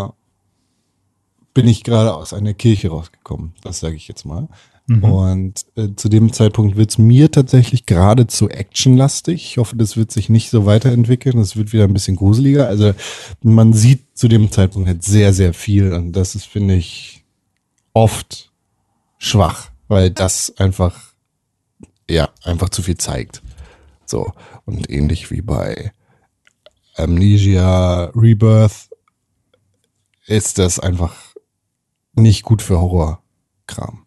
bin ich gerade aus einer Kirche rausgekommen. Das sage ich jetzt mal. Mhm. Und äh, zu dem Zeitpunkt wird's mir tatsächlich gerade zu actionlastig. Ich hoffe, das wird sich nicht so weiterentwickeln. Das wird wieder ein bisschen gruseliger. Also man sieht zu dem Zeitpunkt halt sehr, sehr viel. Und das ist, finde ich, oft schwach, weil das einfach, ja, einfach zu viel zeigt. So. Und ähnlich wie bei Amnesia Rebirth ist das einfach nicht gut für Horrorkram.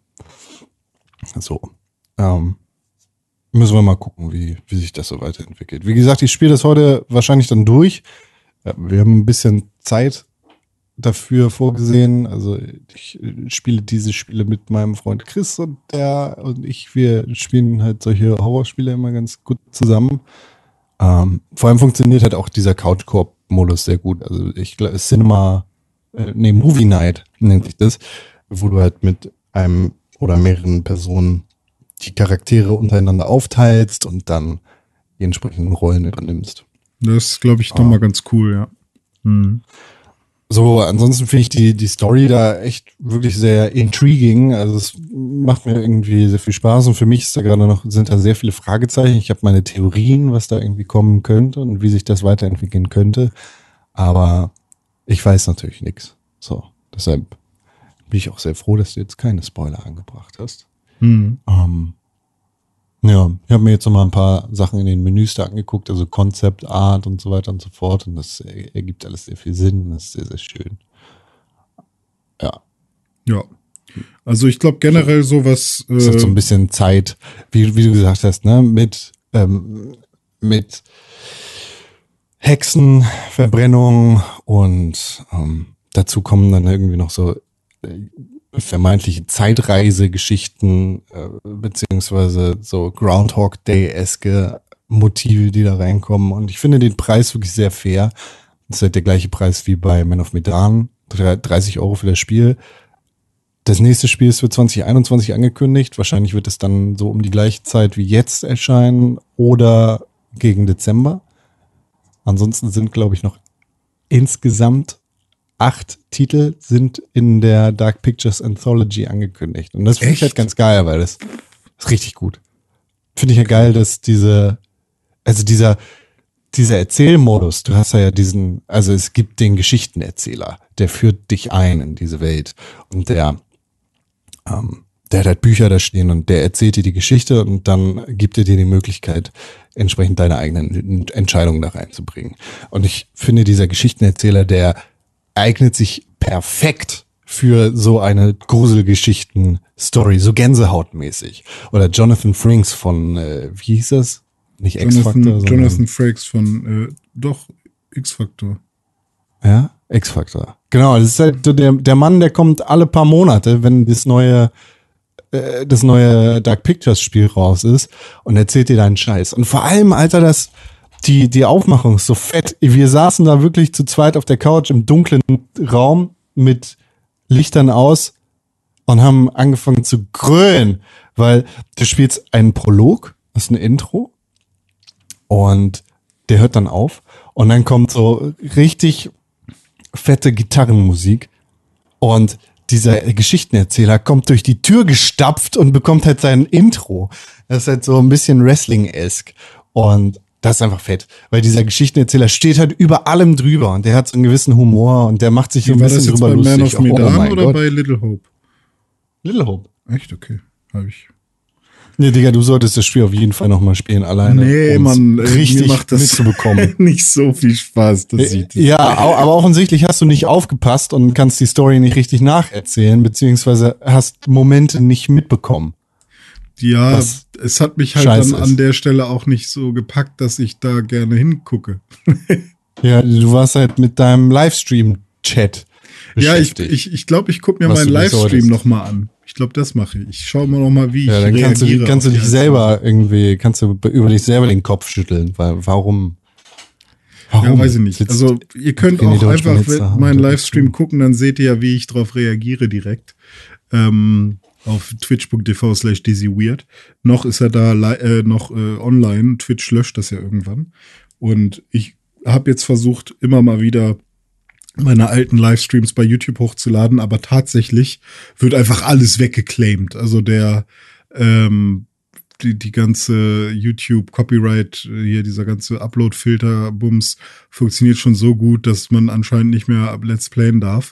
So. Ähm, müssen wir mal gucken, wie, wie sich das so weiterentwickelt. Wie gesagt, ich spiele das heute wahrscheinlich dann durch. Wir haben ein bisschen Zeit dafür vorgesehen. Also ich spiele diese Spiele mit meinem Freund Chris und der und ich, wir spielen halt solche Horrorspiele immer ganz gut zusammen. Ähm, vor allem funktioniert halt auch dieser Couch-Koop-Modus sehr gut. Also ich glaube, Cinema, äh, nee, Movie Night nennt sich das, wo du halt mit einem oder mehreren Personen die Charaktere untereinander aufteilst und dann die entsprechenden Rollen übernimmst. Das ist, glaube ich, nochmal ah. ganz cool, ja. Mhm. So, ansonsten finde ich die, die Story da echt wirklich sehr intriguing. Also es macht mir irgendwie sehr viel Spaß und für mich ist da gerade noch, sind da sehr viele Fragezeichen. Ich habe meine Theorien, was da irgendwie kommen könnte und wie sich das weiterentwickeln könnte. Aber ich weiß natürlich nichts. So, deshalb bin ich auch sehr froh, dass du jetzt keine Spoiler angebracht hast. Mhm. Ähm, ja, ich habe mir jetzt noch mal ein paar Sachen in den Menüs da angeguckt, also Concept Art und so weiter und so fort. Und das ergibt alles sehr viel Sinn. Das ist sehr, sehr schön. Ja. Ja. Also ich glaube generell sowas. Es äh, hat so ein bisschen Zeit, wie, wie du gesagt hast, ne, mit, ähm, mit Hexen, Verbrennung und ähm, dazu kommen dann irgendwie noch so äh, vermeintliche Zeitreisegeschichten, äh, beziehungsweise so Groundhog Day-eske Motive, die da reinkommen. Und ich finde den Preis wirklich sehr fair. Das ist halt der gleiche Preis wie bei Man of Medan, dreißig Euro für das Spiel. Das nächste Spiel ist für zwanzig einundzwanzig angekündigt. Wahrscheinlich wird es dann so um die gleiche Zeit wie jetzt erscheinen oder gegen Dezember. Ansonsten sind, glaube ich, noch insgesamt acht Titel sind in der Dark Pictures Anthology angekündigt. Und das finde ich halt ganz geil, weil das ist richtig gut. Finde ich ja geil, dass diese, also dieser, dieser Erzählmodus, du hast ja diesen, also es gibt den Geschichtenerzähler, der führt dich ein in diese Welt. Und der, ähm, der hat halt Bücher da stehen und der erzählt dir die Geschichte und dann gibt er dir die Möglichkeit, entsprechend deine eigenen Entscheidungen da reinzubringen. Und ich finde, dieser Geschichtenerzähler, der eignet sich perfekt für so eine Gruselgeschichten-Story, so Gänsehautmäßig. Oder Jonathan Frakes von, äh, wie hieß das? Nicht X-Factor, Jonathan, Jonathan Frakes von, äh, doch, X-Factor. Ja, X-Factor. Genau, das ist halt so der, der Mann, der kommt alle paar Monate, wenn das neue, äh, das neue Dark Pictures Spiel raus ist und erzählt dir deinen Scheiß. Und vor allem, Alter, das, die, die Aufmachung ist so fett. Wir saßen da wirklich zu zweit auf der Couch im dunklen Raum mit Lichtern aus und haben angefangen zu grölen, weil du spielst einen Prolog, das ist ein Intro und der hört dann auf und dann kommt so richtig fette Gitarrenmusik und dieser Geschichtenerzähler kommt durch die Tür gestapft und bekommt halt sein Intro. Das ist halt so ein bisschen Wrestling-esk und das ist einfach fett, weil dieser Geschichtenerzähler steht halt über allem drüber und der hat so einen gewissen Humor und der macht sich so ein War bisschen das jetzt drüber bei lustig. Man of Medan oh oder Gott. bei Little Hope? Little Hope. Echt? Okay. Habe ich. Nee, Digga, du solltest das Spiel auf jeden Fall nochmal spielen, alleine. Nee, um's Mann, äh, richtig mir macht das mitzubekommen. nicht so viel Spaß. Das sieht Ja, au- aber offensichtlich hast du nicht aufgepasst und kannst die Story nicht richtig nacherzählen, beziehungsweise hast Momente nicht mitbekommen. Ja, was es hat mich halt scheiße dann ist. an der Stelle auch nicht so gepackt, dass ich da gerne hingucke. Ja, du warst halt mit deinem Livestream-Chat Ja, ich beschäftigt. ich, ich, glaube, ich gucke mir Was meinen du nicht Livestream solltest. noch mal an. Ich glaube, das mache ich. Ich schaue mal noch mal, wie ja, ich dann kannst du, reagiere kannst du auf die dich einzelnen selber irgendwie, kannst du über dich selber den Kopf schütteln, weil warum? Sachen. Warum Ja, weiß ich nicht. sitzt Also, ihr könnt René auch Deutschmann einfach jetzt da meinen und- Livestream gucken, dann seht ihr ja, wie ich drauf reagiere direkt. Ähm, auf twitch.tv slash dizzyweird. Noch ist er da li- äh, noch äh, online. Twitch löscht das ja irgendwann. Und ich habe jetzt versucht, immer mal wieder meine alten Livestreams bei YouTube hochzuladen, aber tatsächlich wird einfach alles weggeclaimed. Also der ähm, die, die ganze YouTube-Copyright, äh, hier dieser ganze Upload-Filter-Bums funktioniert schon so gut, dass man anscheinend nicht mehr Let's Playen darf.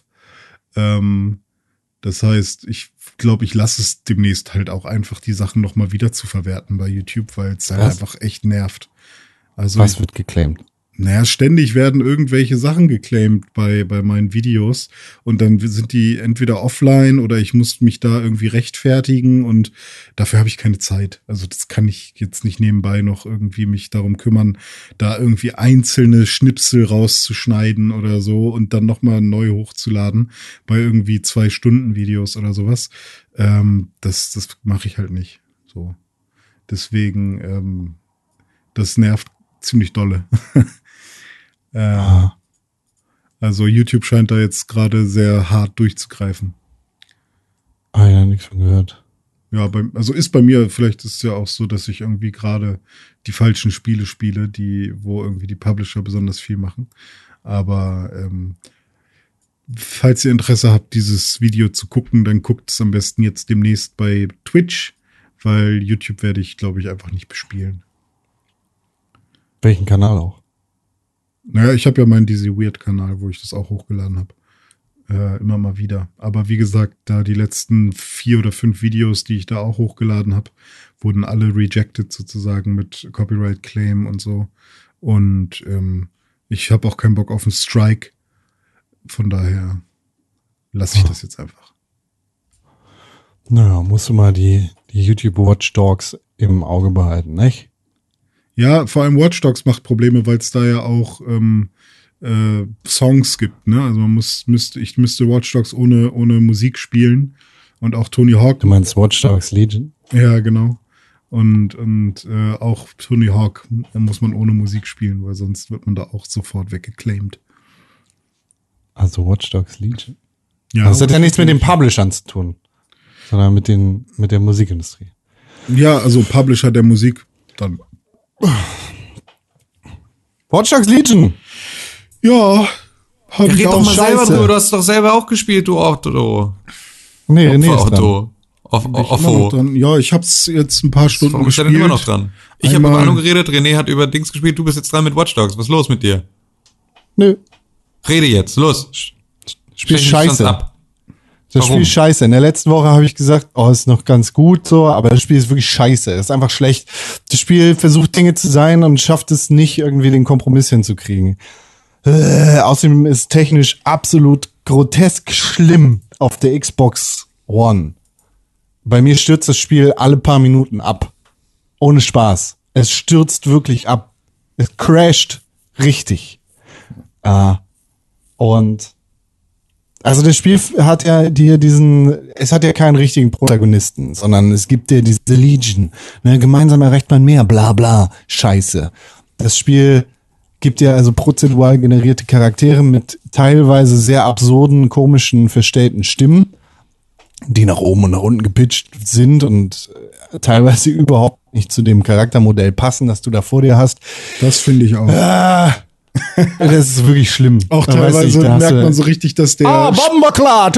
Ähm, das heißt, ich glaube, ich lasse es demnächst halt auch einfach, die Sachen noch mal wieder zu verwerten bei YouTube, weil es halt Was? einfach echt nervt. Also Was wird geclaimed? naja, ständig werden irgendwelche Sachen geclaimed bei, bei meinen Videos und dann sind die entweder offline oder ich muss mich da irgendwie rechtfertigen und dafür habe ich keine Zeit. Also das kann ich jetzt nicht nebenbei noch irgendwie mich darum kümmern, da irgendwie einzelne Schnipsel rauszuschneiden oder so und dann nochmal neu hochzuladen bei irgendwie zwei Stunden Videos oder sowas. Ähm, das das mache ich halt nicht. So. Deswegen, ähm, das nervt ziemlich dolle. Äh, Ah. Also YouTube scheint da jetzt gerade sehr hart durchzugreifen. Ah ja, nichts von gehört. Ja, bei, also ist bei mir, vielleicht ist es ja auch so, dass ich irgendwie gerade die falschen Spiele spiele, die, wo irgendwie die Publisher besonders viel machen. Aber ähm, falls ihr Interesse habt, dieses Video zu gucken, dann guckt es am besten jetzt demnächst bei Twitch, weil YouTube werde ich, glaube ich, einfach nicht bespielen. Welchen Kanal auch? Naja, ich habe ja meinen Dizzy Weird-Kanal, wo ich das auch hochgeladen habe. Äh, immer mal wieder. Aber wie gesagt, da die letzten vier oder fünf Videos, die ich da auch hochgeladen habe, wurden alle rejected sozusagen mit Copyright Claim und so. Und ähm, ich habe auch keinen Bock auf einen Strike. Von daher lasse ich das jetzt einfach. Naja, musst du mal die, die YouTube Watchdogs im Auge behalten, nicht? Ja, vor allem Watch Dogs macht Probleme, weil es da ja auch ähm, äh, Songs gibt, ne? Also man muss, müsste, ich müsste Watch Dogs ohne, ohne Musik spielen. Und auch Tony Hawk. Du meinst Watch Dogs Legion? Ja, genau. Und, und äh, auch Tony Hawk muss man ohne Musik spielen, weil sonst wird man da auch sofort weggeclaimed. Also Watch Dogs Legion? Ja, das hat ja nichts mit den Publishern zu tun, sondern mit, den, mit der Musikindustrie. Ja, also Publisher der Musik dann. Watch Dogs Legion! Ja, hab Ja, ich red auch doch mal Scheiße. selber drüber, du hast doch selber auch gespielt, du Auto. Nee, nee, ist dran. Auto. Auf, Ich auf, immer noch auf dran. Ja, ich hab's jetzt ein paar Stunden Warum ist der gespielt. denn immer noch dran? Ich habe Einmal- über Ahnung geredet, René hat über Dings gespielt, du bist jetzt dran mit Watch Dogs. Was ist los mit dir? Nö, Rede jetzt, los. Spiel Stech mich sonst scheiße. ab. Das Warum? Spiel ist scheiße. In der letzten Woche habe ich gesagt, oh, ist noch ganz gut so, aber das Spiel ist wirklich scheiße. Es ist einfach schlecht. Das Spiel versucht Dinge zu sein und schafft es nicht, irgendwie den Kompromiss hinzukriegen. Äh, außerdem ist es technisch absolut grotesk schlimm auf der Xbox One. Bei mir stürzt das Spiel alle paar Minuten ab. Ohne Spaß. Es stürzt wirklich ab. Es crasht richtig. Äh, und also das Spiel hat ja dir diesen, es hat ja keinen richtigen Protagonisten, sondern es gibt dir diese Legion. Ne, gemeinsam erreicht man mehr, bla bla, Scheiße. Das Spiel gibt dir also prozedural generierte Charaktere mit teilweise sehr absurden, komischen, verstellten Stimmen, die nach oben und nach unten gepitcht sind und äh, teilweise überhaupt nicht zu dem Charaktermodell passen, das du da vor dir hast. Das finde ich auch. Ah, das ist wirklich schlimm. Auch Da weiß teilweise ich, da hast merkt du- man so richtig, dass der... Ah, Bomberklar,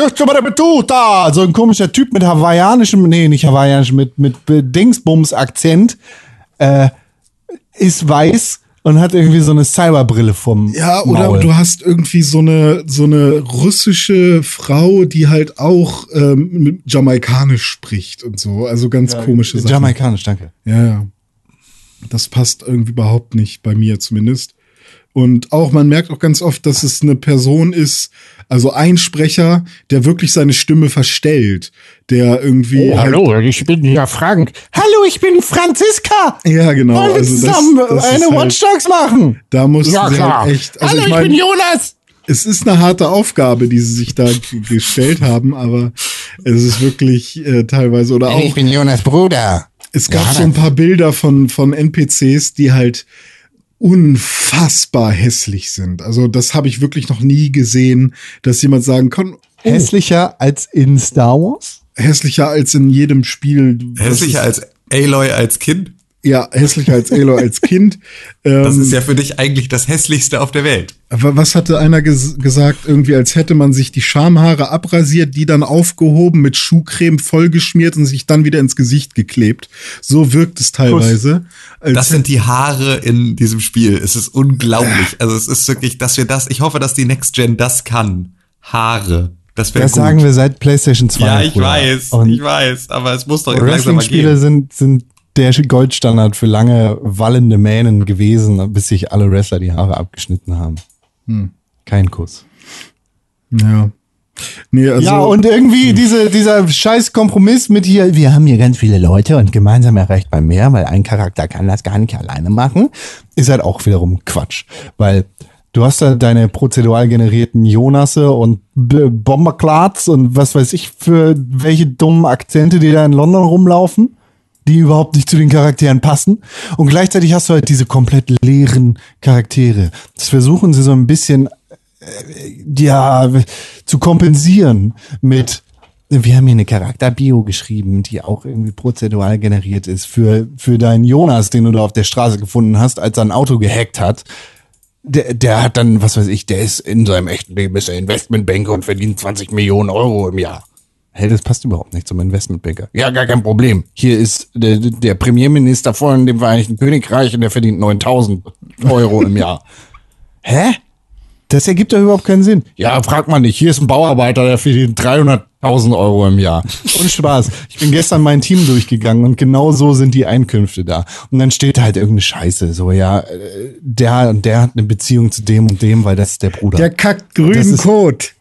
da. So ein komischer Typ mit hawaiianischem, nee, nicht hawaiianischem, mit, mit Dingsbums-Akzent, äh, ist weiß und hat irgendwie so eine Cyberbrille vom Ja, oder Maul. du hast irgendwie so eine so eine russische Frau, die halt auch ähm, mit Jamaikanisch spricht und so. Also ganz komische Sachen. Jamaikanisch, danke. Ja, ja. Das passt irgendwie überhaupt nicht, bei mir zumindest. Und auch, man merkt auch ganz oft, dass es eine Person ist, also ein Sprecher, der wirklich seine Stimme verstellt. Der irgendwie. Oh, halt, hallo, ich bin ja Frank. Hallo, ich bin Franziska. Ja, genau. Wollen wir Also das, zusammen das eine ist Watch halt, Dogs machen? da muss Ja, sie klar. halt echt. Also Hallo, ich ich, mein, bin Jonas. es ist eine harte Aufgabe, die sie sich da g- gestellt haben, aber es ist wirklich äh, teilweise oder auch. bin Jonas Bruder. Es gab Ja, so ein paar Bilder von, von N P Cs, die halt unfassbar hässlich sind. Also das habe ich wirklich noch nie gesehen, dass jemand sagen kann, oh, Hässlicher als in Star Wars? hässlicher als in jedem Spiel. Das Hässlicher ist, als Aloy als Kind? Ja, hässlicher als Aloy als Kind. Das Ähm, ist ja für dich eigentlich das hässlichste auf der Welt. Aber was hatte einer ges gesagt? Irgendwie, als hätte man sich die Schamhaare abrasiert, die dann aufgehoben, mit Schuhcreme vollgeschmiert und sich dann wieder ins Gesicht geklebt. So wirkt es teilweise. Als Das sind die Haare in diesem Spiel. Es ist unglaublich. Also es ist wirklich, dass wir das, ich hoffe, dass die Next Gen das kann. Haare. Das wäre Das gut. sagen wir seit PlayStation zwei. Ja, ich Bruder. weiß, Und ich weiß, aber es muss doch jetzt langsam mal Wrestling-Spiele gehen. sind, sind der Goldstandard für lange wallende Mähnen gewesen, bis sich alle Wrestler die Haare abgeschnitten haben. Hm. Kein Kuss. Ja. Nee, also, ja, und irgendwie diese, dieser scheiß Kompromiss mit hier, wir haben hier ganz viele Leute und gemeinsam erreicht man mehr, weil ein Charakter kann das gar nicht alleine machen, ist halt auch wiederum Quatsch. Weil du hast da deine prozedural generierten Jonasse und B- Bomberclats und was weiß ich für welche dummen Akzente, die da in London rumlaufen, die überhaupt nicht zu den Charakteren passen. Und gleichzeitig hast du halt diese komplett leeren Charaktere. Das versuchen sie so ein bisschen äh, ja, zu kompensieren mit, wir haben hier eine Charakterbio geschrieben, die auch irgendwie prozedural generiert ist für, für deinen Jonas, den du da auf der Straße gefunden hast, als er ein Auto gehackt hat. Der, der hat dann, was weiß ich, der ist in seinem echten Leben ist er Investmentbanker und verdient zwanzig Millionen Euro im Jahr. Hey, das passt überhaupt nicht zum Investmentbanker. Ja, gar kein Problem. Hier ist der, der Premierminister von dem Vereinigten Königreich und der verdient neuntausend Euro im Jahr. Hä? Das ergibt doch überhaupt keinen Sinn. Ja, frag mal nicht. Hier ist ein Bauarbeiter, der verdient dreihunderttausend Euro im Jahr. Und Spaß. Ich bin gestern mein Team durchgegangen und genau so sind die Einkünfte da. Und dann steht da halt irgendeine Scheiße. So, ja, äh, der und der hat eine Beziehung zu dem und dem, weil das ist der Bruder. der kackt Das grünen ist- Kot.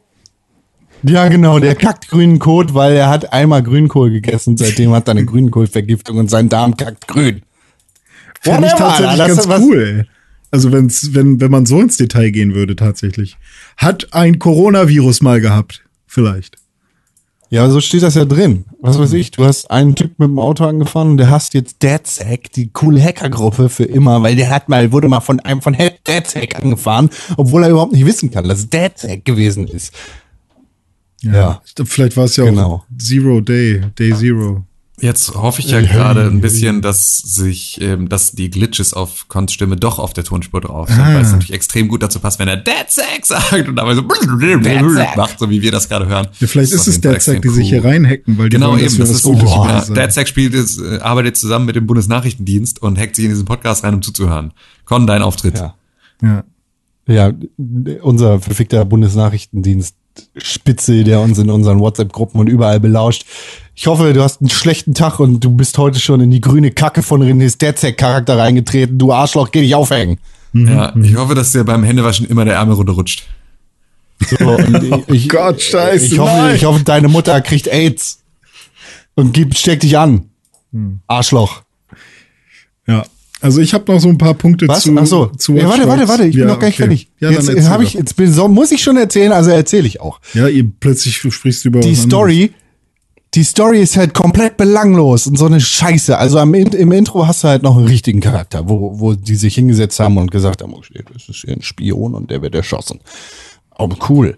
Ja, genau, der kackt grünen Kot, weil er hat einmal Grünkohl gegessen. Seitdem hat er eine Grünkohlvergiftung und sein Darm kackt grün. Fände ich tatsächlich das ganz was- cool, ey. Also wenn's, wenn, wenn man so ins Detail gehen würde, tatsächlich. Hat ein Coronavirus mal gehabt, vielleicht. Ja, aber so steht das ja drin. Was weiß ich, du hast einen Typ mit dem Auto angefahren und der hasst jetzt DedSec, die coole Hackergruppe für immer, weil der hat mal, wurde mal von einem von DedSec angefahren, obwohl er überhaupt nicht wissen kann, dass es DedSec gewesen ist. Ja. Ich glaub, vielleicht war es ja Genau. auch Zero Day, Day Zero. Jetzt hoffe ich ja gerade ein bisschen, dass sich, ähm, dass die Glitches auf Cons Stimme doch auf der Tonspur drauf sind, Ah. weil es natürlich extrem gut dazu passt, wenn er DedSec sagt und dabei so macht, so wie wir das gerade hören. Ja, vielleicht Das ist auf es jeden Fall DedSec, extrem die sich hier cool. reinhacken, weil die Genau, wollen, eben, wir das was ist so. Gutes über Ja, uns sagen. DedSec spielt es, äh, arbeitet zusammen mit dem Bundesnachrichtendienst und hackt sich in diesen Podcast rein, um zuzuhören. Con, dein Auftritt. Ja. Ja. Ja, unser verfickter Bundesnachrichtendienst Spitze, der uns in unseren WhatsApp-Gruppen und überall belauscht. Ich hoffe, du hast einen schlechten Tag und du bist heute schon in die grüne Kacke von René's DedSec-Charakter reingetreten. Du Arschloch, geh dich aufhängen. Ja, ich hoffe, dass dir beim Händewaschen immer der Ärmel runterrutscht. So, und ich, ich, Gott, scheiße, ich hoffe, nein. ich hoffe, deine Mutter kriegt AIDS und gibt, steck dich an. Arschloch. Ja. Also ich habe noch so ein paar Punkte Was? zu, Ach so. zu Ja, Watch warte, warte, Dogs. warte, ich bin Ja, noch gar nicht okay. fertig. Ja, jetzt dann erzähl habe ich, doch. jetzt bin, so, muss ich schon erzählen, also erzähle ich auch. Ja, ihr plötzlich sprichst du über Die was Story, die Story ist halt komplett belanglos und so eine Scheiße. Also am, In- im Intro hast du halt noch einen richtigen Charakter, wo, wo die sich hingesetzt haben und gesagt haben, okay, das ist hier ein Spion und der wird erschossen. Oh, cool.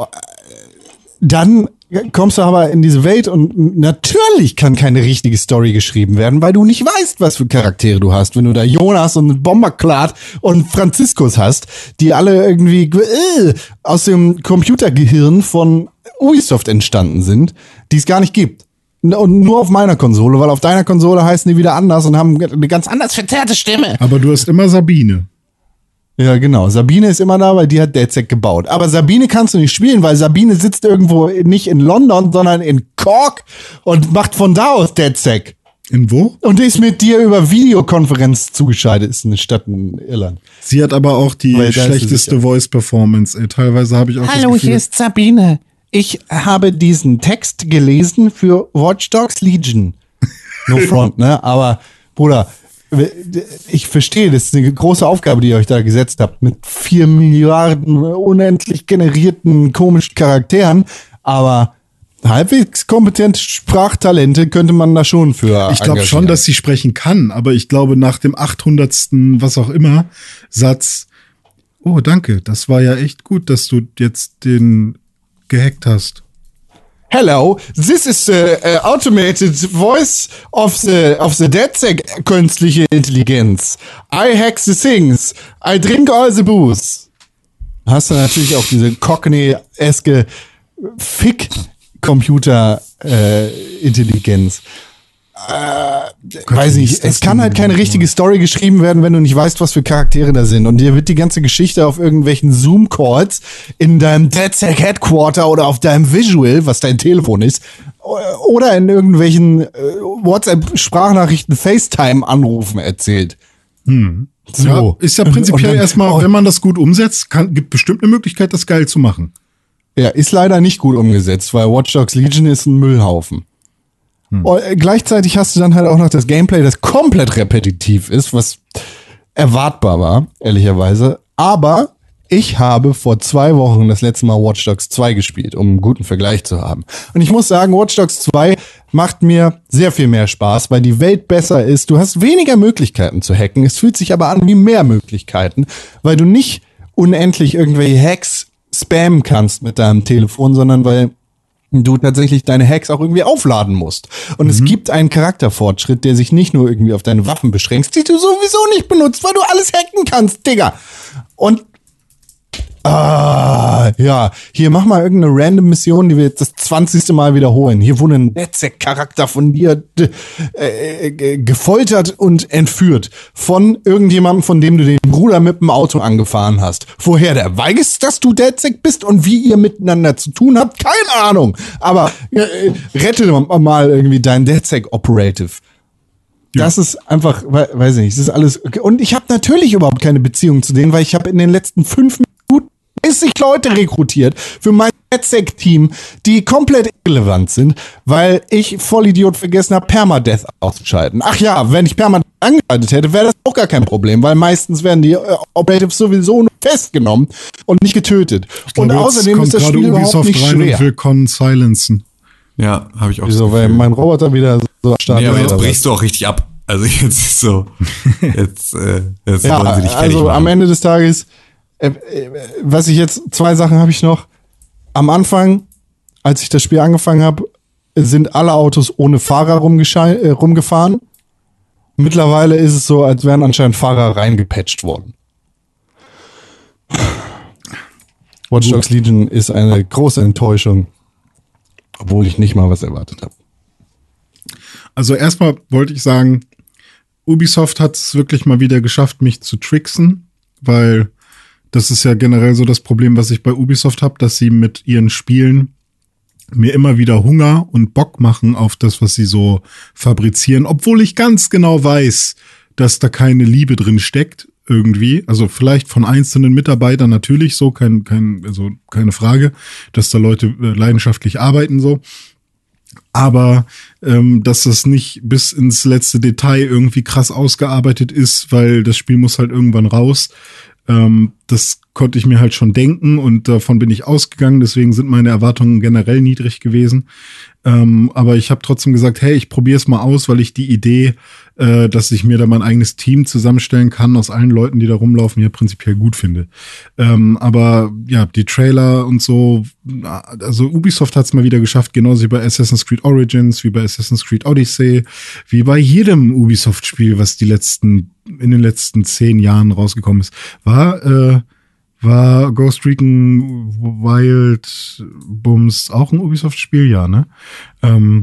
Dann kommst du aber in diese Welt und natürlich kann keine richtige Story geschrieben werden, weil du nicht weißt, was für Charaktere du hast. Wenn du da Jonas und Bomberclad und Franziskus hast, die alle irgendwie äh, aus dem Computergehirn von Ubisoft entstanden sind, die es gar nicht gibt. Und nur auf meiner Konsole, weil auf deiner Konsole heißen die wieder anders und haben eine ganz anders verzerrte Stimme. Aber du hast immer Sabine. Ja, genau. Sabine ist immer da, weil die hat DedSec gebaut. Aber Sabine kannst du nicht spielen, weil Sabine sitzt irgendwo nicht in London, sondern in Cork und macht von da aus DedSec. In wo? Und ist mit dir über Videokonferenz zugeschaltet. Ist eine Stadt in Irland. Sie hat aber auch die Weil da ist sie schlechteste sicher. Voice-Performance. Ey, teilweise habe ich auch Hallo, das Gefühl, hier ist Sabine. Ich habe diesen Text gelesen für Watch Dogs Legion. No front, ne? Aber, Bruder, ich verstehe, das ist eine große Aufgabe, die ihr euch da gesetzt habt, mit vier Milliarden unendlich generierten komischen Charakteren, aber halbwegs kompetente Sprachtalente könnte man da schon für ich glaube schon, engagieren. dass sie sprechen kann, aber ich glaube nach dem achthundertsten was auch immer Satz, oh danke, das war ja echt gut, dass du jetzt den gehackt hast. Hello, this is the uh, automated voice of the of the DedSec künstliche Intelligenz. I hack the things. I drink all the booze. Hast du natürlich auch diese Cockney-eske Fick-Computer-Intelligenz. Äh, weiß wie nicht, ist das es kann denn halt keine nochmal? richtige Story geschrieben werden, wenn du nicht weißt, was für Charaktere da sind. Und dir wird die ganze Geschichte auf irgendwelchen Zoom-Calls in deinem DedSec Headquarter oder auf deinem Visual, was dein Telefon ist, oder in irgendwelchen äh, WhatsApp-Sprachnachrichten, FaceTime-Anrufen erzählt. Ja, So. ist ja Und- prinzipiell und dann- erstmal, oh, wenn man das gut umsetzt, kann, gibt bestimmt eine Möglichkeit, das geil zu machen. Ja, ist leider nicht gut umgesetzt, weil Watch Dogs Legion ist ein Müllhaufen. Und, äh, gleichzeitig hast du dann halt auch noch das Gameplay, das komplett repetitiv ist, was erwartbar war, ehrlicherweise. Aber ich habe vor zwei Wochen das letzte Mal Watch Dogs zwei gespielt, um einen guten Vergleich zu haben. Und ich muss sagen, Watch Dogs zwei macht mir sehr viel mehr Spaß, weil die Welt besser ist. Du hast weniger Möglichkeiten zu hacken. Es fühlt sich aber an wie mehr Möglichkeiten, weil du nicht unendlich irgendwelche Hacks spammen kannst mit deinem Telefon, sondern weil du tatsächlich deine Hacks auch irgendwie aufladen musst. Und Mhm. es gibt einen Charakterfortschritt, der sich nicht nur irgendwie auf deine Waffen beschränkt, die du sowieso nicht benutzt, weil du alles hacken kannst, Digga. Und Ah, ja, hier mach mal irgendeine random Mission, die wir jetzt das zwanzigste Mal wiederholen. Hier wurde ein DedSec-Charakter von dir d- äh, äh, gefoltert und entführt von irgendjemandem, von dem du den Bruder mit dem Auto angefahren hast. Woher der weiß, dass du DedSec bist und wie ihr miteinander zu tun habt, keine Ahnung. Aber äh, rette mal irgendwie dein DedSec-Operative. Das ist einfach, we- weiß ich nicht, das ist alles. Und ich habe natürlich überhaupt keine Beziehung zu denen, weil ich habe in den letzten fünf Minuten dreißig Leute rekrutiert für mein NetSec-Team, die komplett irrelevant sind, weil ich Vollidiot vergessen habe, Permadeath auszuschalten. Ach ja, wenn ich Permadeath angeschaltet hätte, wäre das auch gar kein Problem, weil meistens werden die äh, Operatives sowieso nur festgenommen und nicht getötet. Glaube, und außerdem ist das Spiel Ubisoft überhaupt nicht rein schwer. Und will Con silencen. Ja, habe ich auch Wieso, das weil Gefühl. mein Roboter wieder so stark Nee, aber ist, jetzt oder brichst du auch richtig ab. Also jetzt ist so, jetzt, äh, jetzt ja, wollen sie dich fertig also machen. am Ende des Tages, äh, äh, was ich jetzt, zwei Sachen habe ich noch. Am Anfang, als ich das Spiel angefangen habe, sind alle Autos ohne Fahrer rumgesche- äh, rumgefahren. Mittlerweile ist es so, als wären anscheinend Fahrer reingepatcht worden. Watch Dogs Legion ist eine große Enttäuschung, obwohl ich nicht mal was erwartet habe. Also erstmal wollte ich sagen, Ubisoft hat es wirklich mal wieder geschafft, mich zu tricksen, weil das ist ja generell so das Problem, was ich bei Ubisoft habe, dass sie mit ihren Spielen mir immer wieder Hunger und Bock machen auf das, was sie so fabrizieren, obwohl ich ganz genau weiß, dass da keine Liebe drin steckt irgendwie. Also vielleicht von einzelnen Mitarbeitern natürlich so, kein, kein, also keine Frage, dass da Leute äh, leidenschaftlich arbeiten so. Aber ähm, dass das nicht bis ins letzte Detail irgendwie krass ausgearbeitet ist, weil das Spiel muss halt irgendwann raus. Ähm, das konnte ich mir halt schon denken und davon bin ich ausgegangen. Deswegen sind meine Erwartungen generell niedrig gewesen. Ähm, aber ich habe trotzdem gesagt, hey, ich probiere es mal aus, weil ich die Idee, äh, dass ich mir da mein eigenes Team zusammenstellen kann aus allen Leuten, die da rumlaufen, ja prinzipiell gut finde. Ähm, aber ja, die Trailer und so, also Ubisoft hat es mal wieder geschafft, genauso wie bei Assassin's Creed Origins, wie bei Assassin's Creed Odyssey, wie bei jedem Ubisoft-Spiel, was die letzten in den letzten zehn Jahren rausgekommen ist, war äh, war Ghost Recon Wild Bums auch ein Ubisoft-Spiel, ja, ne? Ähm,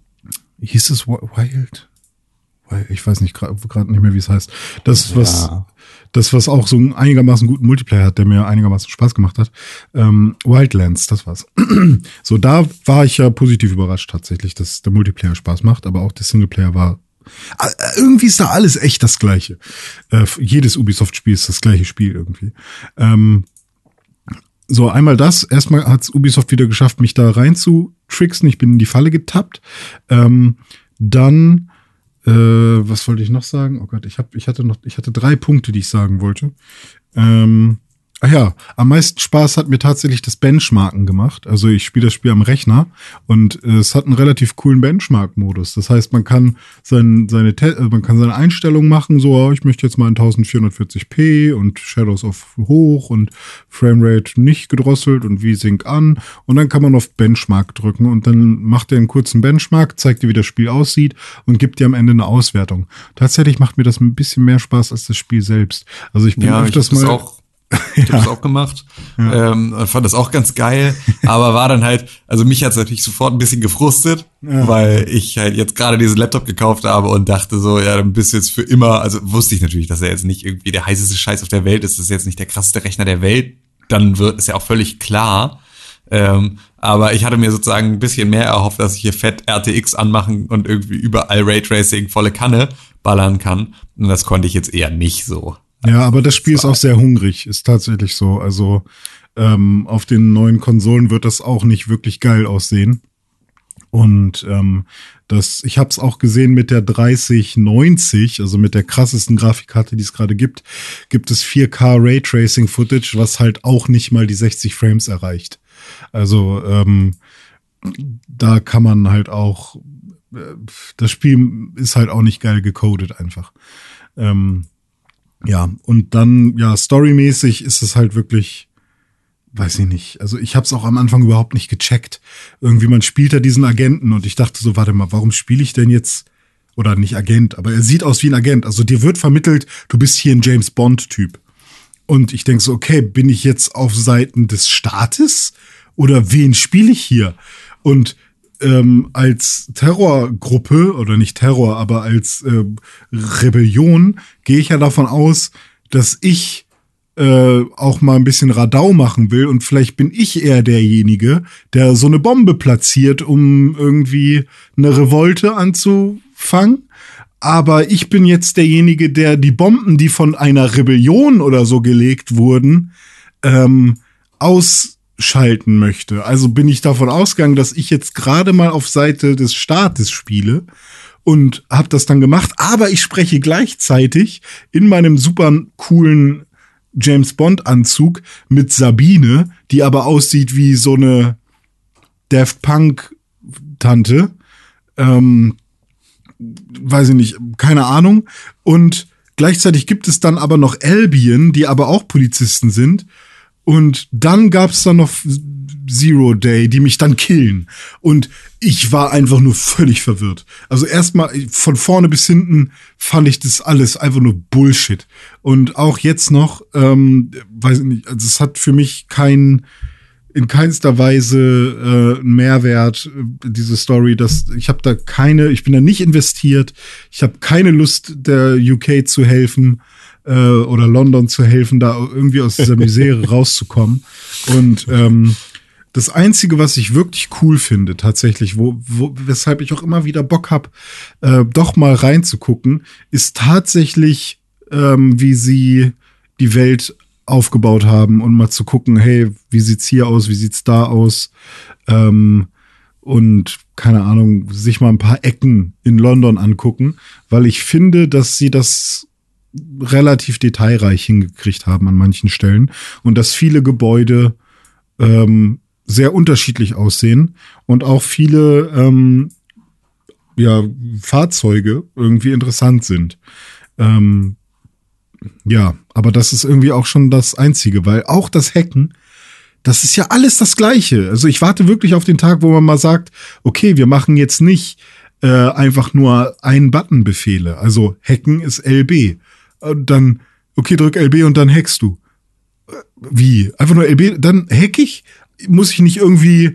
hieß es Wild? Ich weiß nicht gerade nicht mehr, wie es heißt. Das, was, Ja. das, was auch so einen einigermaßen guten Multiplayer hat, der mir einigermaßen Spaß gemacht hat. Ähm, Wildlands, das war's. So, da war ich ja positiv überrascht tatsächlich, dass der Multiplayer Spaß macht, aber auch der Singleplayer war irgendwie ist da alles echt das Gleiche. Äh, jedes Ubisoft-Spiel ist das gleiche Spiel irgendwie. Ähm, so, einmal das. Erstmal hat's Ubisoft wieder geschafft, mich da rein zu tricksen. Ich bin in die Falle getappt. Ähm, dann, äh, was wollte ich noch sagen? Oh Gott, ich hab, ich hatte noch, ich hatte drei Punkte, die ich sagen wollte. Ähm, Ach ja, am meisten Spaß hat mir tatsächlich das Benchmarken gemacht. Also ich spiele das Spiel am Rechner und äh, es hat einen relativ coolen Benchmark-Modus. Das heißt, man kann sein, seine Te- man kann seine Einstellungen machen, so, oh, ich möchte jetzt mal in vierzehnhundertvierzig p und Shadows auf hoch und Framerate nicht gedrosselt und V-Sync an. Und dann kann man auf Benchmark drücken und dann macht er einen kurzen Benchmark, zeigt dir, wie das Spiel aussieht und gibt dir am Ende eine Auswertung. Tatsächlich macht mir das ein bisschen mehr Spaß als das Spiel selbst. Also ich bin ja, öfters ich hab mal... das auch Ich habe das auch gemacht, Ja. ähm, fand das auch ganz geil, aber war dann halt, also mich hat's natürlich sofort ein bisschen gefrustet, Ja. weil ich halt jetzt gerade diesen Laptop gekauft habe und dachte so, ja, dann bist du jetzt für immer, also wusste ich natürlich, dass er jetzt nicht irgendwie der heißeste Scheiß auf der Welt ist, das ist jetzt nicht der krasseste Rechner der Welt, dann wird ist ja auch völlig klar, ähm, aber ich hatte mir sozusagen ein bisschen mehr erhofft, dass ich hier fett R T X anmachen und irgendwie überall Raytracing volle Kanne ballern kann und das konnte ich jetzt eher nicht so. Ja, aber das Spiel ist auch sehr hungrig, ist tatsächlich so. Also ähm, auf den neuen Konsolen wird das auch nicht wirklich geil aussehen. Und ähm, das, ich habe es auch gesehen mit der dreißig neunzig, also mit der krassesten Grafikkarte, die es gerade gibt, gibt es vier K Raytracing Footage, was halt auch nicht mal die sechzig Frames erreicht. Also ähm, da kann man halt auch, äh, das Spiel ist halt auch nicht geil gecodet einfach. Ähm, Ja, und dann, ja, storymäßig ist es halt wirklich, weiß ich nicht, also ich habe es auch am Anfang überhaupt nicht gecheckt. Irgendwie, man spielt da diesen Agenten und ich dachte so, warte mal, warum spiele ich denn jetzt, oder nicht Agent, aber er sieht aus wie ein Agent. Also dir wird vermittelt, du bist hier ein James-Bond-Typ. Und ich denke so, okay, bin ich jetzt auf Seiten des Staates oder wen spiele ich hier? Und ähm, als Terrorgruppe, oder nicht Terror, aber als äh, Rebellion, gehe ich ja davon aus, dass ich äh, auch mal ein bisschen Radau machen will und vielleicht bin ich eher derjenige, der so eine Bombe platziert, um irgendwie eine Revolte anzufangen. Aber ich bin jetzt derjenige, der die Bomben, die von einer Rebellion oder so gelegt wurden, ähm, ausschalten möchte. Also bin ich davon ausgegangen, dass ich jetzt gerade mal auf Seite des Staates spiele und habe das dann gemacht. Aber ich spreche gleichzeitig in meinem super coolen James-Bond-Anzug mit Sabine, die aber aussieht wie so eine Daft Punk-Tante. Ähm, weiß ich nicht, keine Ahnung. Und gleichzeitig gibt es dann aber noch Albion, die aber auch Polizisten sind. Und dann gab's dann noch Zero Day, die mich dann killen. Und ich war einfach nur völlig verwirrt. Also erstmal von vorne bis hinten fand ich das alles einfach nur Bullshit. Und auch jetzt noch, ähm, weiß ich nicht, also es hat für mich kein, in keinster Weise äh, einen Mehrwert, diese Story. Dass ich habe da keine, ich bin da nicht investiert. Ich habe keine Lust, der U K zu helfen äh, oder London zu helfen, da irgendwie aus dieser Misere rauszukommen. Und ähm, das Einzige, was ich wirklich cool finde, tatsächlich, wo, wo weshalb ich auch immer wieder Bock hab, äh, doch mal reinzugucken, ist tatsächlich, ähm, wie sie die Welt aufgebaut haben und mal zu gucken, hey, wie sieht's hier aus, wie sieht's da aus, ähm, und keine Ahnung, sich mal ein paar Ecken in London angucken, weil ich finde, dass sie das relativ detailreich hingekriegt haben an manchen Stellen und dass viele Gebäude ähm, sehr unterschiedlich aussehen und auch viele ähm, ja, Fahrzeuge irgendwie interessant sind. Ähm, ja, aber das ist irgendwie auch schon das Einzige, weil auch das Hacken, das ist ja alles das Gleiche. Also ich warte wirklich auf den Tag, wo man mal sagt, okay, wir machen jetzt nicht äh, einfach nur Ein-Button-Befehle. Also Hacken ist L B. Und dann, okay, drück L B und dann hackst du. Wie? Einfach nur L B, dann hack ich? Muss ich nicht irgendwie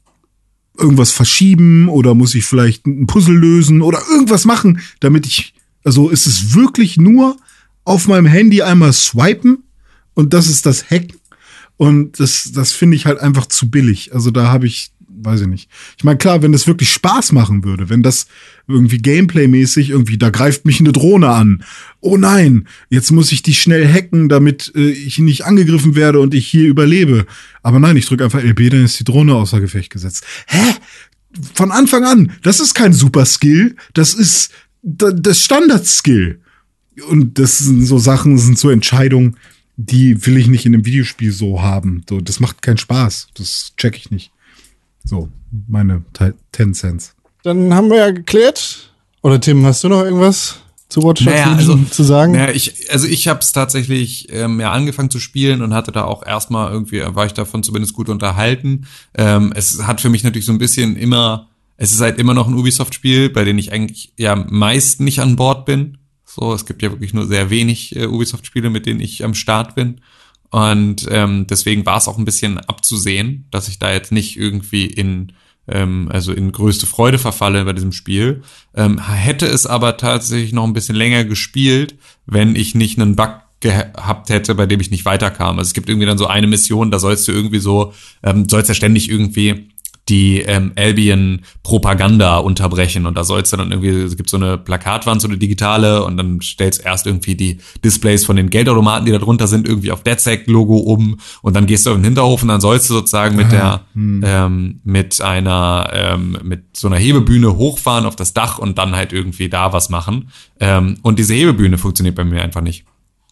irgendwas verschieben oder muss ich vielleicht ein Puzzle lösen oder irgendwas machen, damit ich, also ist es wirklich nur auf meinem Handy einmal swipen und das ist das Hacken und das, das finde ich halt einfach zu billig. Also da habe ich, weiß ich nicht. Ich meine, klar, wenn das wirklich Spaß machen würde, wenn das irgendwie Gameplay-mäßig irgendwie, da greift mich eine Drohne an. Oh nein, jetzt muss ich die schnell hacken, damit äh, ich nicht angegriffen werde und ich hier überlebe. Aber nein, ich drücke einfach L B, dann ist die Drohne außer Gefecht gesetzt. Hä? Von Anfang an, das ist kein Super-Skill, das ist d- das Standard-Skill. Und das sind so Sachen, das sind so Entscheidungen, die will ich nicht in einem Videospiel so haben. So, das macht keinen Spaß, das check ich nicht. So, meine ten Cents. Dann haben wir ja geklärt. Oder Tim, hast du noch irgendwas zu Watch Dogs naja, also, zu sagen? Naja, ich, also ich habe es tatsächlich ähm, ja angefangen zu spielen und hatte da auch erstmal irgendwie, war ich davon zumindest gut unterhalten. Ähm, es hat für mich natürlich so ein bisschen immer, es ist halt immer noch ein Ubisoft-Spiel, bei dem ich eigentlich ja meist nicht an Bord bin. So, es gibt ja wirklich nur sehr wenig äh, Ubisoft-Spiele, mit denen ich am Start bin. Und ähm, deswegen war es auch ein bisschen abzusehen, dass ich da jetzt nicht irgendwie in ähm, also in größte Freude verfalle bei diesem Spiel. Ähm, hätte es aber tatsächlich noch ein bisschen länger gespielt, wenn ich nicht einen Bug gehabt hätte, bei dem ich nicht weiterkam. Also es gibt irgendwie dann so eine Mission, da sollst du irgendwie so, ähm, sollst ja ständig irgendwie die ähm, Albion-Propaganda unterbrechen und da sollst du dann irgendwie, es gibt so eine Plakatwand, so eine digitale und dann stellst erst irgendwie die Displays von den Geldautomaten, die da drunter sind, irgendwie auf DedSec-Logo um und dann gehst du auf den Hinterhof und dann sollst du sozusagen mit der, hm. ähm, mit einer, ähm, mit so einer Hebebühne hochfahren auf das Dach und dann halt irgendwie da was machen. Ähm, und diese Hebebühne funktioniert bei mir einfach nicht.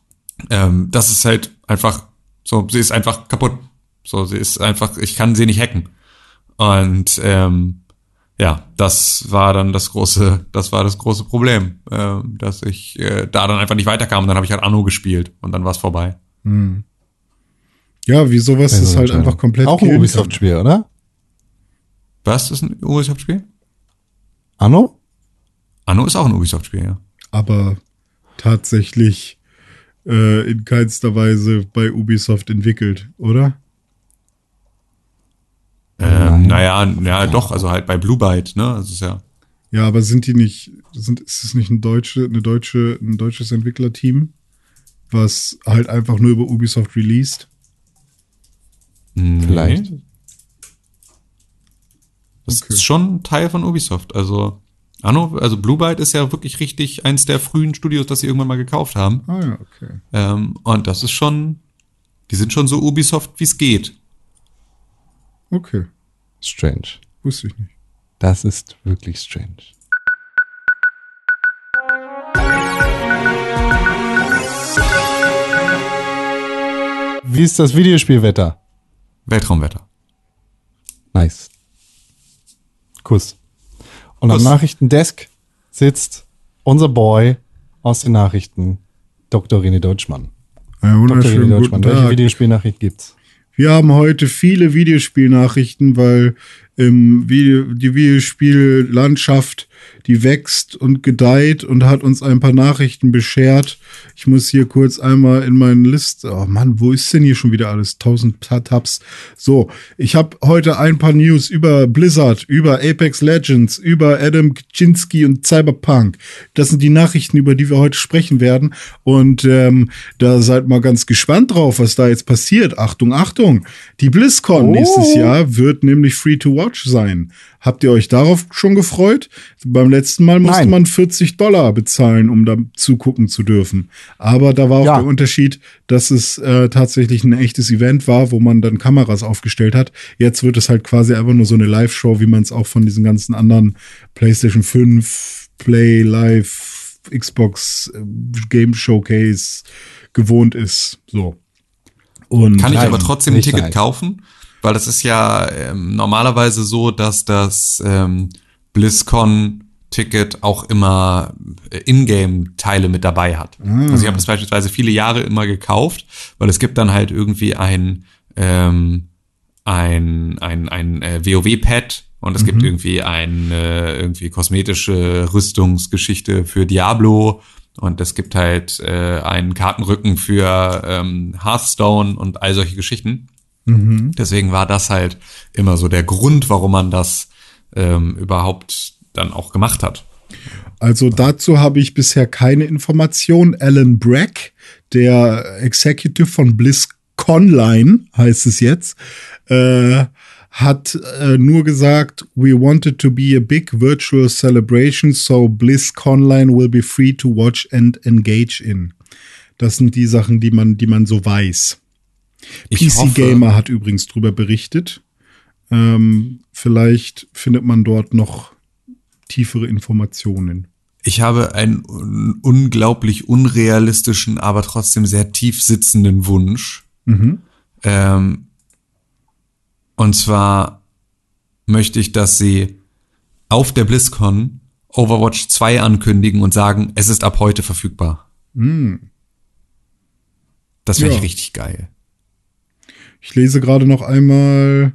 Ähm, das ist halt einfach so, sie ist einfach kaputt. So, sie ist einfach, ich kann sie nicht hacken. Und ähm, ja, das war dann das große, das war das große Problem, äh, dass ich äh, da dann einfach nicht weiterkam. Und dann habe ich halt Anno gespielt und dann war es vorbei. Hm. Ja, wie sowas also ist halt einfach komplett auch ein Ubisoft-Spiel, oder? Was ist ein Ubisoft-Spiel? Anno? Anno ist auch ein Ubisoft-Spiel, ja. Aber tatsächlich äh, in keinster Weise bei Ubisoft entwickelt, oder? Ähm, naja, ja, doch, also halt bei Blue Byte, ne, das ist ja. Ja, aber sind die nicht, sind, ist es nicht ein deutsche, eine deutsche, ein deutsches Entwicklerteam, was halt einfach nur über Ubisoft released? Vielleicht. Das Okay. ist schon Teil von Ubisoft, also Anno, also Blue Byte ist ja wirklich richtig eins der frühen Studios, das sie irgendwann mal gekauft haben. Ah ja, okay. Ähm, und das ist schon, Die sind schon so Ubisoft, wie es geht. Okay, Strange. wusste ich nicht. Das ist wirklich strange. Wie ist das Videospielwetter? Weltraumwetter. Nice. Kuss. Und Kuss. am Nachrichtendesk sitzt unser Boy aus den Nachrichten, Doktor René Deutschmann. Einen Doktor René wunderschönen Deutschmann, guten welche Tag. Videospielnachricht gibt's? Wir haben heute viele Videospielnachrichten, weil ähm, Video, die Videospiellandschaft, die wächst und gedeiht und hat uns ein paar Nachrichten beschert. Ich muss hier kurz einmal in meine Liste. Oh Mann, wo ist denn hier schon wieder alles? Tausend Tabs. So, ich habe heute ein paar News über Blizzard, über Apex Legends, über Adam Kaczynski und Cyberpunk. Das sind die Nachrichten, über die wir heute sprechen werden. Und ähm, da seid mal ganz gespannt drauf, was da jetzt passiert. Achtung, Achtung. Die BlizzCon Oh. nächstes Jahr wird nämlich free to watch sein. Habt ihr euch darauf schon gefreut? Beim letzten Mal musste Nein. man vierzig Dollar bezahlen, um da zugucken zu dürfen. Aber da war auch Ja. der Unterschied, dass es äh, tatsächlich ein echtes Event war, wo man dann Kameras aufgestellt hat. Jetzt wird es halt quasi einfach nur so eine Live-Show, wie man es auch von diesen ganzen anderen PlayStation fünf, Play, Live, Xbox, äh, Game Showcase gewohnt ist. So. Und Kann ich Nein, aber trotzdem ein nicht Ticket nice. kaufen? Weil das ist ja ähm, normalerweise so, dass das ähm, BlizzCon-Ticket auch immer äh, Ingame-Teile mit dabei hat. Also ich habe das beispielsweise viele Jahre immer gekauft, weil es gibt dann halt irgendwie ein ähm, ein ein ein äh, WoW-Pad und es gibt irgendwie eine irgendwie kosmetische Rüstungsgeschichte für Diablo. Und es gibt halt äh, einen Kartenrücken für ähm, Hearthstone und all solche Geschichten. Mhm. Deswegen war das halt immer so der Grund, warum man das ähm, überhaupt dann auch gemacht hat. Also dazu habe ich bisher keine Information. Alan Brack, der Executive von BlizzConline, heißt es jetzt, äh, hat äh, nur gesagt, we wanted to be a big virtual celebration, so BlizzConline will be free to watch and engage in. Das sind die Sachen, die man, die man so weiß. Ich P C hoffe- Gamer hat übrigens drüber berichtet. Ähm, vielleicht findet man dort noch tiefere Informationen. Ich habe einen un- unglaublich unrealistischen, aber trotzdem sehr tief sitzenden Wunsch. Mhm. Ähm, und zwar möchte ich, dass sie auf der BlizzCon Overwatch zwei ankündigen und sagen, es ist ab heute verfügbar. Mm. Das wäre Ja. ich richtig geil. Ich lese gerade noch einmal.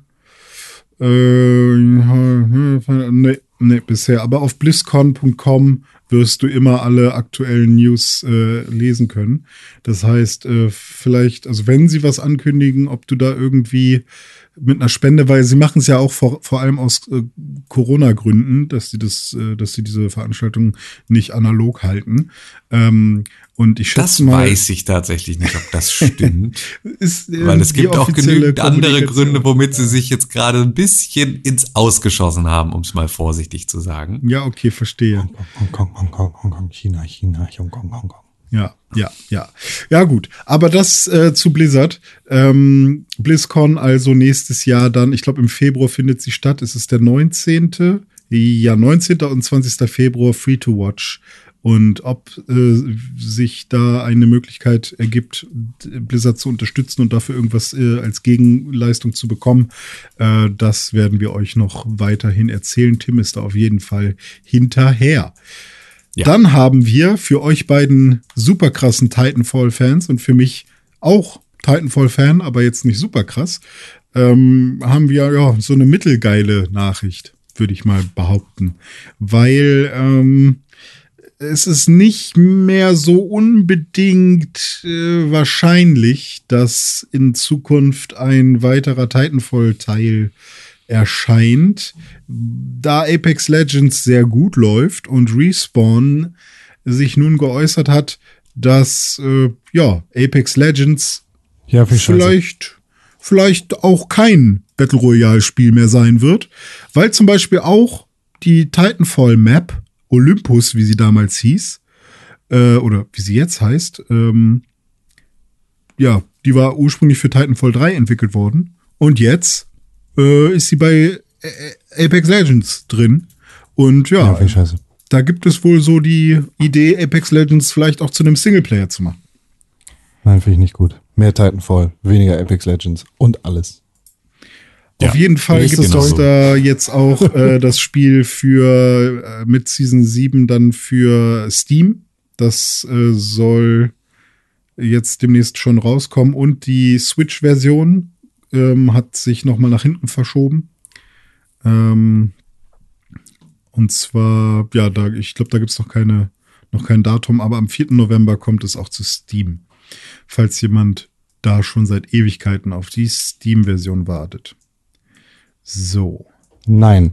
Äh, nee, nee, bisher. Aber auf BlizzCon Punkt com wirst du immer alle aktuellen News äh, lesen können. Das heißt, äh, vielleicht, also wenn sie was ankündigen, ob du da irgendwie mit einer Spende, weil sie machen es ja auch vor, vor allem aus äh, Corona-Gründen, dass sie das, äh, dass sie diese Veranstaltung nicht analog halten. Ähm, und ich Das schätze mal, weiß ich tatsächlich nicht, ob das stimmt. ist, äh, Weil es die gibt auch offizielle genügend andere Kommunikation. Gründe, womit sie sich jetzt gerade ein bisschen ins Ausgeschossen haben, um es mal vorsichtig zu sagen. Ja, okay, verstehe. Hongkong, Hongkong, Hongkong, China, China, Hongkong, Hongkong. Ja, ja, ja. Ja, gut. Aber das äh, zu Blizzard. Ähm, BlizzCon also nächstes Jahr dann, ich glaube im Februar findet sie statt. Es ist der neunzehnte Ja, neunzehnten und zwanzigsten Februar Free to Watch. Und ob äh, sich da eine Möglichkeit ergibt, Blizzard zu unterstützen und dafür irgendwas äh, als Gegenleistung zu bekommen, äh, das werden wir euch noch weiterhin erzählen. Tim ist da auf jeden Fall hinterher. Ja. Dann haben wir für euch beiden super krassen Titanfall-Fans und für mich auch Titanfall-Fan, aber jetzt nicht super krass, ähm, haben wir ja so eine mittelgeile Nachricht, würde ich mal behaupten. Weil ähm, es ist nicht mehr so unbedingt äh, wahrscheinlich, dass in Zukunft ein weiterer Titanfall-Teil erscheint, da Apex Legends sehr gut läuft und Respawn sich nun geäußert hat, dass äh, ja Apex Legends Ja, viel Scheiße. vielleicht vielleicht auch kein Battle Royale Spiel mehr sein wird, weil zum Beispiel auch die Titanfall Map Olympus, wie sie damals hieß, äh, oder wie sie jetzt heißt, ähm, ja, die war ursprünglich für Titanfall drei entwickelt worden. Und jetzt äh, ist sie bei Apex Legends drin. Und ja, Ja, scheiße. da gibt es wohl so die Idee, Apex Legends vielleicht auch zu einem Singleplayer zu machen. Nein, finde ich nicht gut. Mehr Titanfall, weniger Apex Legends und alles. Auf jeden Fall nächste gibt es Story. da jetzt auch äh, das Spiel für äh, mit Season sieben dann für Steam. Das äh, soll jetzt demnächst schon rauskommen. Und die Switch-Version ähm, hat sich noch mal nach hinten verschoben. Ähm, und zwar, ja, da, ich glaube, da gibt es noch keine, noch kein Datum, aber am vierten November kommt es auch zu Steam. Falls jemand da schon seit Ewigkeiten auf die Steam-Version wartet. So. Nein.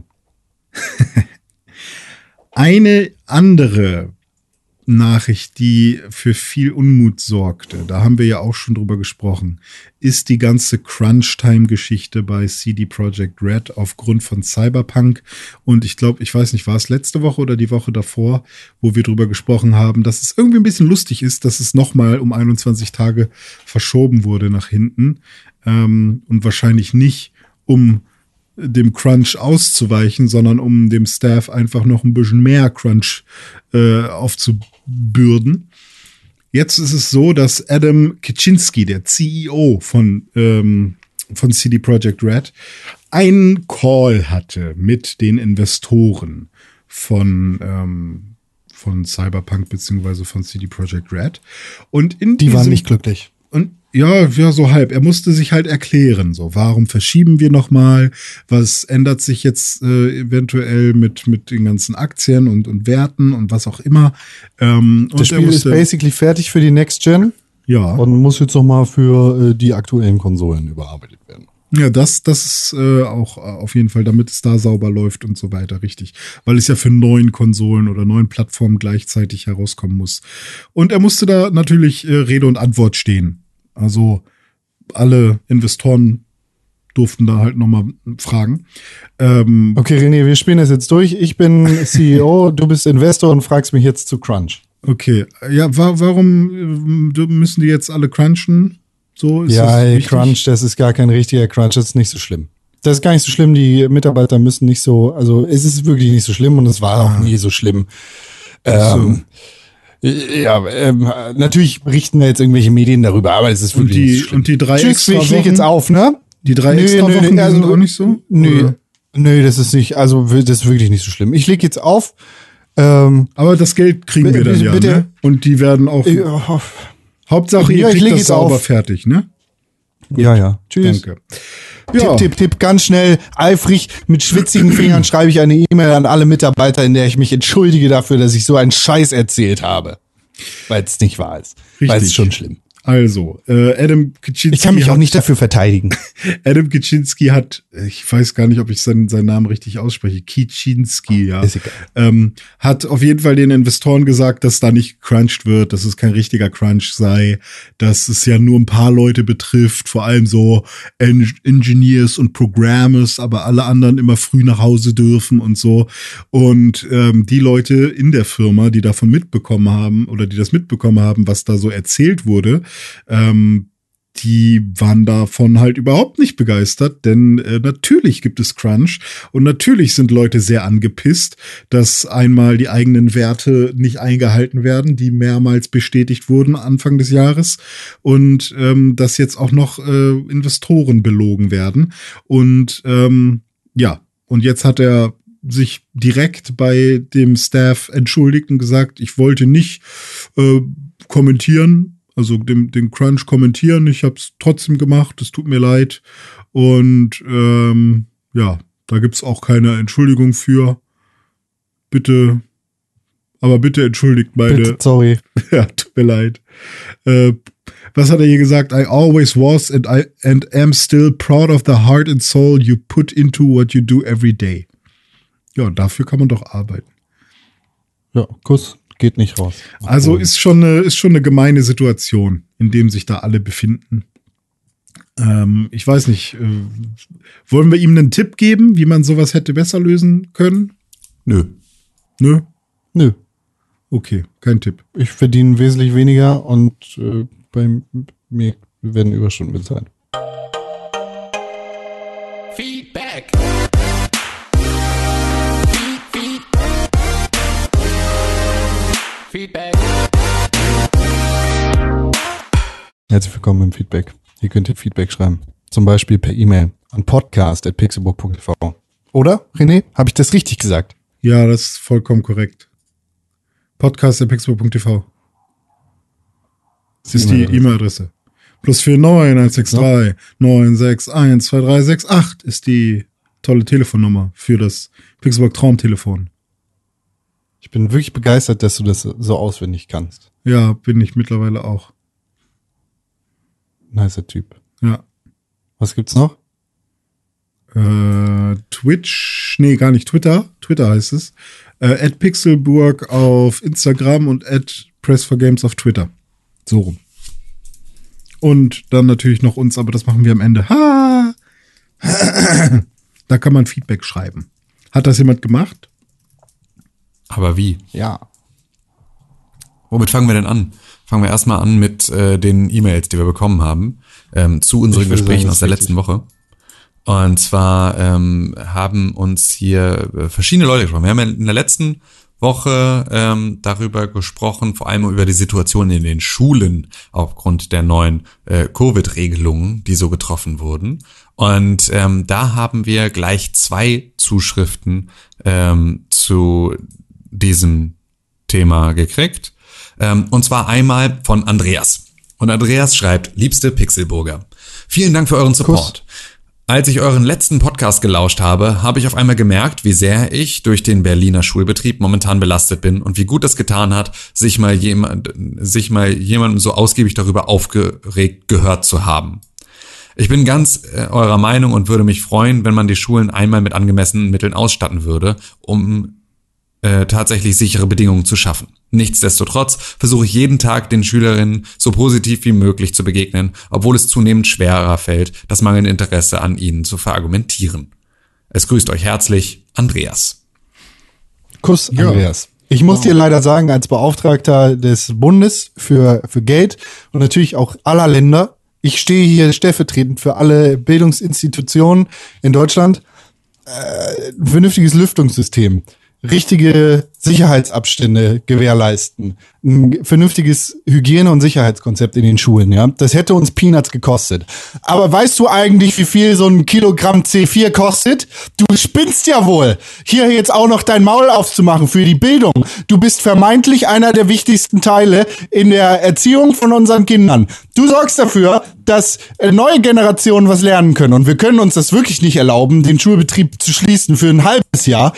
Eine andere Nachricht, die für viel Unmut sorgte, da haben wir ja auch schon drüber gesprochen, ist die ganze Crunch-Time-Geschichte bei C D Projekt Red aufgrund von Cyberpunk. Und ich glaube, ich weiß nicht, war es letzte Woche oder die Woche davor, wo wir drüber gesprochen haben, dass es irgendwie ein bisschen lustig ist, dass es nochmal um einundzwanzig Tage verschoben wurde nach hinten. Ähm, und wahrscheinlich nicht, um dem Crunch auszuweichen, sondern um dem Staff einfach noch ein bisschen mehr Crunch äh, aufzubürden. Jetzt ist es so, dass Adam Kaczynski, der C E O von, ähm, von C D Projekt Red, einen Call hatte mit den Investoren von, ähm, von Cyberpunk beziehungsweise von C D Projekt Red. Und in Die waren diesem- nicht glücklich. Und ja, ja, so halb. Er musste sich halt erklären, so, warum verschieben wir noch mal? Was ändert sich jetzt äh, eventuell mit mit den ganzen Aktien und und Werten und was auch immer? Ähm, und Das er Spiel ist musste, basically fertig für die Next Gen ja, und muss jetzt noch mal für äh, die aktuellen Konsolen überarbeitet werden. ja, das das ist äh, auch auf jeden Fall, damit es da sauber läuft und so weiter, richtig, weil es ja für neun Konsolen oder neun Plattformen gleichzeitig herauskommen muss. Und er musste da natürlich äh, Rede und Antwort stehen. Also alle Investoren durften da halt nochmal fragen. Ähm, Okay, René, wir spielen das jetzt durch. Ich bin C E O, du bist Investor und fragst mich jetzt zu Crunch. okay, ja, wa warum äh, müssen die jetzt alle crunchen? So ist ja, das ey, wichtig? Crunch, das ist gar kein richtiger Crunch, das ist nicht so schlimm. Das ist gar nicht so schlimm, die Mitarbeiter müssen nicht so, also es ist wirklich nicht so schlimm und es war auch nie so schlimm. Ähm, Ja, ähm, natürlich berichten da jetzt irgendwelche Medien darüber, aber es ist Und wirklich die- nicht so schlimm. und die drei Tschüss, extra ich leg jetzt Wochen? auf, ne? Die drei Nö, extra nö, Wochen, nö, die also- sind auch nicht so? Nö, Oder? nö, das ist nicht, also das ist wirklich nicht so schlimm. Ich leg jetzt auf. Ähm, Aber das Geld kriegen wir dann Bitte- ja, bitte- ne? Und die werden auch, äh, Hauptsache ihr ja, ich kriegt leg das jetzt sauber auf. fertig, ne? ja, ja. Tschüss. Danke. Ja, Tipp, tipp, tipp, ganz schnell, eifrig, mit schwitzigen Fingern schreibe ich eine E-Mail an alle Mitarbeiter, in der ich mich entschuldige dafür, dass ich so einen Scheiß erzählt habe. Weil es nicht wahr ist. Weil es Richtig. ist schon schlimm. also, äh, Adam Kaczynski Ich kann mich auch hat- nicht dafür verteidigen. Adam Kaczynski hat, ich weiß gar nicht, ob ich seinen, seinen Namen richtig ausspreche, Kaczynski, ja, Ist egal. ähm, hat auf jeden Fall den Investoren gesagt, dass da nicht gecrunched wird, dass es kein richtiger Crunch sei, dass es ja nur ein paar Leute betrifft, vor allem so En Engineers und Programmers, aber alle anderen immer früh nach Hause dürfen und so. Und ähm, die Leute in der Firma, die davon mitbekommen haben oder die das mitbekommen haben, was da so erzählt wurde, ähm, die waren davon halt überhaupt nicht begeistert, denn äh, natürlich gibt es Crunch und natürlich sind Leute sehr angepisst, dass einmal die eigenen Werte nicht eingehalten werden, die mehrmals bestätigt wurden Anfang des Jahres und ähm, dass jetzt auch noch äh, Investoren belogen werden. Und ähm, ja, und jetzt hat er sich direkt bei dem Staff entschuldigt und gesagt, ich wollte nicht äh, kommentieren, also den, den Crunch kommentieren. Ich habe es trotzdem gemacht. Es tut mir leid. Und ähm, ja, da gibt's auch keine Entschuldigung für. Bitte, aber bitte entschuldigt meine. Bitte, sorry. Ja, tut mir leid. Äh, was hat er hier gesagt? I always was and I and am still proud of the heart and soul you put into what you do every day. Ja, und dafür kann man doch arbeiten. Ja, Kuss geht nicht raus. Also ist schon eine, ist schon eine gemeine Situation, in dem sich da alle befinden. Ähm, ich weiß nicht, äh, wollen wir ihm einen Tipp geben, wie man sowas hätte besser lösen können? Nö. Nö? Nö, Okay, kein Tipp. ich verdiene wesentlich weniger und äh, bei mir Wir werden Überstunden bezahlen. Feedback. Feed, feed. Feedback. Herzlich willkommen im Feedback. Ihr könnt ihr Feedback schreiben. Zum Beispiel per E-Mail an podcast at pixelburg punkt t v. Oder, René? Habe ich das richtig gesagt? Ja, das ist vollkommen korrekt. podcast at pixelburg punkt t v. Das ist die E-Mail-Adresse. Plus vier neun eins sechs drei neun sechs eins zwei drei sechs acht ist die tolle Telefonnummer für das Pixelburg Traumtelefon. Ich bin wirklich begeistert, dass du das so auswendig kannst. Ja, bin ich mittlerweile auch. Nicer Typ. Ja. Was gibt's noch? Äh, Twitch, nee, gar nicht Twitter. Twitter heißt es. Äh, at Pixelburg auf Instagram und at Press for Games auf Twitter. So rum. Und dann natürlich noch uns, aber das machen wir am Ende. Ha! Da kann man Feedback schreiben. Hat das jemand gemacht? Aber wie? Ja. Womit fangen wir denn an? Fangen wir erstmal an mit äh, den E-Mails, die wir bekommen haben, ähm, zu unseren Ich würde Gesprächen sagen, aus der das ist letzten Woche. Und zwar ähm, haben uns hier äh, verschiedene Leute gesprochen. Wir haben ja in der letzten Woche ähm, darüber gesprochen, vor allem über die Situation in den Schulen aufgrund der neuen äh, Covid-Regelungen, die so getroffen wurden. Und ähm, da haben wir gleich zwei Zuschriften ähm, zu diesem Thema gekriegt. Ähm, und zwar einmal von Andreas. Und Andreas schreibt: Liebste Pixelburger, vielen Dank für euren Support. Als ich euren letzten Podcast gelauscht habe, habe ich auf einmal gemerkt, wie sehr ich durch den Berliner Schulbetrieb momentan belastet bin und wie gut es getan hat, sich mal jemand, sich mal jemandem so ausgiebig darüber aufgeregt gehört zu haben. Ich bin ganz äh, eurer Meinung und würde mich freuen, wenn man die Schulen einmal mit angemessenen Mitteln ausstatten würde, um äh, tatsächlich sichere Bedingungen zu schaffen. Nichtsdestotrotz versuche ich jeden Tag den Schülerinnen so positiv wie möglich zu begegnen, obwohl es zunehmend schwerer fällt, das mangelnde Interesse an ihnen zu verargumentieren. Es grüßt euch herzlich, Andreas. Kuss, Ja. Andreas. Ich muss dir leider sagen, als Beauftragter des Bundes für, für Geld und natürlich auch aller Länder, ich stehe hier stellvertretend für alle Bildungsinstitutionen in Deutschland, äh, ein vernünftiges Lüftungssystem, richtige Sicherheitsabstände gewährleisten, ein vernünftiges Hygiene- und Sicherheitskonzept in den Schulen, ja. Das hätte uns Peanuts gekostet. Aber weißt du eigentlich, wie viel so ein Kilogramm C vier kostet? Du spinnst ja wohl, hier jetzt auch noch dein Maul aufzumachen für die Bildung. Du bist vermeintlich einer der wichtigsten Teile in der Erziehung von unseren Kindern. Du sorgst dafür, dass neue Generationen was lernen können. Und wir können uns das wirklich nicht erlauben, den Schulbetrieb zu schließen für ein halbes Jahr.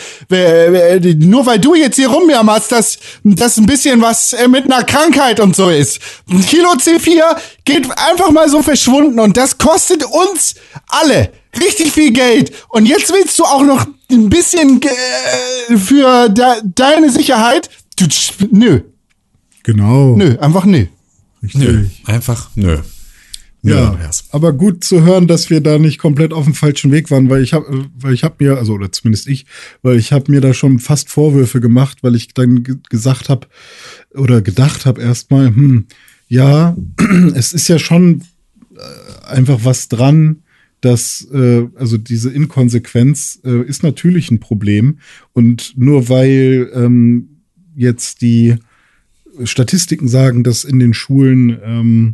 Nur weil du jetzt hier rumjammerst, dass das ein bisschen was mit einer Krankheit und so ist. Ein Kilo C vier geht einfach mal so verschwunden und das kostet uns alle richtig viel Geld. Und jetzt willst du auch noch ein bisschen äh, für de- deine Sicherheit? Du, nö, Genau. nö, einfach nö. Richtig. Nö, einfach nö. Nö, Ja, Andreas. aber gut zu hören, dass wir da nicht komplett auf dem falschen Weg waren, weil ich habe, weil ich habe mir, also oder zumindest ich, weil ich habe mir da schon fast Vorwürfe gemacht, weil ich dann ge- gesagt habe oder gedacht habe erstmal, hm, ja, es ist ja schon äh, einfach was dran, dass äh, also diese Inkonsequenz äh, ist natürlich ein Problem und nur weil ähm, jetzt die Statistiken sagen, dass in den Schulen ähm,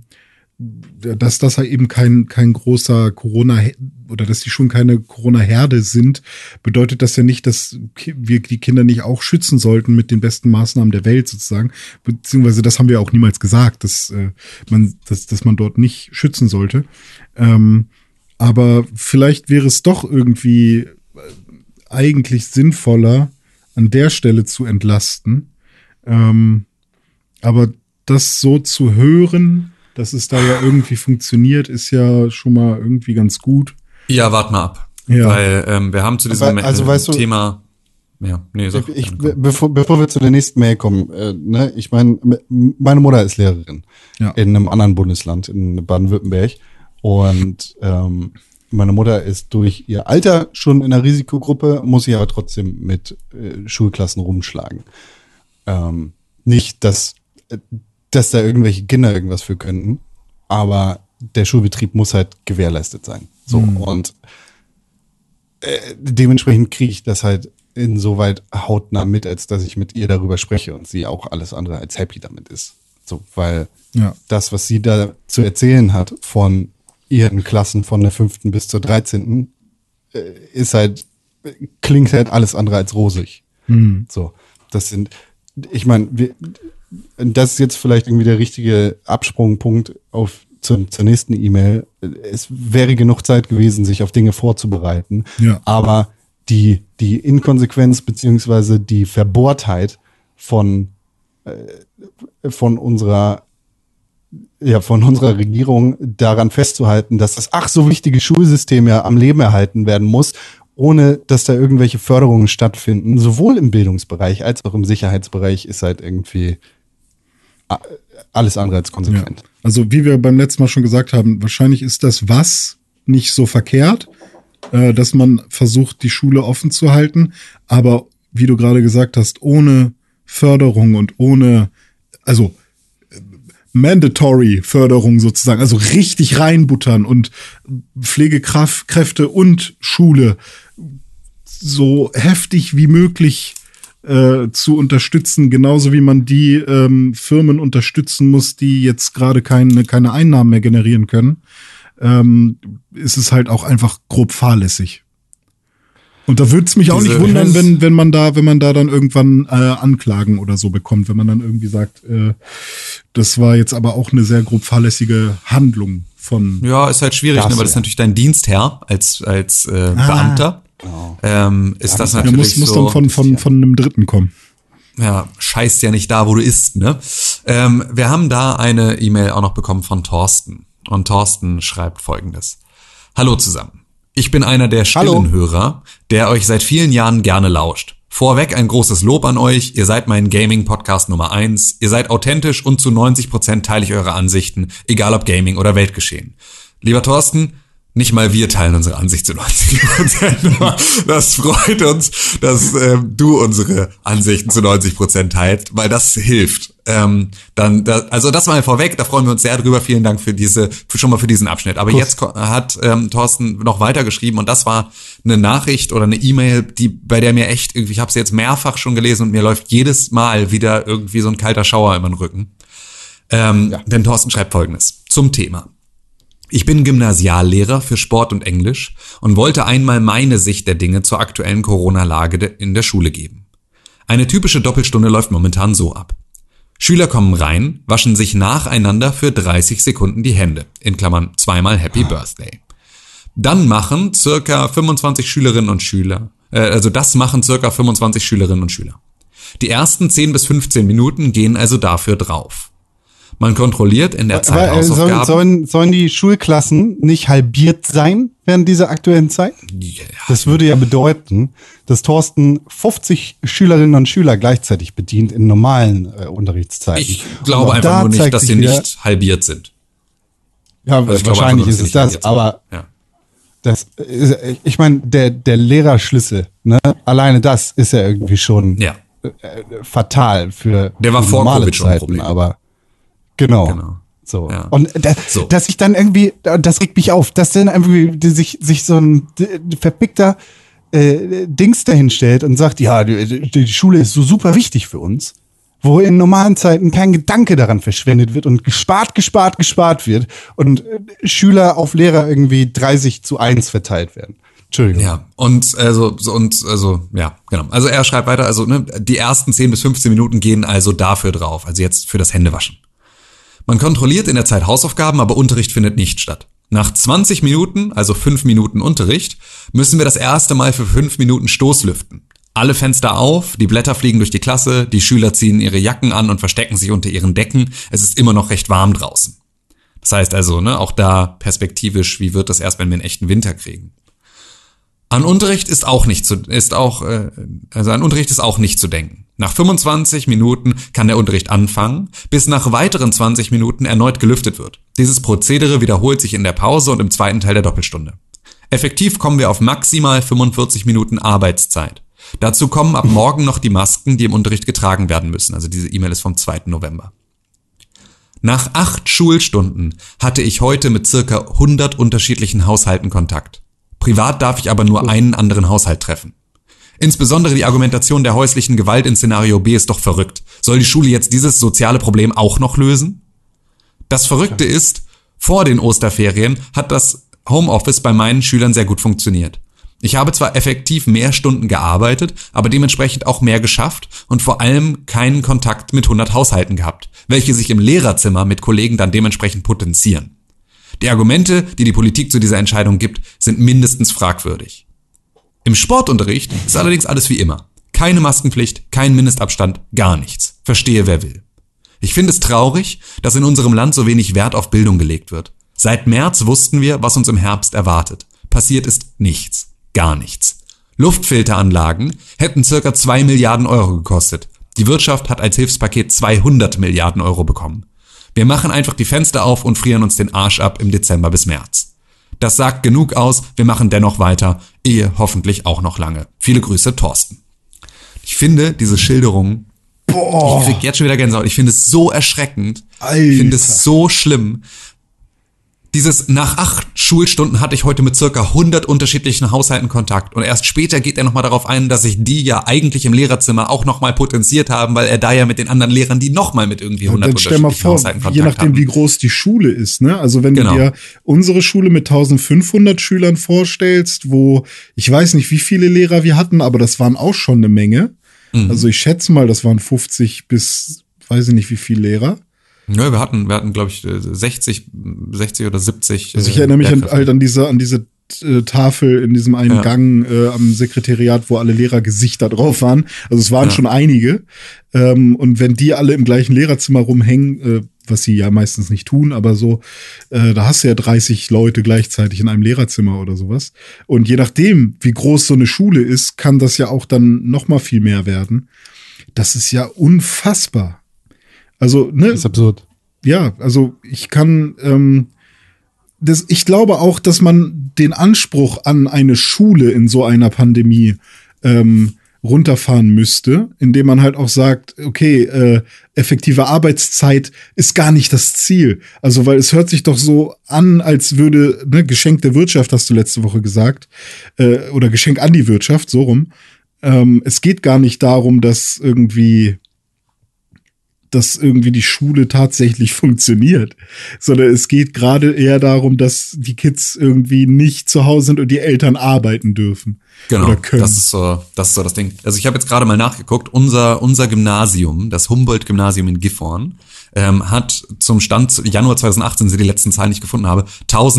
dass das halt eben kein, kein großer Corona oder dass die schon keine Corona-Herde sind, bedeutet das ja nicht, dass wir die Kinder nicht auch schützen sollten mit den besten Maßnahmen der Welt sozusagen. Beziehungsweise das haben wir auch niemals gesagt, dass äh, man, dass, dass man dort nicht schützen sollte. Ähm, aber vielleicht wäre es doch irgendwie eigentlich sinnvoller, an der Stelle zu entlasten. Ähm, aber das so zu hören, dass es da ja irgendwie funktioniert, ist ja schon mal irgendwie ganz gut. Ja, wart mal ab. Ja. Weil ähm, wir haben zu diesem Aber, also, äh, weißt du- Thema. Ja, nee, sag. Ich, gerne, komm. bevor, bevor wir zu der nächsten Mail kommen, äh, ne, ich meine, meine Mutter ist Lehrerin Ja. in einem anderen Bundesland, in Baden-Württemberg. Und ähm, meine Mutter ist durch ihr Alter schon in einer Risikogruppe, muss sich aber trotzdem mit äh, Schulklassen rumschlagen. Ähm, nicht, dass, äh, dass da irgendwelche Kinder irgendwas für könnten, aber der Schulbetrieb muss halt gewährleistet sein. So, Mhm. und äh, dementsprechend kriege ich das halt insoweit hautnah mit, als dass ich mit ihr darüber spreche und sie auch alles andere als happy damit ist. So, weil Ja. das, was sie da zu erzählen hat von ihren Klassen von der fünften bis zur dreizehnten, äh, ist halt, klingt halt alles andere als rosig. Mhm. So, das sind, ich meine, wir, das ist jetzt vielleicht irgendwie der richtige Absprungpunkt auf zur, zur nächsten E-Mail. Es wäre genug Zeit gewesen, sich auf Dinge vorzubereiten, Ja. aber die, die Inkonsequenz beziehungsweise die Verbohrtheit von, äh, von unserer ja, von unserer Regierung daran festzuhalten, dass das ach so wichtige Schulsystem ja am Leben erhalten werden muss, ohne dass da irgendwelche Förderungen stattfinden, sowohl im Bildungsbereich als auch im Sicherheitsbereich, ist halt irgendwie a- alles andere als Ja. konsequent. Also wie wir beim letzten Mal schon gesagt haben, wahrscheinlich ist das Was nicht so verkehrt, äh, dass man versucht, die Schule offen zu halten. Aber wie du gerade gesagt hast, ohne Förderung und ohne, also äh, mandatory Förderung sozusagen, also richtig reinbuttern und Pflegekräfte und Schule so heftig wie möglich äh, zu unterstützen, genauso wie man die ähm, Firmen unterstützen muss, die jetzt gerade keine, keine Einnahmen mehr generieren können, ähm, ist es halt auch einfach grob fahrlässig. Und da würde es mich auch Diese- nicht wundern, wenn, wenn man da, wenn man da dann irgendwann äh, Anklagen oder so bekommt, wenn man dann irgendwie sagt, äh, das war jetzt aber auch eine sehr grob fahrlässige Handlung von. Ja, ist halt schwierig, Das, ne, weil das ist ja. natürlich dein Dienstherr als, als äh, Beamter. Ähm, ist das Ja, natürlich muss, muss so. dann von, von, von einem Dritten kommen. Ja, scheißt ja nicht da, wo du isst, ne? Ähm, wir haben da eine E-Mail auch noch bekommen von Thorsten. Und Thorsten schreibt Folgendes. Hallo zusammen. Ich bin einer der stillen Hallo. Hörer, der euch seit vielen Jahren gerne lauscht. Vorweg ein großes Lob an euch. Ihr seid mein Gaming-Podcast Nummer eins. Ihr seid authentisch und zu neunzig Prozent teile ich eure Ansichten, egal ob Gaming oder Weltgeschehen. Lieber Thorsten, nicht mal wir teilen unsere Ansicht zu neunzig Prozent. Das freut uns, dass ähm, du unsere Ansichten zu neunzig Prozent teilst, weil das hilft. Ähm, dann, da, also das mal vorweg, da freuen wir uns sehr drüber. Vielen Dank für diese, für, schon mal für diesen Abschnitt. Aber Kuss. jetzt ko- hat ähm, Thorsten noch weiter geschrieben und das war eine Nachricht oder eine E-Mail, die bei der mir echt irgendwie, ich habe sie jetzt mehrfach schon gelesen und mir läuft jedes Mal wieder irgendwie so ein kalter Schauer über den Rücken. Ähm, Ja. Denn Thorsten schreibt Folgendes zum Thema. Ich bin Gymnasiallehrer für Sport und Englisch und wollte einmal meine Sicht der Dinge zur aktuellen Corona-Lage de- in der Schule geben. Eine typische Doppelstunde läuft momentan so ab. Schüler kommen rein, waschen sich nacheinander für dreißig Sekunden die Hände, in Klammern zweimal Happy Birthday. Dann machen circa fünfundzwanzig Schülerinnen und Schüler, äh, also das machen circa fünfundzwanzig Schülerinnen und Schüler. Die ersten zehn bis fünfzehn Minuten gehen also dafür drauf. Man kontrolliert in der Zeit Aber, äh, sollen, Hausaufgaben. sollen, sollen die Schulklassen nicht halbiert sein während dieser aktuellen Zeit? Ja, Das würde ja bedeuten, dass Thorsten fünfzig Schülerinnen und Schüler gleichzeitig bedient in normalen äh, Unterrichtszeiten. ich glaube Und auch einfach da nur nicht, zeigt dass sich sie wieder- nicht halbiert sind. Ja, Also ich glaube wahrscheinlich einfach nur, ist dass es sie nicht das, halbiert sind. aber Ja. das ist, ich meine, der, der Lehrerschlüssel, ne, alleine das ist ja irgendwie schon Ja. äh, fatal für, Der war für vor normale Covid schon ein Zeiten, Problem. aber genau. Genau. So. Ja. Und das, So. dass ich dann irgendwie, das regt mich auf, dass dann irgendwie die sich, sich so ein d- verpickter äh, Dings dahinstellt und sagt, ja, die, die Schule ist so super wichtig für uns, wo in normalen Zeiten kein Gedanke daran verschwendet wird und gespart, gespart, gespart wird und äh, Schüler auf Lehrer irgendwie dreißig zu eins verteilt werden. Entschuldigung. Ja, und also so und also ja, genau. Also er schreibt weiter, also ne, die ersten zehn bis fünfzehn Minuten gehen also dafür drauf, also jetzt für das Händewaschen. Man kontrolliert in der Zeit Hausaufgaben, aber Unterricht findet nicht statt. Nach zwanzig Minuten, also fünf Minuten Unterricht, müssen wir das erste Mal für fünf Minuten Stoßlüften. Alle Fenster auf, die Blätter fliegen durch die Klasse, die Schüler ziehen ihre Jacken an und verstecken sich unter ihren Decken. Es ist immer noch recht warm draußen. Das heißt also, ne, auch da perspektivisch, wie wird das erst, wenn wir einen echten Winter kriegen? An Unterricht ist auch nicht zu, ist auch, äh, also an Unterricht ist auch nicht zu denken. Nach fünfundzwanzig Minuten kann der Unterricht anfangen, bis nach weiteren zwanzig Minuten erneut gelüftet wird. Dieses Prozedere wiederholt sich in der Pause und im zweiten Teil der Doppelstunde. Effektiv kommen wir auf maximal fünfundvierzig Minuten Arbeitszeit. Dazu kommen ab morgen noch die Masken, die im Unterricht getragen werden müssen. Also diese E-Mail ist vom zweiten November. Nach acht Schulstunden hatte ich heute mit circa hundert unterschiedlichen Haushalten Kontakt. Privat darf ich aber nur einen anderen Haushalt treffen. Insbesondere die Argumentation der häuslichen Gewalt in Szenario B ist doch verrückt. Soll die Schule jetzt dieses soziale Problem auch noch lösen? Das Verrückte ist, vor den Osterferien hat das Homeoffice bei meinen Schülern sehr gut funktioniert. Ich habe zwar effektiv mehr Stunden gearbeitet, aber dementsprechend auch mehr geschafft und vor allem keinen Kontakt mit hundert Haushalten gehabt, welche sich im Lehrerzimmer mit Kollegen dann dementsprechend potenzieren. Die Argumente, die die Politik zu dieser Entscheidung gibt, sind mindestens fragwürdig. Im Sportunterricht ist allerdings alles wie immer. Keine Maskenpflicht, kein Mindestabstand, gar nichts. Verstehe, wer will. Ich finde es traurig, dass in unserem Land so wenig Wert auf Bildung gelegt wird. Seit März wussten wir, was uns im Herbst erwartet. Passiert ist nichts. Gar nichts. Luftfilteranlagen hätten circa zwei Milliarden Euro gekostet. Die Wirtschaft hat als Hilfspaket zweihundert Milliarden Euro bekommen. Wir machen einfach die Fenster auf und frieren uns den Arsch ab im Dezember bis März. Das sagt genug aus, wir machen dennoch weiter, ehe hoffentlich auch noch lange. Viele Grüße, Thorsten. Ich finde diese Schilderung, Boah. ich krieg jetzt schon wieder Gänsehaut, ich finde es so erschreckend, Alter. Ich finde es so schlimm. Dieses, nach acht Schulstunden hatte ich heute mit circa hundert unterschiedlichen Haushalten Kontakt und erst später geht er nochmal darauf ein, dass sich die ja eigentlich im Lehrerzimmer auch nochmal potenziert haben, weil er da ja mit den anderen Lehrern, die nochmal mit irgendwie hundert unterschiedlichen Haushalten Kontakt haben. Je nachdem, wie groß die Schule ist, ne? Also wenn genau. du dir unsere Schule mit eintausendfünfhundert Schülern vorstellst, wo ich weiß nicht, wie viele Lehrer wir hatten, aber das waren auch schon eine Menge. Mhm. Also ich schätze mal, das waren fünfzig bis, weiß ich nicht, wie viele Lehrer. Ja, wir hatten, wir hatten, glaube ich, sechzig, sechzig oder siebzig. Also ich erinnere mich an, halt an diese, an diese äh, Tafel in diesem einen ja. Gang äh, am Sekretariat, wo alle Lehrergesichter drauf waren. Also es waren ja. schon einige. Ähm, und wenn die alle im gleichen Lehrerzimmer rumhängen, äh, was sie ja meistens nicht tun, aber so, äh, da hast du ja dreißig Leute gleichzeitig in einem Lehrerzimmer oder sowas. Und je nachdem, wie groß so eine Schule ist, kann das ja auch dann noch mal viel mehr werden. Das ist ja unfassbar. Also, ne? Das ist absurd. Ja, also ich kann, ähm, das, ich glaube auch, dass man den Anspruch an eine Schule in so einer Pandemie ähm, runterfahren müsste, indem man halt auch sagt, okay, äh, effektive Arbeitszeit ist gar nicht das Ziel. Also, weil es hört sich doch so an, als würde, ne, Geschenk der Wirtschaft, hast du letzte Woche gesagt, äh, oder Geschenk an die Wirtschaft, so rum. Ähm, es geht gar nicht darum, dass irgendwie dass irgendwie die Schule tatsächlich funktioniert, sondern es geht gerade eher darum, dass die Kids irgendwie nicht zu Hause sind und die Eltern arbeiten dürfen. Genau, oder können. Das ist so, das ist so das Ding. Also ich habe jetzt gerade mal nachgeguckt, unser unser Gymnasium, das Humboldt-Gymnasium in Gifhorn, ähm, hat zum Stand Januar zweitausendachtzehn, sind die letzten Zahlen nicht gefunden habe,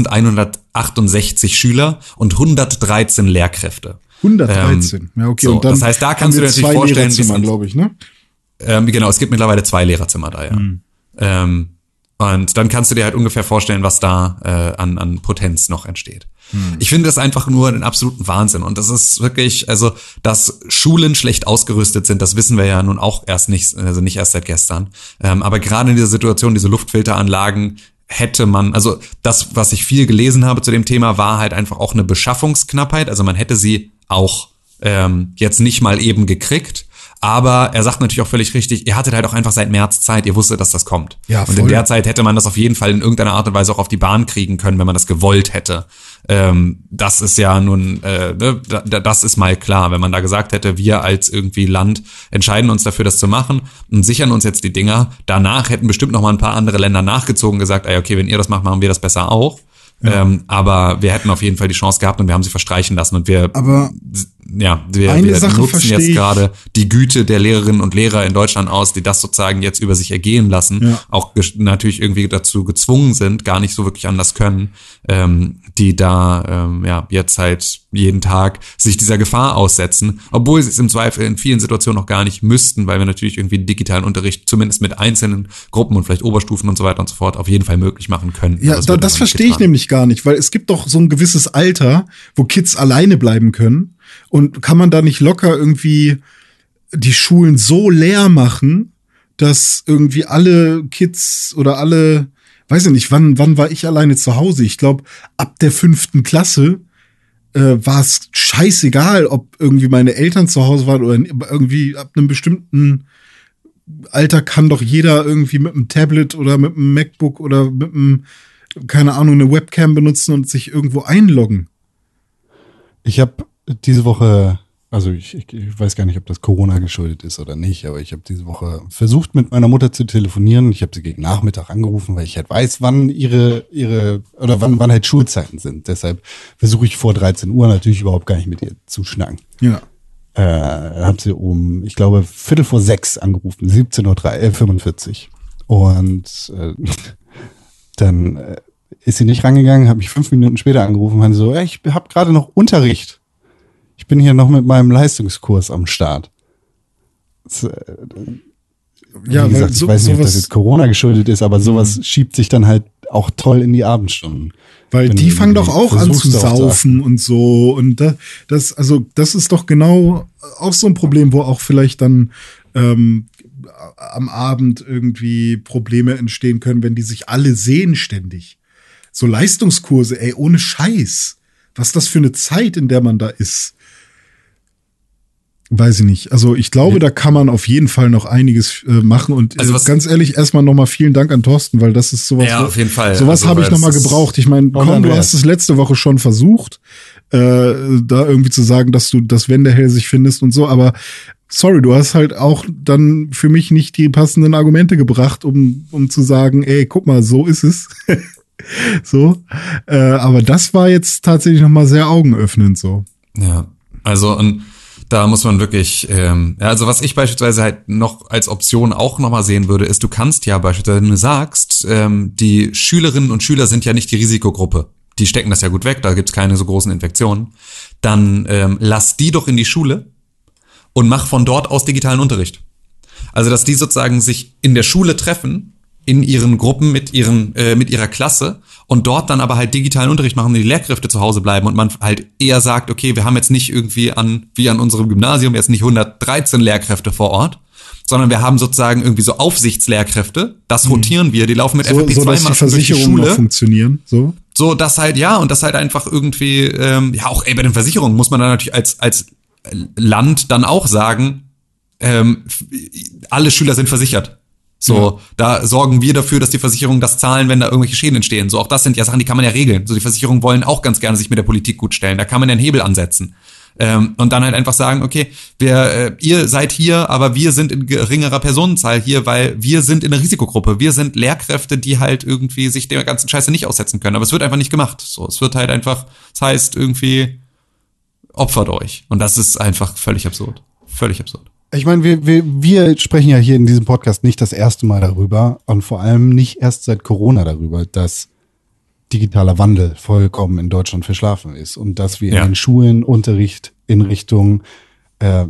eintausendeinhundertachtundsechzig Schüler und hundertdreizehn Lehrkräfte. hundertdreizehn, ähm, ja okay. So, und dann das heißt, da kannst du dir natürlich vorstellen, wie glaube ich, ne? Ähm, genau, es gibt mittlerweile zwei Lehrerzimmer da, ja. Mhm. Ähm, und dann kannst du dir halt ungefähr vorstellen, was da äh, an, an Potenz noch entsteht. Mhm. Ich finde das einfach nur einen absoluten Wahnsinn. Und das ist wirklich, also, dass Schulen schlecht ausgerüstet sind, das wissen wir ja nun auch erst nicht, also nicht erst seit gestern. Ähm, aber gerade in dieser Situation, diese Luftfilteranlagen, hätte man, also das, was ich viel gelesen habe zu dem Thema, war halt einfach auch eine Beschaffungsknappheit. Also man hätte sie auch ähm, jetzt nicht mal eben gekriegt. Aber er sagt natürlich auch völlig richtig, ihr hattet halt auch einfach seit März Zeit, ihr wusstet, dass das kommt. Ja, voll. Und in der Zeit hätte man das auf jeden Fall in irgendeiner Art und Weise auch auf die Bahn kriegen können, wenn man das gewollt hätte. Ähm, das ist ja nun, äh, das ist mal klar, wenn man da gesagt hätte, wir als irgendwie Land entscheiden uns dafür, das zu machen und sichern uns jetzt die Dinger. Danach hätten bestimmt noch mal ein paar andere Länder nachgezogen und gesagt, ey, okay, wenn ihr das macht, machen wir das besser auch. Ja. Ähm, aber wir hätten auf jeden Fall die Chance gehabt und wir haben sie verstreichen lassen und wir, aber ja, wir, eine wir Sache nutzen jetzt gerade die Güte der Lehrerinnen und Lehrer in Deutschland aus, die das sozusagen jetzt über sich ergehen lassen, ja. auch natürlich irgendwie dazu gezwungen sind, gar nicht so wirklich anders können, ähm, die da ähm, ja jetzt halt jeden Tag sich dieser Gefahr aussetzen, obwohl sie es im Zweifel in vielen Situationen noch gar nicht müssten, weil wir natürlich irgendwie den digitalen Unterricht zumindest mit einzelnen Gruppen und vielleicht Oberstufen und so weiter und so fort auf jeden Fall möglich machen können. Ja, das, da, das verstehe ich nämlich gar nicht, weil es gibt doch so ein gewisses Alter, wo Kids alleine bleiben können. Und kann man da nicht locker irgendwie die Schulen so leer machen, dass irgendwie alle Kids oder alle, weiß ich nicht, wann wann war ich alleine zu Hause? Ich glaube, ab der fünften Klasse äh, war es scheißegal, ob irgendwie meine Eltern zu Hause waren oder irgendwie ab einem bestimmten Alter, kann doch jeder irgendwie mit einem Tablet oder mit einem MacBook oder mit einem, keine Ahnung, eine Webcam benutzen und sich irgendwo einloggen. Ich habe diese Woche, also ich, ich, ich weiß gar nicht, ob das Corona geschuldet ist oder nicht, aber ich habe diese Woche versucht, mit meiner Mutter zu telefonieren. Ich habe sie gegen Nachmittag angerufen, weil ich halt weiß, wann ihre, ihre, oder wann, wann halt Schulzeiten sind. Deshalb versuche ich vor dreizehn Uhr natürlich überhaupt gar nicht mit ihr zu schnacken. Ja. Äh, habe sie um, ich glaube, Viertel vor sechs angerufen, siebzehn Uhr fünfundvierzig. Und äh, dann äh, ist sie nicht rangegangen, habe mich fünf Minuten später angerufen und meinte so, ja, ich habe gerade noch Unterricht. Ich bin hier noch mit meinem Leistungskurs am Start. Das, äh, wie Ja, gesagt, weil ich so- weiß nicht, ob sowas- das jetzt Corona geschuldet ist, aber sowas schiebt sich dann halt auch toll in die Abendstunden. Weil Wenn die du fangen doch irgendwie auch an zu versuchst, darauf zu saufen und so. Und das, das, also, das ist doch genau auch so ein Problem, wo auch vielleicht dann ähm, am Abend irgendwie Probleme entstehen können, wenn die sich alle sehen ständig. So Leistungskurse, ey, ohne Scheiß. Was ist das für eine Zeit, in der man da ist? Weiß ich nicht. Also ich glaube, ja. Da kann man auf jeden Fall noch einiges äh, machen. Und Also äh, was- ganz ehrlich, erstmal nochmal vielen Dank an Thorsten, weil das ist sowas. Ja, auf jeden Fall. Sowas Also, habe ich weil nochmal es ist- gebraucht. Ich meine, komm, du Andreas. hast es letzte Woche schon versucht, äh, da irgendwie zu sagen, dass du das Wendehälsig findest und so, aber sorry, du hast halt auch dann für mich nicht die passenden Argumente gebracht, um, um zu sagen, ey, guck mal, so ist es. So. Äh, aber das war jetzt tatsächlich nochmal sehr augenöffnend so. Ja, also und da muss man wirklich, ähm, ja, also was ich beispielsweise halt noch als Option auch nochmal sehen würde, ist, du kannst ja beispielsweise, wenn du sagst, ähm, die Schülerinnen und Schüler sind ja nicht die Risikogruppe, die stecken das ja gut weg, da gibt's keine so großen Infektionen, dann ähm, lass die doch in die Schule und mach von dort aus digitalen Unterricht. Also dass die sozusagen sich in der Schule treffen, in ihren Gruppen mit ihren äh, mit ihrer Klasse und dort dann aber halt digitalen Unterricht machen und die Lehrkräfte zu Hause bleiben und man halt eher sagt, okay, wir haben jetzt nicht irgendwie an wie an unserem Gymnasium jetzt nicht hundertdreizehn Lehrkräfte vor Ort, sondern wir haben sozusagen irgendwie so Aufsichtslehrkräfte, das rotieren wir, die laufen mit So, F F P so zwei dass die Masken durch die Versicherungen noch Schule. funktionieren. So. So, das halt, ja, und das halt einfach irgendwie, ähm, ja, auch ey, bei den Versicherungen muss man dann natürlich als als Land dann auch sagen, ähm, f- alle Schüler sind versichert. So, Ja. da sorgen wir dafür, dass die Versicherungen das zahlen, wenn da irgendwelche Schäden entstehen. So, auch das sind ja Sachen, die kann man ja regeln. So, die Versicherungen wollen auch ganz gerne sich mit der Politik gut stellen. Da kann man ja einen Hebel ansetzen. Ähm, und dann halt einfach sagen, okay, wir, äh, ihr seid hier, aber wir sind in geringerer Personenzahl hier, weil wir sind in der Risikogruppe. Wir sind Lehrkräfte, die halt irgendwie sich der ganzen Scheiße nicht aussetzen können. Aber es wird einfach nicht gemacht. So, es wird halt einfach, das heißt irgendwie, opfert euch. Und das ist einfach völlig absurd. Völlig absurd. Ich meine, wir, wir, wir sprechen ja hier in diesem Podcast nicht das erste Mal darüber und vor allem nicht erst seit Corona darüber, dass digitaler Wandel vollkommen in Deutschland verschlafen ist und dass wir Ja. in den Schulen Unterricht in Richtung äh,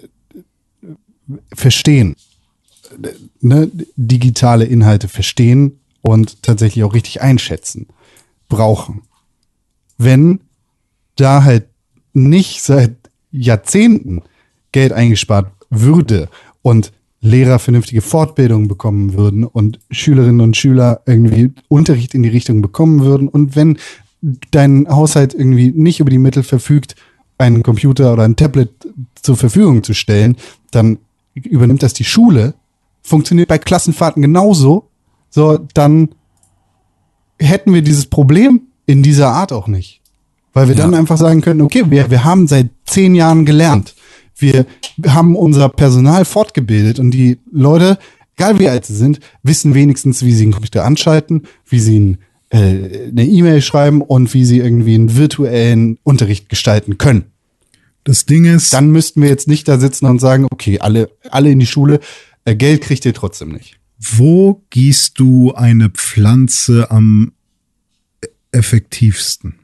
verstehen, ne, digitale Inhalte verstehen und tatsächlich auch richtig einschätzen brauchen. Wenn da halt nicht seit Jahrzehnten Geld eingespart würde und Lehrer vernünftige Fortbildungen bekommen würden und Schülerinnen und Schüler irgendwie Unterricht in die Richtung bekommen würden und wenn dein Haushalt irgendwie nicht über die Mittel verfügt, einen Computer oder ein Tablet zur Verfügung zu stellen, dann übernimmt das die Schule, funktioniert bei Klassenfahrten genauso, so, dann hätten wir dieses Problem in dieser Art auch nicht. Weil wir Ja. dann einfach sagen können, okay, wir, wir haben seit zehn Jahren gelernt. Wir haben unser Personal fortgebildet und die Leute, egal wie alt sie sind, wissen wenigstens, wie sie einen Computer anschalten, wie sie ein, äh, eine E-Mail schreiben und wie sie irgendwie einen virtuellen Unterricht gestalten können. Das Ding ist, Dann müssten wir jetzt nicht da sitzen und sagen, okay, alle, alle in die Schule, äh, Geld kriegt ihr trotzdem nicht. wo gießt du eine Pflanze am effektivsten?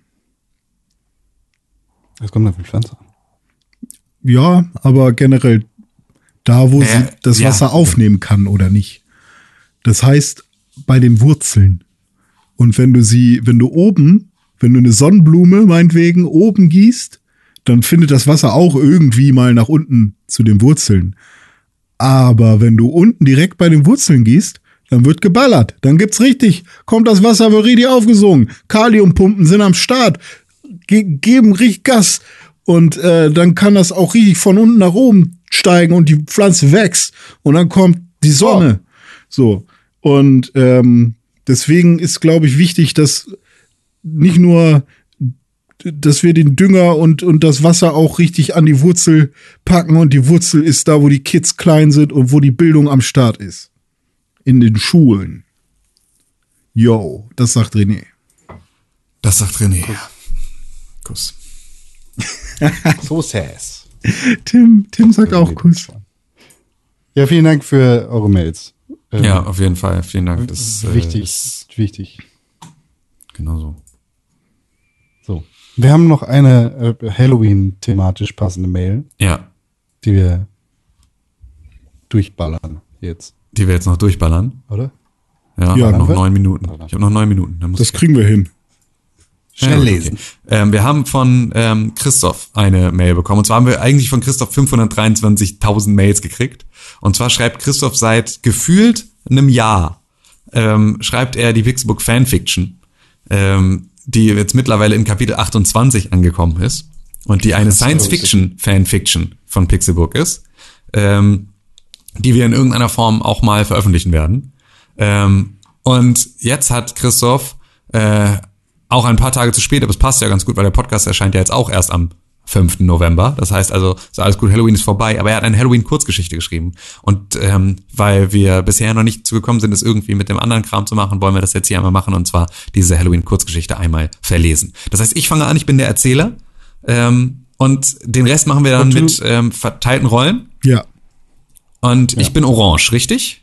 Das kommt dann für die Pflanze an. Ja, aber generell da, wo Äh, sie das ja. Wasser aufnehmen kann oder nicht. Das heißt, bei den Wurzeln. Und wenn du sie, wenn du oben, wenn du eine Sonnenblume meinetwegen oben gießt, dann findet das Wasser auch irgendwie mal nach unten zu den Wurzeln. Aber wenn du unten direkt bei den Wurzeln gießt, dann wird geballert. Dann gibt's richtig, kommt das Wasser, wird richtig aufgesogen. Kaliumpumpen sind am Start, ge geben richtig Gas. Und äh, dann kann das auch richtig von unten nach oben steigen und die Pflanze wächst. Und dann kommt Die Sonne. So. Und ähm, deswegen ist, glaube ich, wichtig, dass nicht nur, dass wir den Dünger und, und das Wasser auch richtig an die Wurzel packen. Und die Wurzel ist da, wo die Kids klein sind und wo die Bildung am Start ist. In den Schulen. Yo, das sagt René. Das sagt René. Kuss. So sass. Tim, Tim sagt auch Kuss. Ja, vielen Dank für eure Mails. Ähm, Ja, auf jeden Fall. Vielen Dank. Das ist, wichtig, Äh, ist wichtig. genau so. So. Wir haben noch eine äh, Halloween-thematisch passende Mail, Ja, die wir durchballern jetzt, die wir jetzt noch durchballern. oder? Ja, Ja, noch ne? neun Minuten. Ich habe noch neun Minuten. Dann muss Das ich kriegen wir hin. Schnell Ja, lesen. Okay. Ähm, wir haben von ähm, Christoph eine Mail bekommen. Und zwar haben wir eigentlich von Christoph fünfhundertdreiundzwanzigtausend Mails gekriegt. Und zwar schreibt Christoph seit gefühlt einem Jahr, ähm, schreibt er die Pixelbook Fanfiction, ähm, die jetzt mittlerweile in Kapitel achtundzwanzig angekommen ist. Und die eine Science-Fiction-Fanfiction von Pixelbook ist, ähm, die wir in irgendeiner Form auch mal veröffentlichen werden. Ähm, und jetzt hat Christoph äh, auch ein paar Tage zu spät, aber es passt ja ganz gut, weil der Podcast erscheint ja jetzt auch erst am fünften November. Das heißt also, ist alles gut, Halloween ist vorbei, aber er hat eine Halloween-Kurzgeschichte geschrieben. Und ähm, weil wir bisher noch nicht zugekommen sind, es irgendwie mit dem anderen Kram zu machen, wollen wir das jetzt hier einmal machen, und zwar diese Halloween-Kurzgeschichte einmal verlesen. Das heißt, ich fange an, ich bin der Erzähler, ähm, und den Rest machen wir dann Und du- mit ähm, verteilten Rollen. Ja. Und ich bin orange, richtig?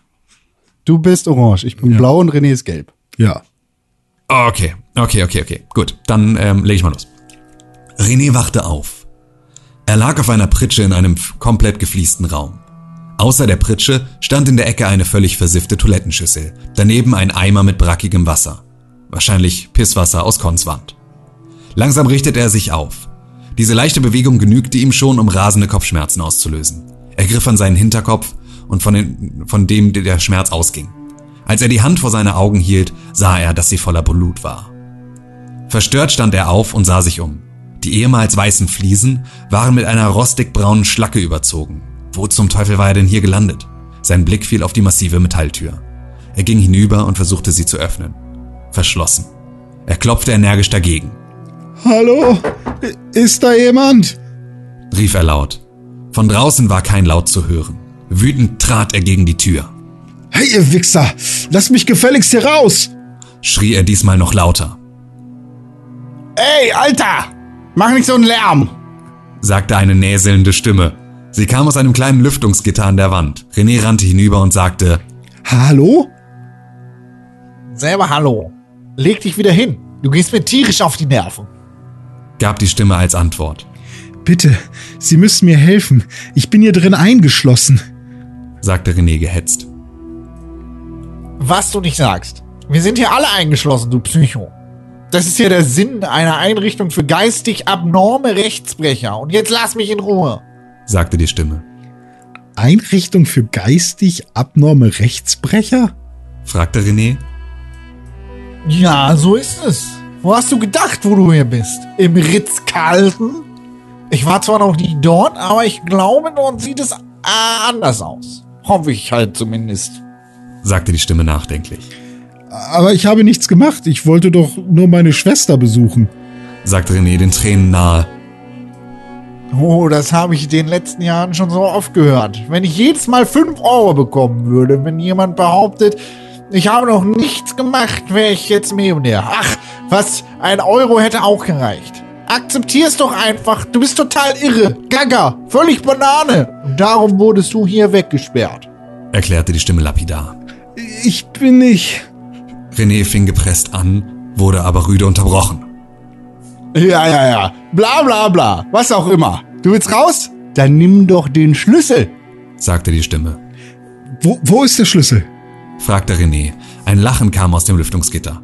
Du bist orange, ich bin Ja. blau und René ist gelb. Ja. Okay, okay, okay, okay. Gut, dann ähm, lege ich mal los. René wachte auf. Er lag auf einer Pritsche in einem f- komplett gefliesten Raum. Außer der Pritsche stand in der Ecke eine völlig versiffte Toilettenschüssel, daneben ein Eimer mit brackigem Wasser. Wahrscheinlich Pisswasser aus Cons Wand. Langsam richtete er sich auf. Diese leichte Bewegung genügte ihm schon, um rasende Kopfschmerzen auszulösen. Er griff an seinen Hinterkopf und von, den, von dem der Schmerz ausging. Als er die Hand vor seine Augen hielt, sah er, dass sie voller Blut war. Verstört stand er auf und sah sich um. Die ehemals weißen Fliesen waren mit einer rostig braunen Schlacke überzogen. Wo zum Teufel war er denn hier gelandet? Sein Blick fiel auf die massive Metalltür. Er ging hinüber und versuchte sie zu öffnen. Verschlossen. Er klopfte energisch dagegen. Hallo? Ist da jemand? Rief er laut. Von draußen war kein Laut zu hören. Wütend trat er gegen die Tür. Hey, ihr Wichser! Lasst mich gefälligst hier raus! Schrie er diesmal noch lauter. Ey, Alter! Mach nicht so einen Lärm! Sagte eine näselnde Stimme. Sie kam aus einem kleinen Lüftungsgitter an der Wand. René rannte hinüber und sagte, Hallo? Selber hallo. Leg dich wieder hin. Du gehst mir tierisch auf die Nerven. gab die Stimme als Antwort. Bitte, Sie müssen mir helfen. Ich bin hier drin eingeschlossen. Sagte René gehetzt. Was du nicht sagst. Wir sind hier alle eingeschlossen, du Psycho. Das ist ja der Sinn einer Einrichtung für geistig abnorme Rechtsbrecher. Und jetzt lass mich in Ruhe. Sagte die Stimme. Einrichtung für geistig abnorme Rechtsbrecher? Fragte René. Ja, so ist es. Wo hast du gedacht, wo du hier bist? Im Ritz-Carlton? Ich war zwar noch nie dort, aber ich glaube, dort sieht es äh, anders aus. Hoffe ich halt zumindest. Sagte die Stimme nachdenklich. Aber ich habe nichts gemacht. Ich wollte doch nur meine Schwester besuchen. Sagte René den Tränen nahe. Oh, das habe ich in den letzten Jahren schon so oft gehört. Wenn ich jedes Mal fünf Euro bekommen würde, wenn jemand behauptet, ich habe noch nichts gemacht, wäre ich jetzt Millionär. Ach, was, ein Euro hätte auch gereicht. Akzeptier's doch einfach, du bist total irre, gaga, völlig Banane. Und darum wurdest du hier weggesperrt. Erklärte die Stimme lapidar. Ich bin nicht... René fing gepresst an, wurde aber rüde unterbrochen. Ja, ja, ja. Bla, bla, bla. Was auch immer. Du willst raus? Dann nimm doch den Schlüssel. Sagte die Stimme. Wo, wo ist der Schlüssel? Fragte René. Ein Lachen kam aus dem Lüftungsgitter.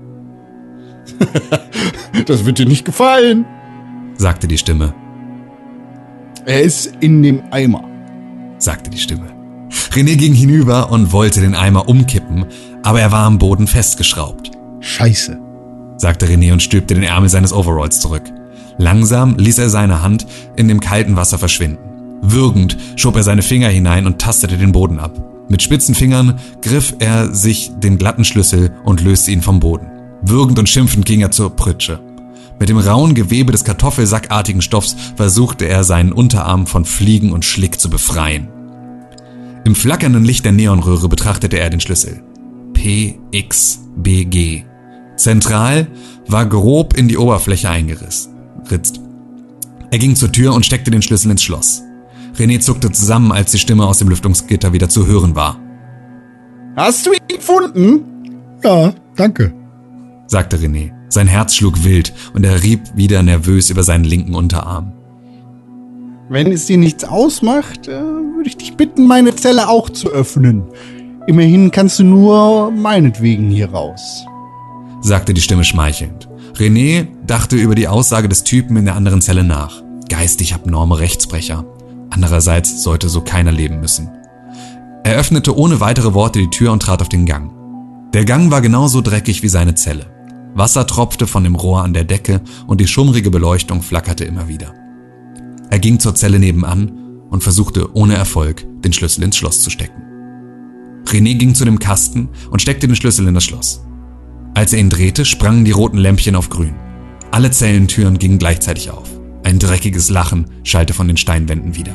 Das wird dir nicht gefallen. Sagte die Stimme. Er ist in dem Eimer. Sagte die Stimme. René ging hinüber und wollte den Eimer umkippen, aber er war am Boden festgeschraubt. Scheiße. Sagte René und stülpte den Ärmel seines Overalls zurück. Langsam ließ er seine Hand in dem kalten Wasser verschwinden. Würgend schob er seine Finger hinein und tastete den Boden ab. Mit spitzen Fingern griff er sich den glatten Schlüssel und löste ihn vom Boden. Würgend und schimpfend ging er zur Pritsche. Mit dem rauen Gewebe des kartoffelsackartigen Stoffs versuchte er, seinen Unterarm von Fliegen und Schlick zu befreien. Im flackernden Licht der Neonröhre betrachtete er den Schlüssel. P X B G. Zentral war grob in die Oberfläche eingeritzt. Er ging zur Tür und steckte den Schlüssel ins Schloss. René zuckte zusammen, als die Stimme aus dem Lüftungsgitter wieder zu hören war. Hast du ihn gefunden? Ja, danke, sagte René. Sein Herz schlug wild und er rieb wieder nervös über seinen linken Unterarm. Wenn es dir nichts ausmacht, äh, würde ich dich bitten, meine Zelle auch zu öffnen. Immerhin kannst du nur meinetwegen hier raus, sagte die Stimme schmeichelnd. René dachte über die Aussage des Typen in der anderen Zelle nach. Geistig abnorme Rechtsbrecher. Andererseits sollte so keiner leben müssen. Er öffnete ohne weitere Worte die Tür und trat auf den Gang. Der Gang war genauso dreckig wie seine Zelle. Wasser tropfte von dem Rohr an der Decke und die schummrige Beleuchtung flackerte immer wieder. Er ging zur Zelle nebenan und versuchte ohne Erfolg, den Schlüssel ins Schloss zu stecken. René ging zu dem Kasten und steckte den Schlüssel in das Schloss. Als er ihn drehte, sprangen die roten Lämpchen auf grün. Alle Zellentüren gingen gleichzeitig auf. Ein dreckiges Lachen schallte von den Steinwänden wieder.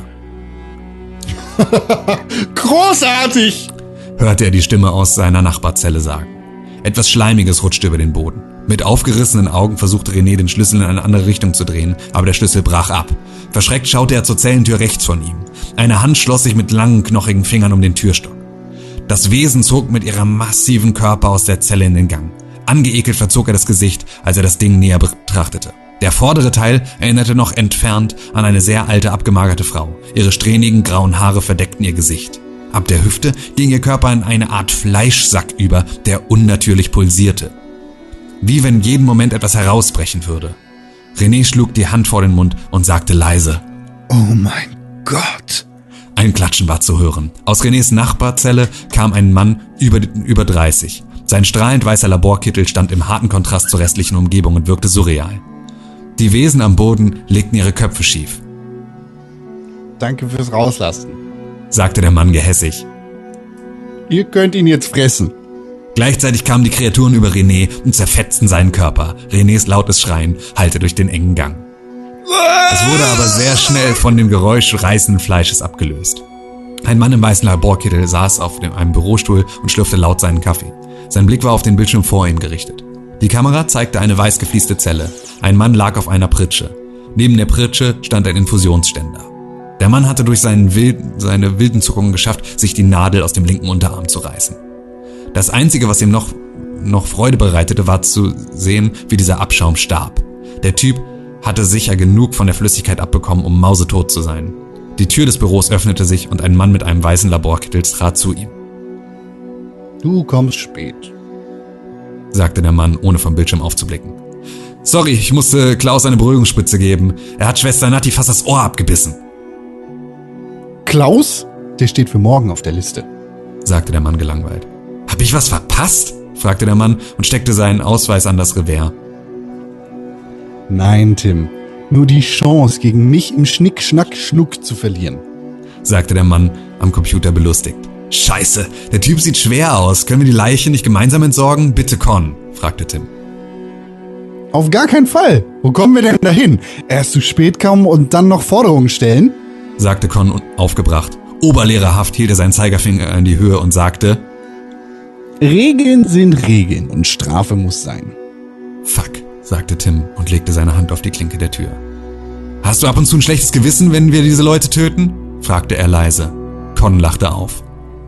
Großartig! Hörte er die Stimme aus seiner Nachbarzelle sagen. Etwas Schleimiges rutschte über den Boden. Mit aufgerissenen Augen versuchte René, den Schlüssel in eine andere Richtung zu drehen, aber der Schlüssel brach ab. Verschreckt schaute er zur Zellentür rechts von ihm. Eine Hand schloss sich mit langen, knochigen Fingern um den Türstock. Das Wesen zog mit ihrem massiven Körper aus der Zelle in den Gang. Angeekelt verzog er das Gesicht, als er das Ding näher betrachtete. Der vordere Teil erinnerte noch entfernt an eine sehr alte, abgemagerte Frau. Ihre strähnigen, grauen Haare verdeckten ihr Gesicht. Ab der Hüfte ging ihr Körper in eine Art Fleischsack über, der unnatürlich pulsierte. Wie wenn jeden Moment etwas herausbrechen würde. René schlug die Hand vor den Mund und sagte leise: Oh mein Gott. Ein Klatschen war zu hören. Aus Renés Nachbarzelle kam ein Mann über, über dreißig. Sein strahlend weißer Laborkittel stand im harten Kontrast zur restlichen Umgebung und wirkte surreal. Die Wesen am Boden legten ihre Köpfe schief. Danke fürs Rauslassen, sagte der Mann gehässig. Ihr könnt ihn jetzt fressen. Gleichzeitig kamen die Kreaturen über René und zerfetzten seinen Körper. Renés lautes Schreien hallte durch den engen Gang. Es wurde aber sehr schnell von dem Geräusch reißenden Fleisches abgelöst. Ein Mann im weißen Laborkittel saß auf einem Bürostuhl und schlürfte laut seinen Kaffee. Sein Blick war auf den Bildschirm vor ihm gerichtet. Die Kamera zeigte eine weiß geflieste Zelle. Ein Mann lag auf einer Pritsche. Neben der Pritsche stand ein Infusionsständer. Der Mann hatte durch seinen wilden, seine wilden Zuckungen geschafft, sich die Nadel aus dem linken Unterarm zu reißen. Das Einzige, was ihm noch, noch Freude bereitete, war zu sehen, wie dieser Abschaum starb. Der Typ hatte sicher genug von der Flüssigkeit abbekommen, um mausetot zu sein. Die Tür des Büros öffnete sich und ein Mann mit einem weißen Laborkittel trat zu ihm. Du kommst spät, sagte der Mann, ohne vom Bildschirm aufzublicken. Sorry, ich musste Klaus eine Beruhigungsspritze geben. Er hat Schwester Natti fast das Ohr abgebissen. Klaus? Der steht für morgen auf der Liste, sagte der Mann gelangweilt. Hab ich was verpasst? Fragte der Mann und steckte seinen Ausweis an das Revers. Nein, Tim. Nur die Chance, gegen mich im Schnick-Schnack-Schnuck zu verlieren, sagte der Mann am Computer belustigt. Scheiße, der Typ sieht schwer aus. Können wir die Leiche nicht gemeinsam entsorgen? Bitte, Con, fragte Tim. Auf gar keinen Fall. Wo kommen wir denn dahin? Erst zu spät kommen und dann noch Forderungen stellen? Sagte Con aufgebracht. Oberlehrerhaft hielt er seinen Zeigefinger in die Höhe und sagte: Regeln sind Regeln und Strafe muss sein. Fuck, sagte Tim und legte seine Hand auf die Klinke der Tür. Hast du ab und zu ein schlechtes Gewissen, wenn wir diese Leute töten? Fragte er leise. Con lachte auf.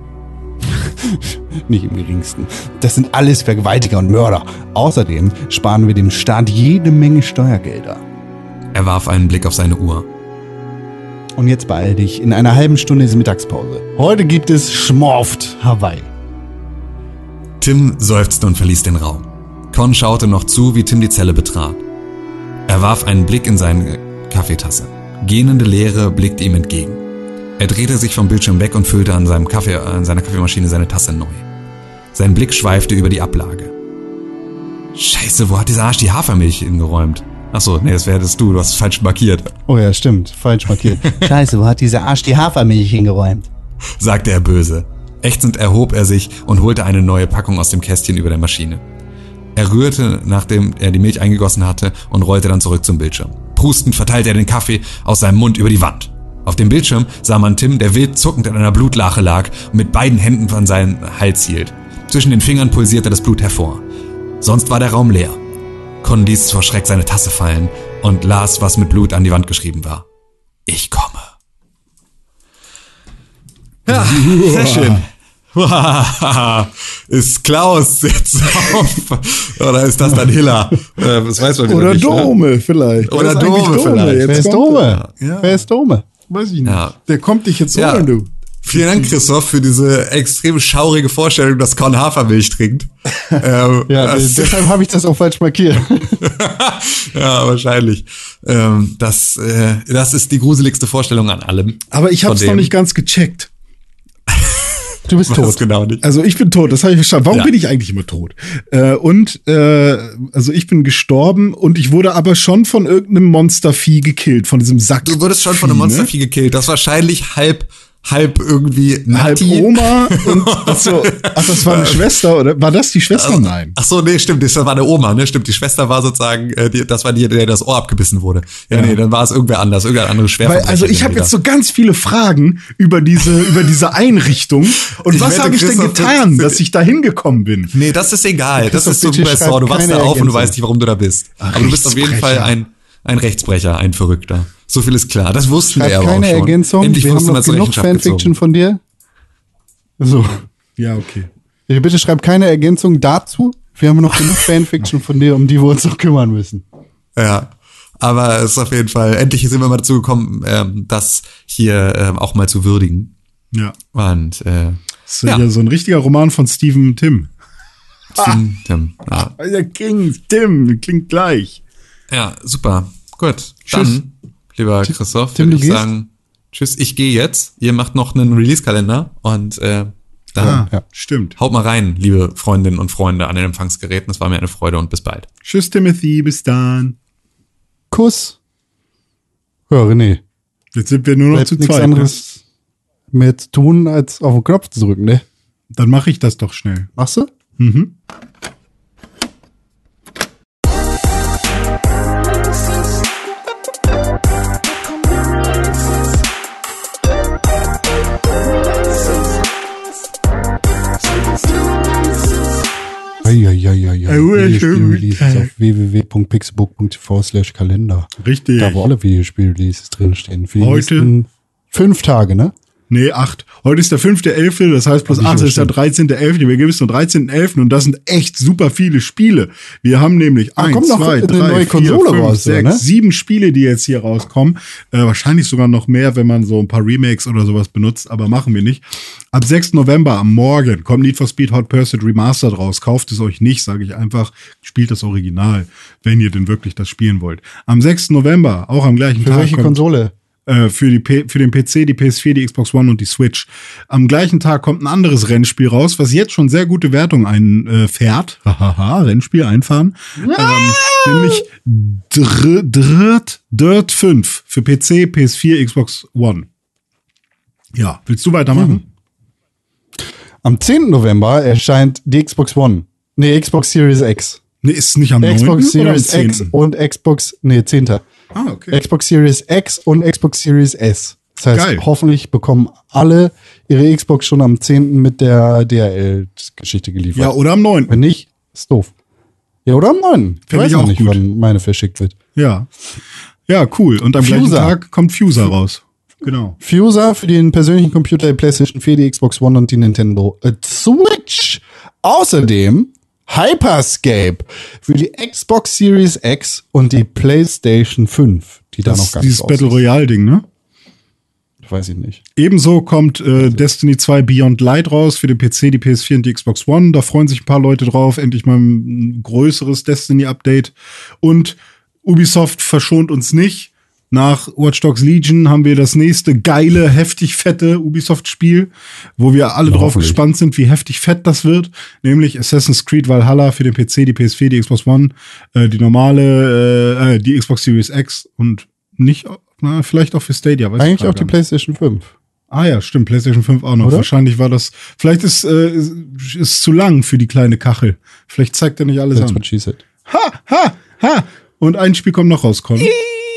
Nicht im geringsten. Das sind alles Vergewaltiger und Mörder. Außerdem sparen wir dem Staat jede Menge Steuergelder. Er warf einen Blick auf seine Uhr. Und jetzt beeil dich, in einer halben Stunde ist Mittagspause. Heute gibt es Schmorft Hawaii. Tim seufzte und verließ den Raum. Con schaute noch zu, wie Tim die Zelle betrat. Er warf einen Blick in seine Kaffeetasse. Gähnende Leere blickte ihm entgegen. Er drehte sich vom Bildschirm weg und füllte an, seinem Kaffee, an seiner Kaffeemaschine seine Tasse neu. Sein Blick schweifte über die Ablage. Scheiße, wo hat dieser Arsch die Hafermilch hingeräumt? Achso, nee, das wärst du, du hast es falsch markiert. Oh ja, stimmt, falsch markiert. Scheiße, wo hat dieser Arsch die Hafermilch hingeräumt? Sagte er böse. Ächzend erhob er sich und holte eine neue Packung aus dem Kästchen über der Maschine. Er rührte, nachdem er die Milch eingegossen hatte, und rollte dann zurück zum Bildschirm. Prustend verteilte er den Kaffee aus seinem Mund über die Wand. Auf dem Bildschirm sah man Tim, der wild zuckend in einer Blutlache lag und mit beiden Händen an seinen Hals hielt. Zwischen den Fingern pulsierte das Blut hervor. Sonst war der Raum leer. Con ließ vor Schreck seine Tasse fallen und las, was mit Blut an die Wand geschrieben war. Ich komme. Ja, sehr schön. Ist Klaus jetzt auf? Oder ist das dann Hiller? Äh, das weiß man wieder Oder nicht, Dome ne? vielleicht. Oder Wer ist eigentlich Dome vielleicht. Jetzt Wer ist kommt Dome? er. Ja. Wer ist Dome? Weiß ich nicht. Ja. Der kommt dich jetzt Ja. holen, du. Vielen Dank, Christoph, für diese extrem schaurige Vorstellung, dass Con Hafermilch trinkt. ähm, Ja, das, deshalb habe ich das auch falsch markiert. ja, wahrscheinlich. Ähm, das, äh, das ist die gruseligste Vorstellung an allem. Aber ich Von hab's noch dem. nicht ganz gecheckt. Du bist Was tot. genau nicht. Also ich bin tot, das habe ich verstanden. Warum Ja. bin ich eigentlich immer tot? Äh, und äh, also ich bin gestorben und ich wurde aber schon von irgendeinem Monstervieh gekillt, von diesem Sack. Du wurdest schon von einem ne? Monstervieh gekillt. Das wahrscheinlich halb, halb irgendwie Halb Natti. Oma und ach so, ach, das war eine Schwester, oder? War das die Schwester? Nein. Ach so, nee, stimmt, das war eine Oma, ne, stimmt, die Schwester war sozusagen, äh, die, das war die, der das Ohr abgebissen wurde. Ja, nee, dann war es irgendwer anders, irgendein anderes Weil, Schwerverbrecher. also ich habe jetzt so ganz viele Fragen über diese über diese Einrichtung und Ich was wette, habe ich denn Christoph, getan, das- dass ich da hingekommen bin? Nee, das ist egal, das Christoph, ist so wie bitte bei schreib Saw, du wachst keine da auf und du Ergänzung. weißt nicht, warum du da bist. Ah, Aber du bist auf jeden Rechtssprecher. Fall ein, ein Rechtsbrecher, ein Verrückter. So viel ist klar, das wussten wir Schreib aber auch keine schon. Ergänzung. Endlich Wir haben wussten wir noch zur genug Rechenschaft Fanfiction gezogen. von dir. So. Ja, okay. Bitte schreib keine Ergänzung dazu. Wir haben noch genug Fanfiction von dir, um die wir uns noch kümmern müssen. Ja, aber es ist auf jeden Fall, endlich sind wir mal dazu gekommen, ähm, das hier ähm, auch mal zu würdigen. Ja. Und äh, Das ist ja, Ja. hier so ein richtiger Roman von Stephen Tim. Tim, Tim, ja. Der King, Tim, klingt gleich. Ja, super. Gut. Tschüss. Dann, lieber Christoph, Tim, würde du ich gehst? sagen, tschüss, ich gehe jetzt. Ihr macht noch einen Release-Kalender und äh, dann Ah, ja. stimmt. haut mal rein, liebe Freundinnen und Freunde an den Empfangsgeräten. Es war mir eine Freude und bis bald. Tschüss, Timothy, bis dann. Kuss. Ja, René. Jetzt sind wir nur noch Bleibt zu nichts zweit. Ne? anderes mehr zu tun, als auf den Knopf zu drücken, ne? Dann mache ich das doch schnell. Machst du? Mhm. Eieieiei. Oh, Videospiel-Releases auf w w w punkt pixelbook punkt t v slash Kalender. Richtig. Da wo alle Videospiel-Releases drinstehen. Für die Heute- nächsten fünf Tage, ne? Nee, acht. Heute ist der fünfte elfte, das heißt plus Hab ich acht ist der überstimmt. dreizehnte elfte. Wir geben es zum dreizehnten elften und das sind echt super viele Spiele. Wir haben nämlich Ah, eins, kommt noch zwei, eine drei, neue vier, Konsole fünf, raus, so, sechs, ne? sieben Spiele, die jetzt hier rauskommen. Äh, wahrscheinlich sogar noch mehr, wenn man so ein paar Remakes oder sowas benutzt, aber machen wir nicht. Ab sechsten November am Morgen kommt Need for Speed Hot Pursuit Remastered raus. Kauft es euch nicht, sage ich einfach. Spielt das Original, wenn ihr denn wirklich das spielen wollt. Am sechsten November, auch am gleichen Für Tag, welche kommt Konsole? äh, für, die P für den P C, die P S vier, die Xbox One und die Switch. Am gleichen Tag kommt ein anderes Rennspiel raus, was jetzt schon sehr gute Wertung einfährt. Hahaha, Rennspiel einfahren. Ähm, nämlich Dr Dirt, Dirt fünf für P C, P S vier, Xbox One. Ja, willst du weitermachen? Am zehnten November erscheint die Xbox One. Nee, Xbox Series X. Nee, ist es nicht am neunten Xbox oder am Series X zehnten? und Xbox, nee, zehnter Ah, okay. Xbox Series X und Xbox Series S. Das heißt, Geil. hoffentlich bekommen alle ihre Xbox schon am zehnten mit der D H L-Geschichte geliefert. Ja, oder am neunten. Wenn nicht, ist doof. Ja, oder am neunten Ich Fänd weiß ich noch auch nicht, gut. wann meine verschickt wird. Ja. Ja, cool. Und am gleichen Fuser. Tag kommt Fuser raus. Genau. Fuser für den persönlichen Computer, die PlayStation vier, die Xbox One und die Nintendo äh, Switch. Außerdem Hyperscape für die Xbox Series X und die PlayStation fünf, die da Das noch ist gar dieses nicht Battle raus ist. Royale-Ding, ne? Weiß ich nicht. Ebenso kommt äh, Destiny zwei Beyond Light raus für den P C, die P S vier und die Xbox One. Da freuen sich ein paar Leute drauf. Endlich mal ein größeres Destiny-Update. Und Ubisoft verschont uns nicht. Nach Watch Dogs Legion haben wir das nächste geile, heftig fette Ubisoft-Spiel, wo wir alle drauf Hoffentlich. gespannt sind, wie heftig fett das wird. Nämlich Assassin's Creed Valhalla für den P C, die P S vier, die Xbox One, äh, die normale, äh, die Xbox Series X und nicht, na, vielleicht auch für Stadia. Weiß ich Eigentlich gerade auch die gar nicht. PlayStation fünf. Ah ja, stimmt, PlayStation fünf auch noch. Oder? Wahrscheinlich war das, vielleicht ist äh, ist, ist zu lang für die kleine Kachel. Vielleicht zeigt er nicht alles That's an. what she said. Ha, ha, ha. Und ein Spiel kommt noch raus, Con.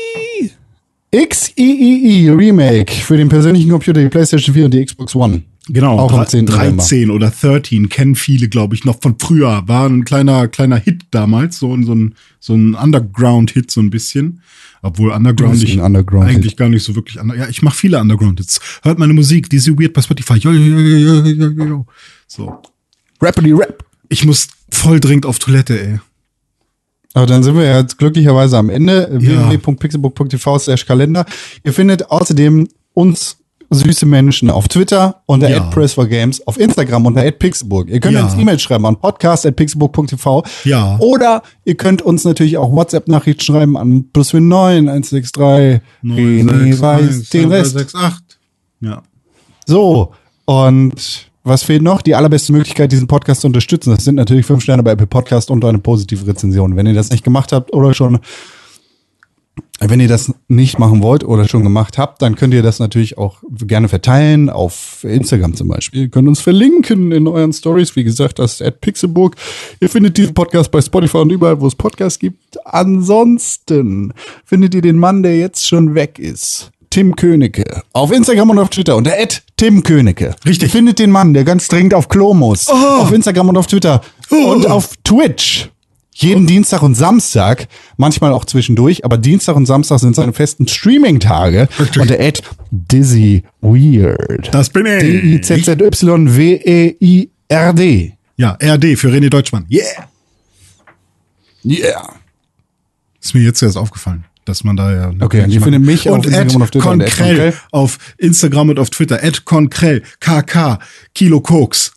X I I I Remake für den persönlichen Computer, die PlayStation vier und die Xbox One. Genau, Auch am zehnten November. dreizehn oder dreizehn kennen viele, glaube ich, noch von früher. War ein kleiner kleiner Hit damals, so, so ein so ein Underground-Hit so ein bisschen. Obwohl Underground bist ich ein Underground-Hit. eigentlich gar nicht so wirklich. Under ja, ich mache viele Underground-Hits. Hört meine Musik, die ist so weird bei Spotify. Jo, jo, jo, jo, jo, jo, jo. So. Rappity Rap. Ich muss voll dringend auf Toilette, ey. Aber dann sind wir ja jetzt glücklicherweise am Ende. Ja. w w w punkt pixelbook punkt t v slash Kalender. Ihr findet außerdem uns süße Menschen auf Twitter unter Ja. at press for games, auf Instagram unter at pixelbook. Ihr könnt Ja. uns E-Mail schreiben an podcast at pixelbook punkt t v. Ja. Oder ihr könnt uns natürlich auch WhatsApp-Nachrichten schreiben an plus vier neun eins sechs drei. René weiß den Rest. sechs acht. Ja. So, und was fehlt noch? Die allerbeste Möglichkeit, diesen Podcast zu unterstützen. Das sind natürlich fünf Sterne bei Apple Podcast und eine positive Rezension. Wenn ihr das nicht gemacht habt oder schon, wenn ihr das nicht machen wollt oder schon gemacht habt, dann könnt ihr das natürlich auch gerne verteilen auf Instagram zum Beispiel. Ihr könnt uns verlinken in euren Stories. Wie gesagt, das ist at Pixelburg. Ihr findet diesen Podcast bei Spotify und überall, wo es Podcasts gibt. Ansonsten findet ihr den Mann, der jetzt schon weg ist. Tim Königke. Auf Instagram und auf Twitter unter at Tim Königke. Richtig. Ihr findet den Mann, der ganz dringend auf Klo muss. Oh. Auf Instagram und auf Twitter. Und auf Twitch. Jeden Dienstag und Samstag, manchmal auch zwischendurch, aber Dienstag und Samstag sind seine festen Streaming-Tage. Unter at Dizzy Weird. Das bin ich. D I Z Z Y W E I R D. Ja, R D für René Deutschmann. Yeah. Yeah. Ist mir jetzt erst aufgefallen, dass man da ja. Okay, und ihr findet mich auf und Instagram und auf Twitter unter Konkrell Konkrell. auf Instagram und auf Twitter. At Konkrell. K K. Kilo Koks.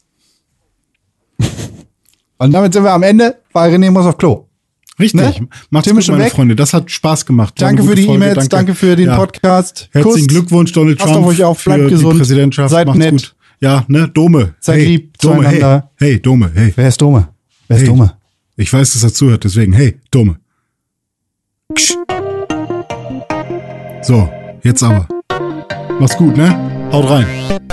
Und damit sind wir am Ende, weil René muss auf Klo. Richtig. Ne? Macht's Tim ist gut, schon meine weg. Freunde. Das hat Spaß gemacht. War Danke eine für gute die Folge. E-Mails, danke für den Ja. Podcast. Herzlichen Kuss. Glückwunsch, Donald Passt Trump, auf euch auf, bleibt für gesund, die Präsidentschaft. seid Macht's nett. gut. Ja, ne, Dome. Seid hey, lieb Dome, hey. zueinander. Hey, Dome, hey. Wer ist Dome? Wer ist Hey. Dome? Ich weiß, dass er zuhört, deswegen, hey, Dome. Ksch. So, jetzt aber. Mach's gut, ne? Haut rein.